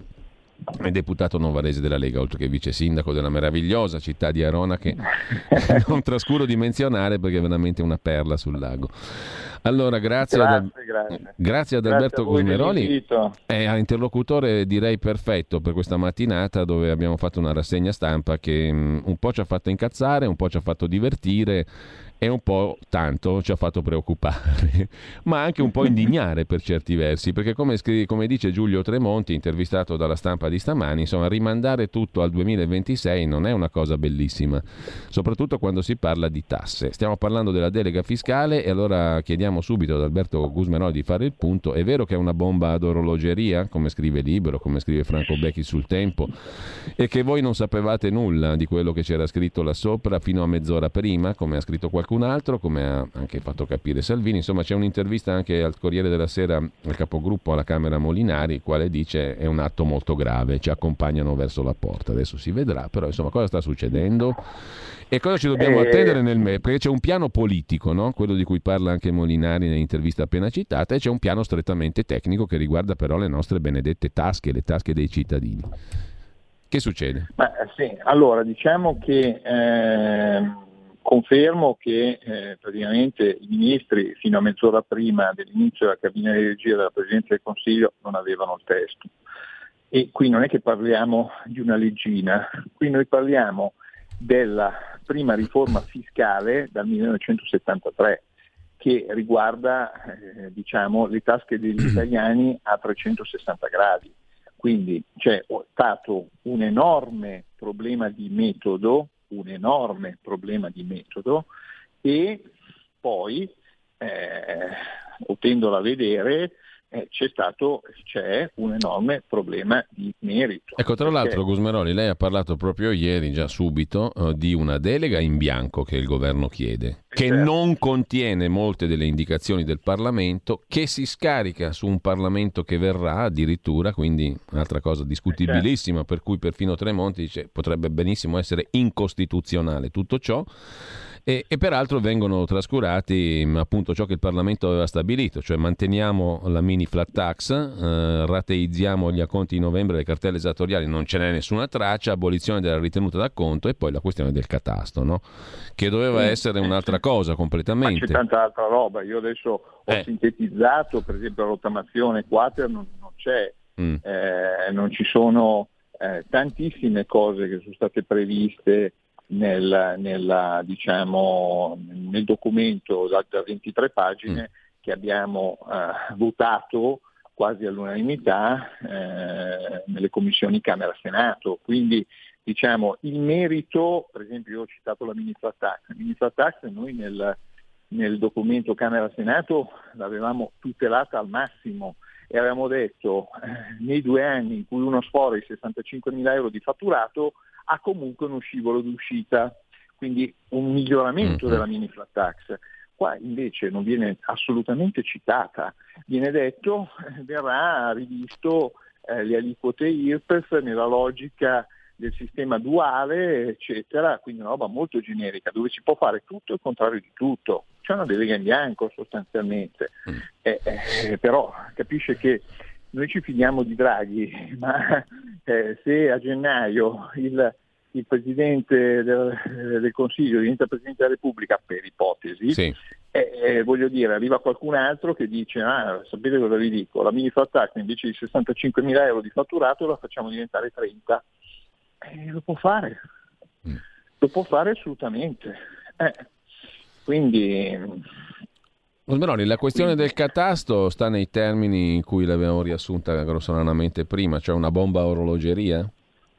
e deputato novarese della Lega, oltre che vice sindaco della meravigliosa città di Arona, che non trascuro di menzionare perché è veramente una perla sul lago. Allora, grazie, grazie, ad, grazie. grazie ad grazie Alberto Gusmeroli, è un interlocutore direi perfetto per questa mattinata, dove abbiamo fatto una rassegna stampa che um, un po' ci ha fatto incazzare, un po' ci ha fatto divertire e un po' tanto ci ha fatto preoccupare, ma anche un po' indignare per certi versi, perché come, scri- come dice Giulio Tremonti, intervistato dalla Stampa di stamani, insomma, rimandare tutto al duemilaventisei non è una cosa bellissima, soprattutto quando si parla di tasse. Stiamo parlando della delega fiscale e allora chiediamo subito ad Alberto Gusmeroli di fare il punto. È vero che è una bomba ad orologeria, come scrive Libero, come scrive Franco Becchi sul Tempo, e che voi non sapevate nulla di quello che c'era scritto là sopra fino a mezz'ora prima, come ha scritto qualcuno altro, come ha anche fatto capire Salvini. Insomma, c'è un'intervista anche al Corriere della Sera al capogruppo alla Camera Molinari, il quale dice è un atto molto grave, ci accompagnano verso la porta. Adesso si vedrà, però insomma cosa sta succedendo e cosa ci dobbiamo eh... attendere nel mezzo, perché c'è un piano politico, no? Quello di cui parla anche Molinari nell'intervista appena citata, e c'è un piano strettamente tecnico che riguarda però le nostre benedette tasche, le tasche dei cittadini. Che succede? Ma, sì, allora diciamo che eh... confermo che eh, praticamente i ministri fino a mezz'ora prima dell'inizio della cabina di regia della Presidenza del Consiglio non avevano il testo. E qui non è che parliamo di una leggina, qui noi parliamo della prima riforma fiscale dal millenovecentosettantatré che riguarda eh, diciamo le tasche degli italiani a trecentosessanta gradi. Quindi c'è stato un enorme problema di metodo un enorme problema di metodo e poi, eh, potendola vedere, eh, c'è stato c'è un enorme problema di merito. Ecco, tra perché... l'altro, Gusmeroli, lei ha parlato proprio ieri, già subito, uh, di una delega in bianco che il governo chiede, che certo. non contiene molte delle indicazioni del Parlamento, che si scarica su un Parlamento che verrà addirittura, quindi un'altra cosa discutibilissima, certo. per cui perfino Tremonti dice potrebbe benissimo essere incostituzionale tutto ciò. E, e peraltro vengono trascurati mh, appunto ciò che il Parlamento aveva stabilito, cioè manteniamo la mini flat tax, eh, rateizziamo gli acconti di novembre, le cartelle esattoriali, non ce n'è nessuna traccia, abolizione della ritenuta d'acconto e poi la questione del catasto, no? Che doveva sì, essere sì, un'altra sì. cosa completamente. Ma c'è tanta altra roba, io adesso ho Eh. sintetizzato, per esempio la rottamazione quater non, non c'è, Mm. eh, non ci sono eh, tantissime cose che sono state previste nel, nella, diciamo, nel documento da, da ventitré pagine mm. che abbiamo eh, votato quasi all'unanimità eh, nelle commissioni Camera e Senato. Quindi diciamo il merito, per esempio io ho citato la mini flat tax, la mini flat tax noi nel, nel documento Camera e Senato l'avevamo tutelata al massimo e avevamo detto eh, nei due anni in cui uno sfora i sessantacinquemila euro di fatturato ha comunque uno scivolo d'uscita, quindi un miglioramento mm-hmm. della mini flat tax. Qua invece non viene assolutamente citata, viene detto eh, verrà rivisto eh, le aliquote I R P E F nella logica del sistema duale, eccetera, quindi una roba molto generica, dove si può fare tutto e il contrario di tutto. C'è una delega in bianco sostanzialmente, mm. eh, eh, però capisce che noi ci fidiamo di Draghi, ma eh, se a gennaio il, il Presidente del, del Consiglio diventa Presidente della Repubblica, per ipotesi, sì. eh, eh, voglio dire, arriva qualcun altro che dice, ah, sapete cosa vi dico, la mini flat tax invece di sessantacinquemila euro di fatturato la facciamo diventare trenta. Eh, lo può fare, mm. lo può fare assolutamente. Eh, quindi... Osmeroni, la questione del catasto sta nei termini in cui l'abbiamo riassunta grossolanamente prima, cioè una bomba a orologeria?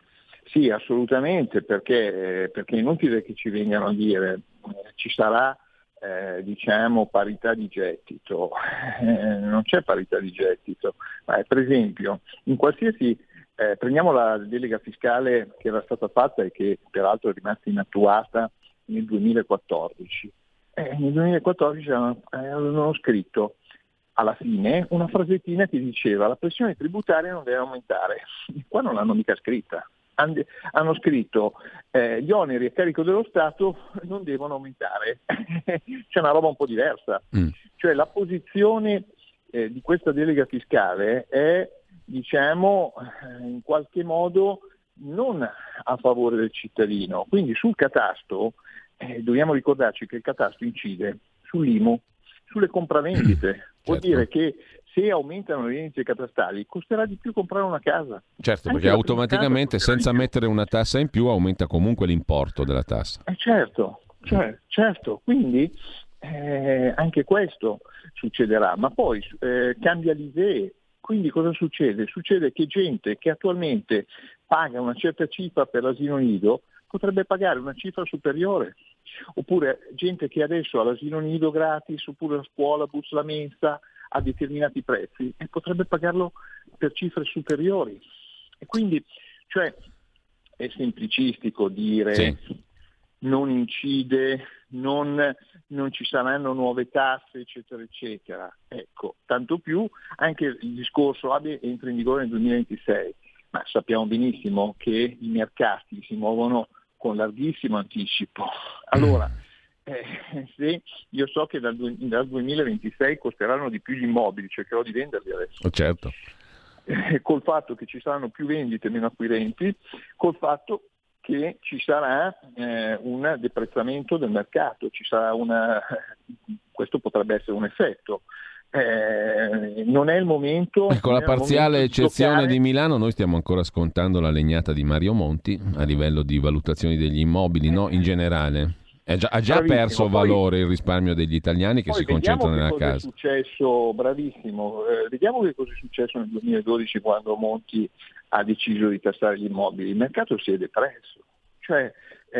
Sì, assolutamente, perché, perché è inutile che ci vengano a dire eh, ci sarà eh, diciamo parità di gettito, eh, non c'è parità di gettito, ma per esempio in qualsiasi, eh, prendiamo la delega fiscale che era stata fatta e che peraltro è rimasta inattuata nel duemilaquattordici. Eh, nel duemilaquattordici avevano, avevano scritto alla fine una frasettina che diceva la pressione tributaria non deve aumentare. Qua non l'hanno mica scritta. And- hanno scritto eh, gli oneri a carico dello Stato non devono aumentare. C'è una roba un po' diversa. Mm. Cioè la posizione eh, di questa delega fiscale è, diciamo, in qualche modo non a favore del cittadino. Quindi sul catasto Eh, dobbiamo ricordarci che il catasto incide sull'I M U, sulle compravendite. Certo. Vuol dire che se aumentano le rendite catastali costerà di più comprare una casa. Certo, Anche perché automaticamente senza mettere una tassa in più aumenta comunque l'importo della tassa. Eh certo, cioè, certo, quindi eh, anche questo succederà, ma poi eh, cambia l'I S E E. Quindi cosa succede? Succede che gente che attualmente paga una certa cifra per l'asilo nido potrebbe pagare una cifra superiore, oppure gente che adesso ha l'asilo nido gratis, oppure la scuola, bus, la mensa a determinati prezzi e potrebbe pagarlo per cifre superiori. E quindi, cioè, è semplicistico dire sì. non incide, non, non ci saranno nuove tasse, eccetera, eccetera. Ecco, tanto più anche il discorso A B E entra in vigore nel duemilaventisei. Ma sappiamo benissimo che i mercati si muovono con larghissimo anticipo. Allora, eh, se io so che dal, dal duemilaventisei costeranno di più gli immobili, cercherò di venderli adesso. Oh, certo. Eh, col fatto che ci saranno più vendite, meno acquirenti, col fatto che ci sarà eh, un deprezzamento del mercato, ci sarà una, questo potrebbe essere un effetto. Eh, non è il momento. Con la parziale eccezione di, di Milano, noi stiamo ancora scontando la legnata di Mario Monti a livello di valutazioni degli immobili, no? In generale. È già, ha già bravissimo. perso Poi, valore il risparmio degli italiani che si concentrano nella casa. casa. È successo, bravissimo. Eh, vediamo che cosa è successo nel duemiladodici quando Monti ha deciso di tassare gli immobili. Il mercato si è depresso. Cioè,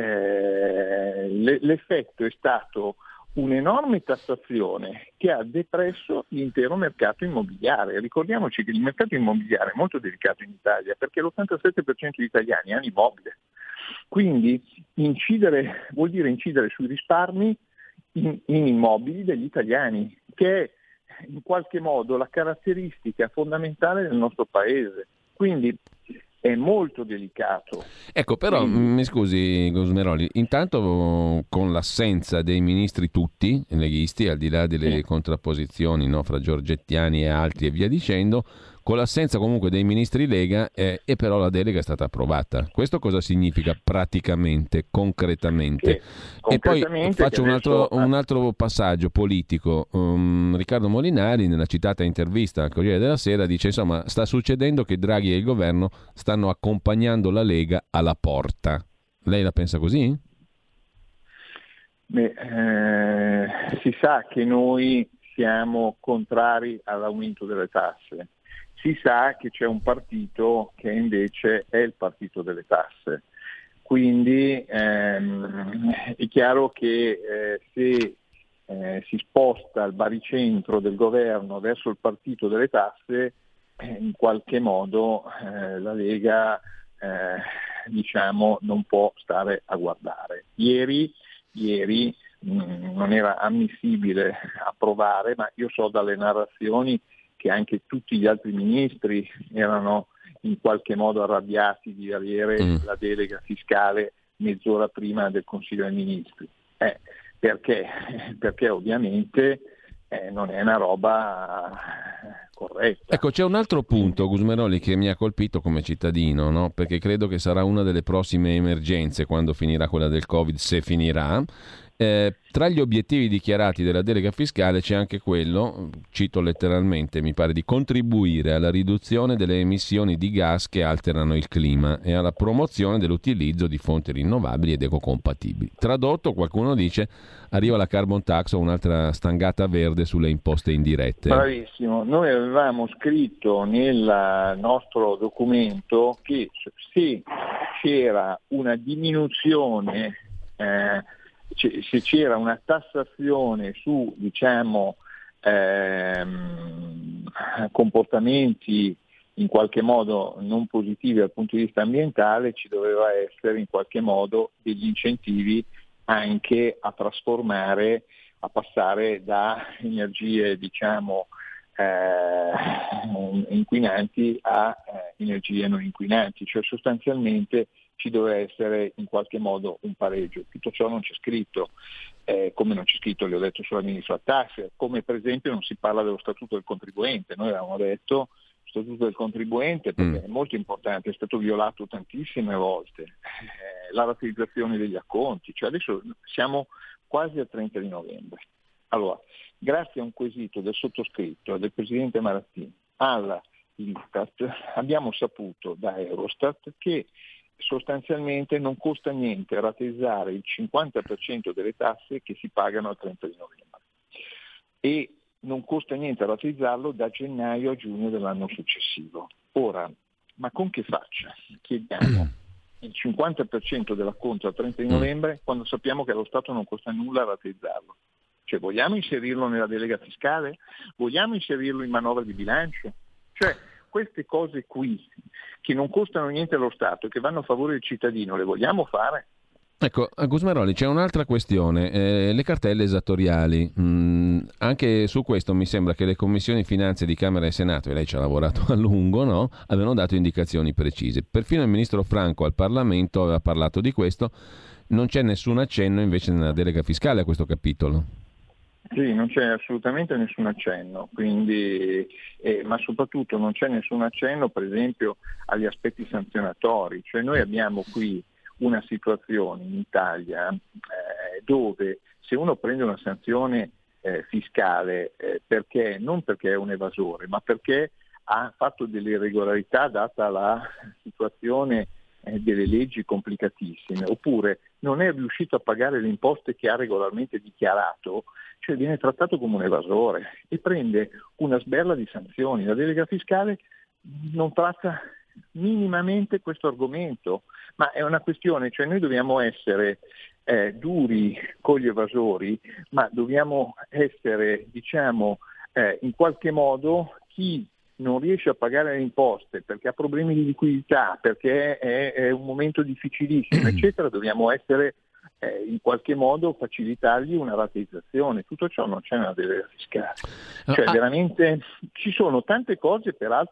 eh, l'effetto è stato un'enorme tassazione che ha depresso l'intero mercato immobiliare. Ricordiamoci che il mercato immobiliare è molto delicato in Italia perché l'ottantasette per cento degli italiani hanno immobile. Quindi incidere vuol dire incidere sui risparmi in, in immobili degli italiani, che è in qualche modo la caratteristica fondamentale del nostro paese. Quindi è molto delicato. Ecco, però Quindi, mi scusi Gusmeroli, intanto con l'assenza dei ministri tutti, leghisti, al di là delle sì. contrapposizioni, no, fra Giorgettiani e altri e via dicendo, con l'assenza comunque dei ministri Lega eh, e però la delega è stata approvata. Questo cosa significa praticamente, concretamente? Che, e poi concretamente faccio un altro, adesso... un altro passaggio politico. Um, Riccardo Molinari nella citata intervista al Corriere della Sera dice insomma sta succedendo che Draghi e il governo stanno accompagnando la Lega alla porta. Lei la pensa così? Beh, eh, si sa che noi siamo contrari all'aumento delle tasse. Si sa che c'è un partito che invece è il partito delle tasse, quindi ehm, è chiaro che eh, se eh, si sposta il baricentro del governo verso il partito delle tasse, eh, in qualche modo eh, la Lega eh, diciamo non può stare a guardare. Ieri, ieri mh, non era ammissibile approvare, ma io so dalle narrazioni che anche tutti gli altri ministri erano in qualche modo arrabbiati di avere mm. la delega fiscale mezz'ora prima del Consiglio dei Ministri. Eh, perché? Perché ovviamente eh, non è una roba corretta. Ecco, c'è un altro punto, Gusmeroli, che mi ha colpito come cittadino, no? Perché credo che sarà una delle prossime emergenze quando finirà quella del Covid, se finirà. Eh, tra gli obiettivi dichiarati della delega fiscale c'è anche quello, cito letteralmente, mi pare, di contribuire alla riduzione delle emissioni di gas che alterano il clima e alla promozione dell'utilizzo di fonti rinnovabili ed ecocompatibili. Tradotto, qualcuno dice, arriva la carbon tax o un'altra stangata verde sulle imposte indirette. Bravissimo, noi avevamo scritto nel nostro documento che se c'era una diminuzione eh, se c'era una tassazione su diciamo ehm, comportamenti in qualche modo non positivi dal punto di vista ambientale, ci doveva essere in qualche modo degli incentivi anche a trasformare, a passare da energie diciamo eh, inquinanti a eh, energie non inquinanti, cioè sostanzialmente ci doveva essere in qualche modo un pareggio. Tutto ciò non c'è scritto, eh, come non c'è scritto, le ho detto, sulla ministra tasse, come per esempio non si parla dello statuto del contribuente. Noi avevamo detto statuto del contribuente perché mm. è molto importante, è stato violato tantissime volte, eh, la rateizzazione degli acconti, cioè adesso siamo quasi al trenta di novembre. Allora, grazie a un quesito del sottoscritto e del Presidente Marattini alla Istat abbiamo saputo da Eurostat che sostanzialmente non costa niente rateizzare il cinquanta per cento delle tasse che si pagano al trenta di novembre e non costa niente rateizzarlo da gennaio a giugno dell'anno successivo. Ora, ma con che faccia chiediamo il cinquanta per cento dell'acconto al trenta di novembre quando sappiamo che allo Stato non costa nulla rateizzarlo? Cioè, vogliamo inserirlo nella delega fiscale? Vogliamo inserirlo in manovra di bilancio? Cioè, queste cose qui che non costano niente allo Stato e che vanno a favore del cittadino, le vogliamo fare? Ecco, a Gusmeroli c'è un'altra questione, eh, le cartelle esattoriali. Mm, anche su questo mi sembra che le commissioni finanze di Camera e Senato, e lei ci ha lavorato a lungo, no? Avevano dato indicazioni precise. Perfino il ministro Franco al Parlamento aveva parlato di questo, non c'è nessun accenno invece nella delega fiscale a questo capitolo. Sì, non c'è assolutamente nessun accenno, quindi, eh, ma soprattutto non c'è nessun accenno per esempio agli aspetti sanzionatori, cioè noi abbiamo qui una situazione in Italia eh, dove se uno prende una sanzione eh, fiscale eh, perché non perché è un evasore, ma perché ha fatto delle irregolarità data la situazione eh, delle leggi complicatissime, oppure non è riuscito a pagare le imposte che ha regolarmente dichiarato, cioè viene trattato come un evasore e prende una sberla di sanzioni. La delega fiscale non tratta minimamente questo argomento, ma è una questione, cioè noi dobbiamo essere eh, duri con gli evasori, ma dobbiamo essere, diciamo, eh, in qualche modo chi non riesce a pagare le imposte perché ha problemi di liquidità, perché è, è un momento difficilissimo, eccetera, dobbiamo essere eh, in qualche modo facilitargli una rateizzazione. Tutto ciò non c'è nella delega fiscale. Cioè ah. veramente ci sono tante cose, peraltro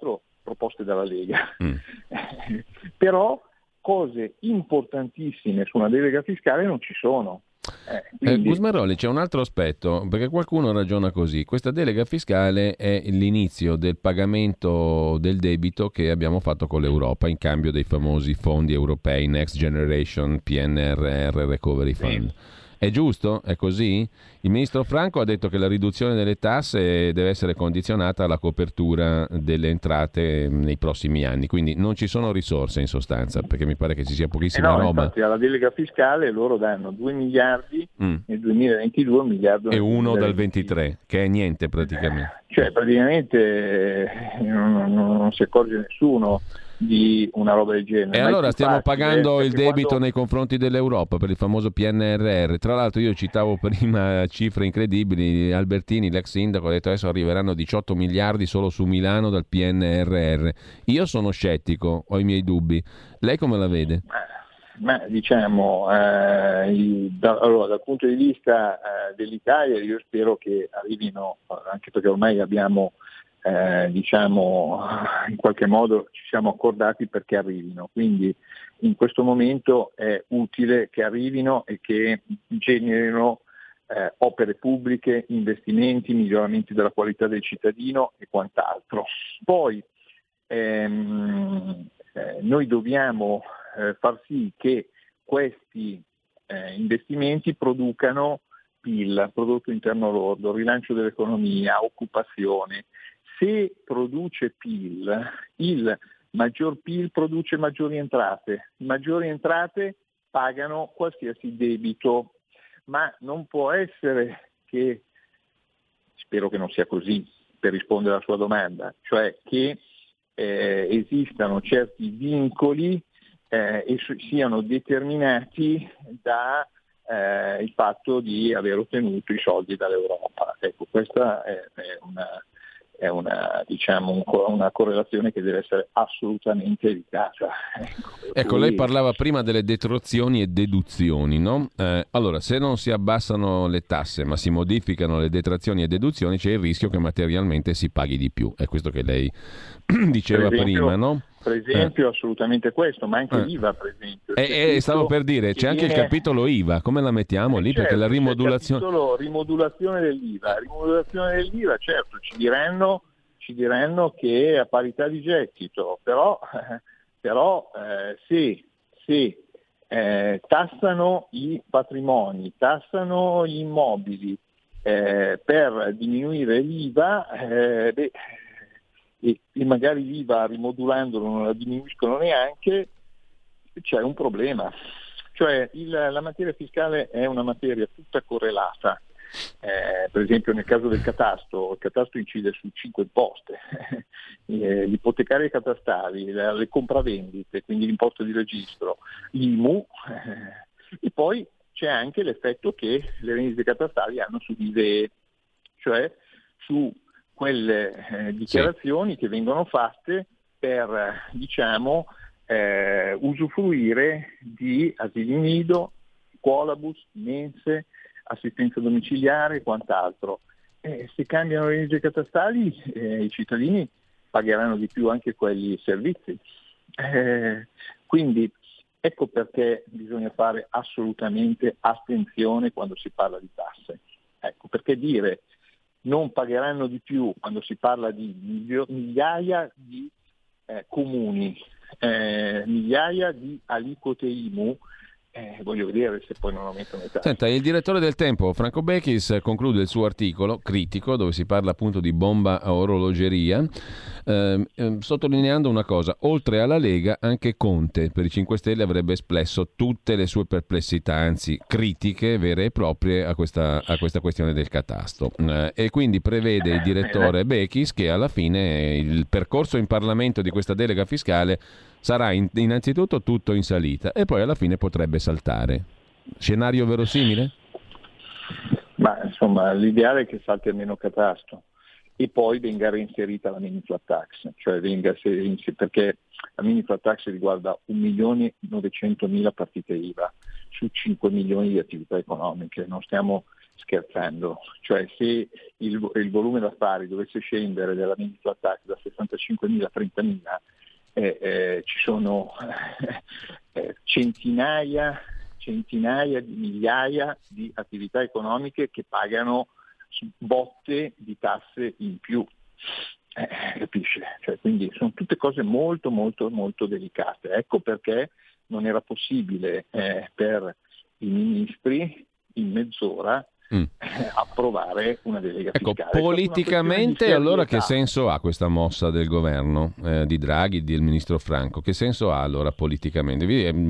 proposte dalla Lega. Mm. Però cose importantissime su una delega fiscale non ci sono. Eh, quindi... eh, Gusmeroli, c'è un altro aspetto, perché qualcuno ragiona così: questa delega fiscale è l'inizio del pagamento del debito che abbiamo fatto con l'Europa in cambio dei famosi fondi europei Next Generation, P N R R, Recovery Fund. Sì. È giusto? È così? Il ministro Franco ha detto che la riduzione delle tasse deve essere condizionata alla copertura delle entrate nei prossimi anni, quindi non ci sono risorse in sostanza, perché mi pare che ci sia pochissima eh no, roba. Infatti alla delega fiscale loro danno due miliardi mm. nel duemilaventidue, un miliardo e nel uno dal ventitré, che è niente praticamente. Cioè praticamente non, non, non si accorge nessuno di una roba del genere. E Ma allora stiamo facile, pagando il debito quando... nei confronti dell'Europa per il famoso P N R R. Tra l'altro io citavo prima cifre incredibili, Albertini, l'ex sindaco, ha detto adesso arriveranno diciotto miliardi solo su Milano dal P N R R. Io sono scettico, ho i miei dubbi. Lei come la vede? Ma diciamo, eh, il, da, allora, dal punto di vista eh, dell'Italia io spero che arrivino, anche perché ormai abbiamo Eh, diciamo in qualche modo ci siamo accordati perché arrivino, quindi in questo momento è utile che arrivino e che generino eh, opere pubbliche, investimenti, miglioramenti della qualità del cittadino e quant'altro. Poi ehm, eh, noi dobbiamo eh, far sì che questi eh, investimenti producano P I L, prodotto interno lordo, rilancio dell'economia, occupazione. Se produce P I L, il maggior P I L produce maggiori entrate, maggiori entrate pagano qualsiasi debito, ma non può essere che, spero che non sia così per rispondere alla sua domanda, cioè che eh, esistano certi vincoli eh, e siano determinati da eh, il fatto di aver ottenuto i soldi dall'Europa. Ecco, questa è, è una è una, diciamo, una correlazione che deve essere assolutamente evitata. Ecco, ecco cui... lei parlava prima delle detrazioni e deduzioni, no? Eh, allora, se non si abbassano le tasse ma si modificano le detrazioni e deduzioni, c'è il rischio che materialmente si paghi di più. È questo che lei diceva per esempio, prima, no? Per esempio, eh. assolutamente questo, ma anche eh. l'I V A, per esempio. Eh, eh, stavo per dire, c'è anche viene... il capitolo I V A, come la mettiamo eh, lì? certo, Perché la rimodulazione... C'è il capitolo rimodulazione dell'I V A. Rimodulazione dell'I V A, certo, ci diranno, ci diranno che è a parità di gettito, però, eh, però eh, se, se eh, tassano i patrimoni, tassano gli immobili eh, per diminuire l'I V A, eh, beh, e, e magari l'I V A rimodulandolo non la diminuiscono neanche, c'è un problema. Cioè il, la materia fiscale è una materia tutta correlata. Eh, per esempio nel caso del catasto, il catasto incide su cinque imposte, eh, gli ipotecari catastali, le, le compravendite, quindi l'imposto di registro, l'I M U, eh, e poi c'è anche l'effetto che le rendite catastali hanno su I V E, cioè su quelle eh, dichiarazioni sì. che vengono fatte per, diciamo, eh, usufruire di asili nido, scuolabus, mense, assistenza domiciliare e quant'altro. Eh, se cambiano le leggi catastali eh, i cittadini pagheranno di più anche quegli servizi. Eh, quindi ecco perché bisogna fare assolutamente attenzione quando si parla di tasse. Ecco perché dire non pagheranno di più quando si parla di migliaia di eh, comuni, eh, migliaia di aliquote I M U, Eh, voglio vedere se poi non aumentano i tassi. Senta, il direttore del Tempo, Franco Bechis, conclude il suo articolo critico dove si parla appunto di bomba a orologeria, eh, eh, sottolineando una cosa: oltre alla Lega anche Conte per i cinque Stelle avrebbe espresso tutte le sue perplessità, anzi critiche vere e proprie a questa, a questa questione del catasto, eh, e quindi prevede il direttore Bechis che alla fine il percorso in Parlamento di questa delega fiscale sarà in, innanzitutto tutto in salita e poi alla fine potrebbe saltare. Scenario verosimile? Ma insomma l'ideale è che salti almeno catasto e poi venga reinserita la mini flat tax, cioè venga perché la mini flat tax riguarda un milione e novecentomila partite I V A su cinque milioni di attività economiche, non stiamo scherzando, cioè se il, il volume d'affari dovesse scendere della vendita tax da sessantacinquemila a trentamila, eh, eh, ci sono eh, centinaia, centinaia di migliaia di attività economiche che pagano botte di tasse in più, eh, capisce? Cioè, quindi sono tutte cose molto molto molto delicate. Ecco perché non era possibile eh, per i ministri in mezz'ora Mm. approvare una delega ecco, fiscale. Politicamente allora che senso ha questa mossa del governo eh, di Draghi, del ministro Franco? Che senso ha allora politicamente?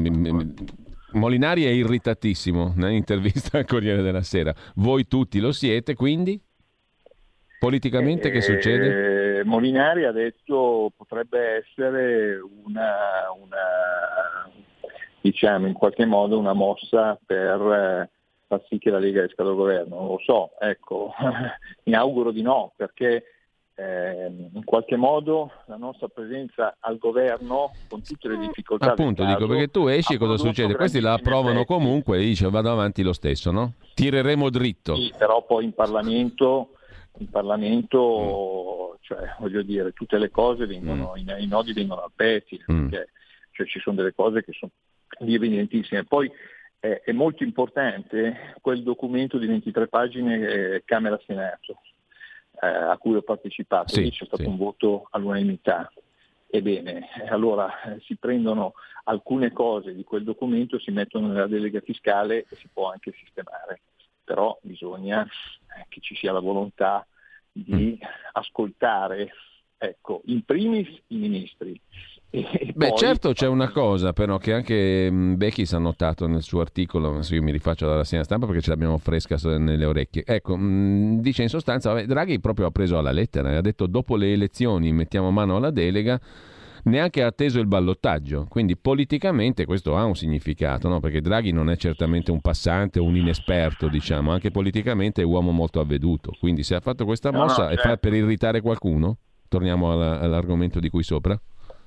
Molinari è irritatissimo nell'intervista al Corriere della Sera. Voi tutti lo siete, quindi? Politicamente eh, che succede? Molinari ha detto potrebbe essere una, una diciamo in qualche modo una mossa per eh, far sì che la Lega esca dal governo, non lo so, ecco, mi auguro di no, perché eh, in qualche modo la nostra presenza al governo, con tutte le difficoltà appunto del caso, dico, perché tu esci e cosa succede? Questi la approvano effetti. Comunque e dice vado avanti lo stesso, no? Tireremo dritto. Sì, però poi in Parlamento in Parlamento mm. cioè voglio dire, tutte le cose vengono, mm. i, i nodi vengono al pettine, mm. perché cioè, ci sono delle cose che sono evidentissime. Poi è molto importante quel documento di ventitré pagine eh, Camera-Senato eh, a cui ho partecipato, sì, lì c'è stato sì. un voto all'unanimità. Ebbene, allora eh, si prendono alcune cose di quel documento, si mettono nella delega fiscale e si può anche sistemare, però bisogna eh, che ci sia la volontà di mm. ascoltare, ecco, in primis i ministri. E Beh, poi... certo c'è una cosa però che anche Bechis ha notato nel suo articolo, io mi rifaccio dalla rassegna stampa perché ce l'abbiamo fresca nelle orecchie, ecco, mh, dice in sostanza, vabbè, Draghi proprio ha preso alla lettera e ha detto dopo le elezioni mettiamo mano alla delega, neanche ha atteso il ballottaggio, quindi politicamente questo ha un significato, no? Perché Draghi non è certamente un passante o un inesperto, diciamo, anche politicamente è uomo molto avveduto, quindi se ha fatto questa mossa no, no, certo. è fa per irritare qualcuno? Torniamo alla, all'argomento di qui sopra?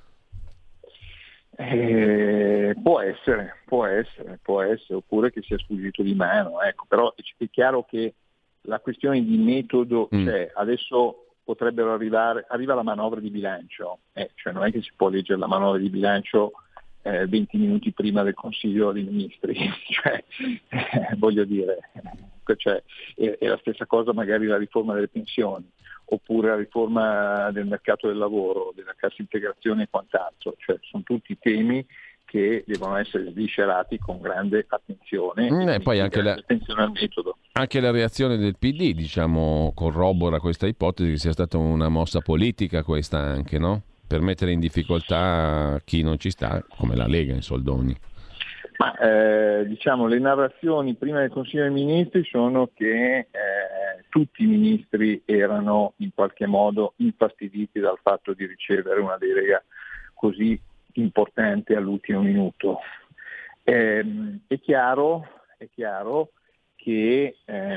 Eh, può essere, può essere, può essere, oppure che sia sfuggito di mano, ecco, però è chiaro che la questione di metodo mm. c'è, adesso potrebbero arrivare, arriva la manovra di bilancio, eh, cioè non è che si può leggere la manovra di bilancio eh, venti minuti prima del Consiglio dei Ministri, cioè, eh, voglio dire, cioè, è, è la stessa cosa magari la riforma delle pensioni, oppure la riforma del mercato del lavoro, della cassa integrazione e quant'altro, cioè sono tutti temi che devono essere sviscerati con grande attenzione mm, e, e poi anche la, attenzione al metodo. Anche la reazione del P D, diciamo, corrobora questa ipotesi che sia stata una mossa politica questa anche, no? Per mettere in difficoltà chi non ci sta, come la Lega in soldoni. Ma eh, diciamo le narrazioni prima del Consiglio dei Ministri sono che eh, tutti i ministri erano in qualche modo infastiditi dal fatto di ricevere una delega così importante all'ultimo minuto. Eh, è chiaro, è chiaro che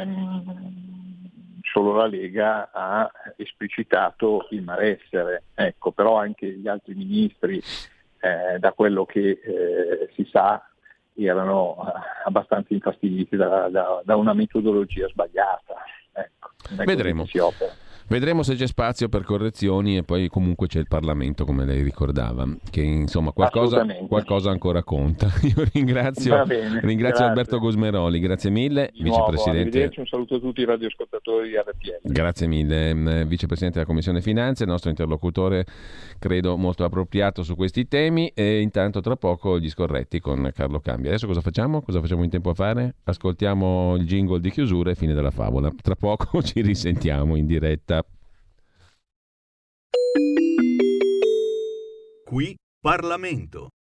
ehm, solo la Lega ha esplicitato il malessere, ecco, però anche gli altri ministri, eh, da quello che eh, si sa, erano abbastanza infastiditi da, da, da una metodologia sbagliata. Ecco, vedremo. Si opera. Vedremo se c'è spazio per correzioni e poi comunque c'è il Parlamento, come lei ricordava, che insomma qualcosa, qualcosa ancora conta. Io ringrazio, bene, ringrazio Alberto Gusmeroli, grazie mille, di nuovo, vicepresidente. Un saluto a tutti i radioascoltatori di R P L. Grazie mille, vicepresidente della Commissione Finanze, il nostro interlocutore credo molto appropriato su questi temi, e intanto tra poco gli scorretti con Carlo Cambia. Adesso cosa facciamo? Cosa facciamo in tempo a fare? Ascoltiamo il jingle di chiusura e fine della favola. Tra poco ci risentiamo in diretta. Qui Parlamento.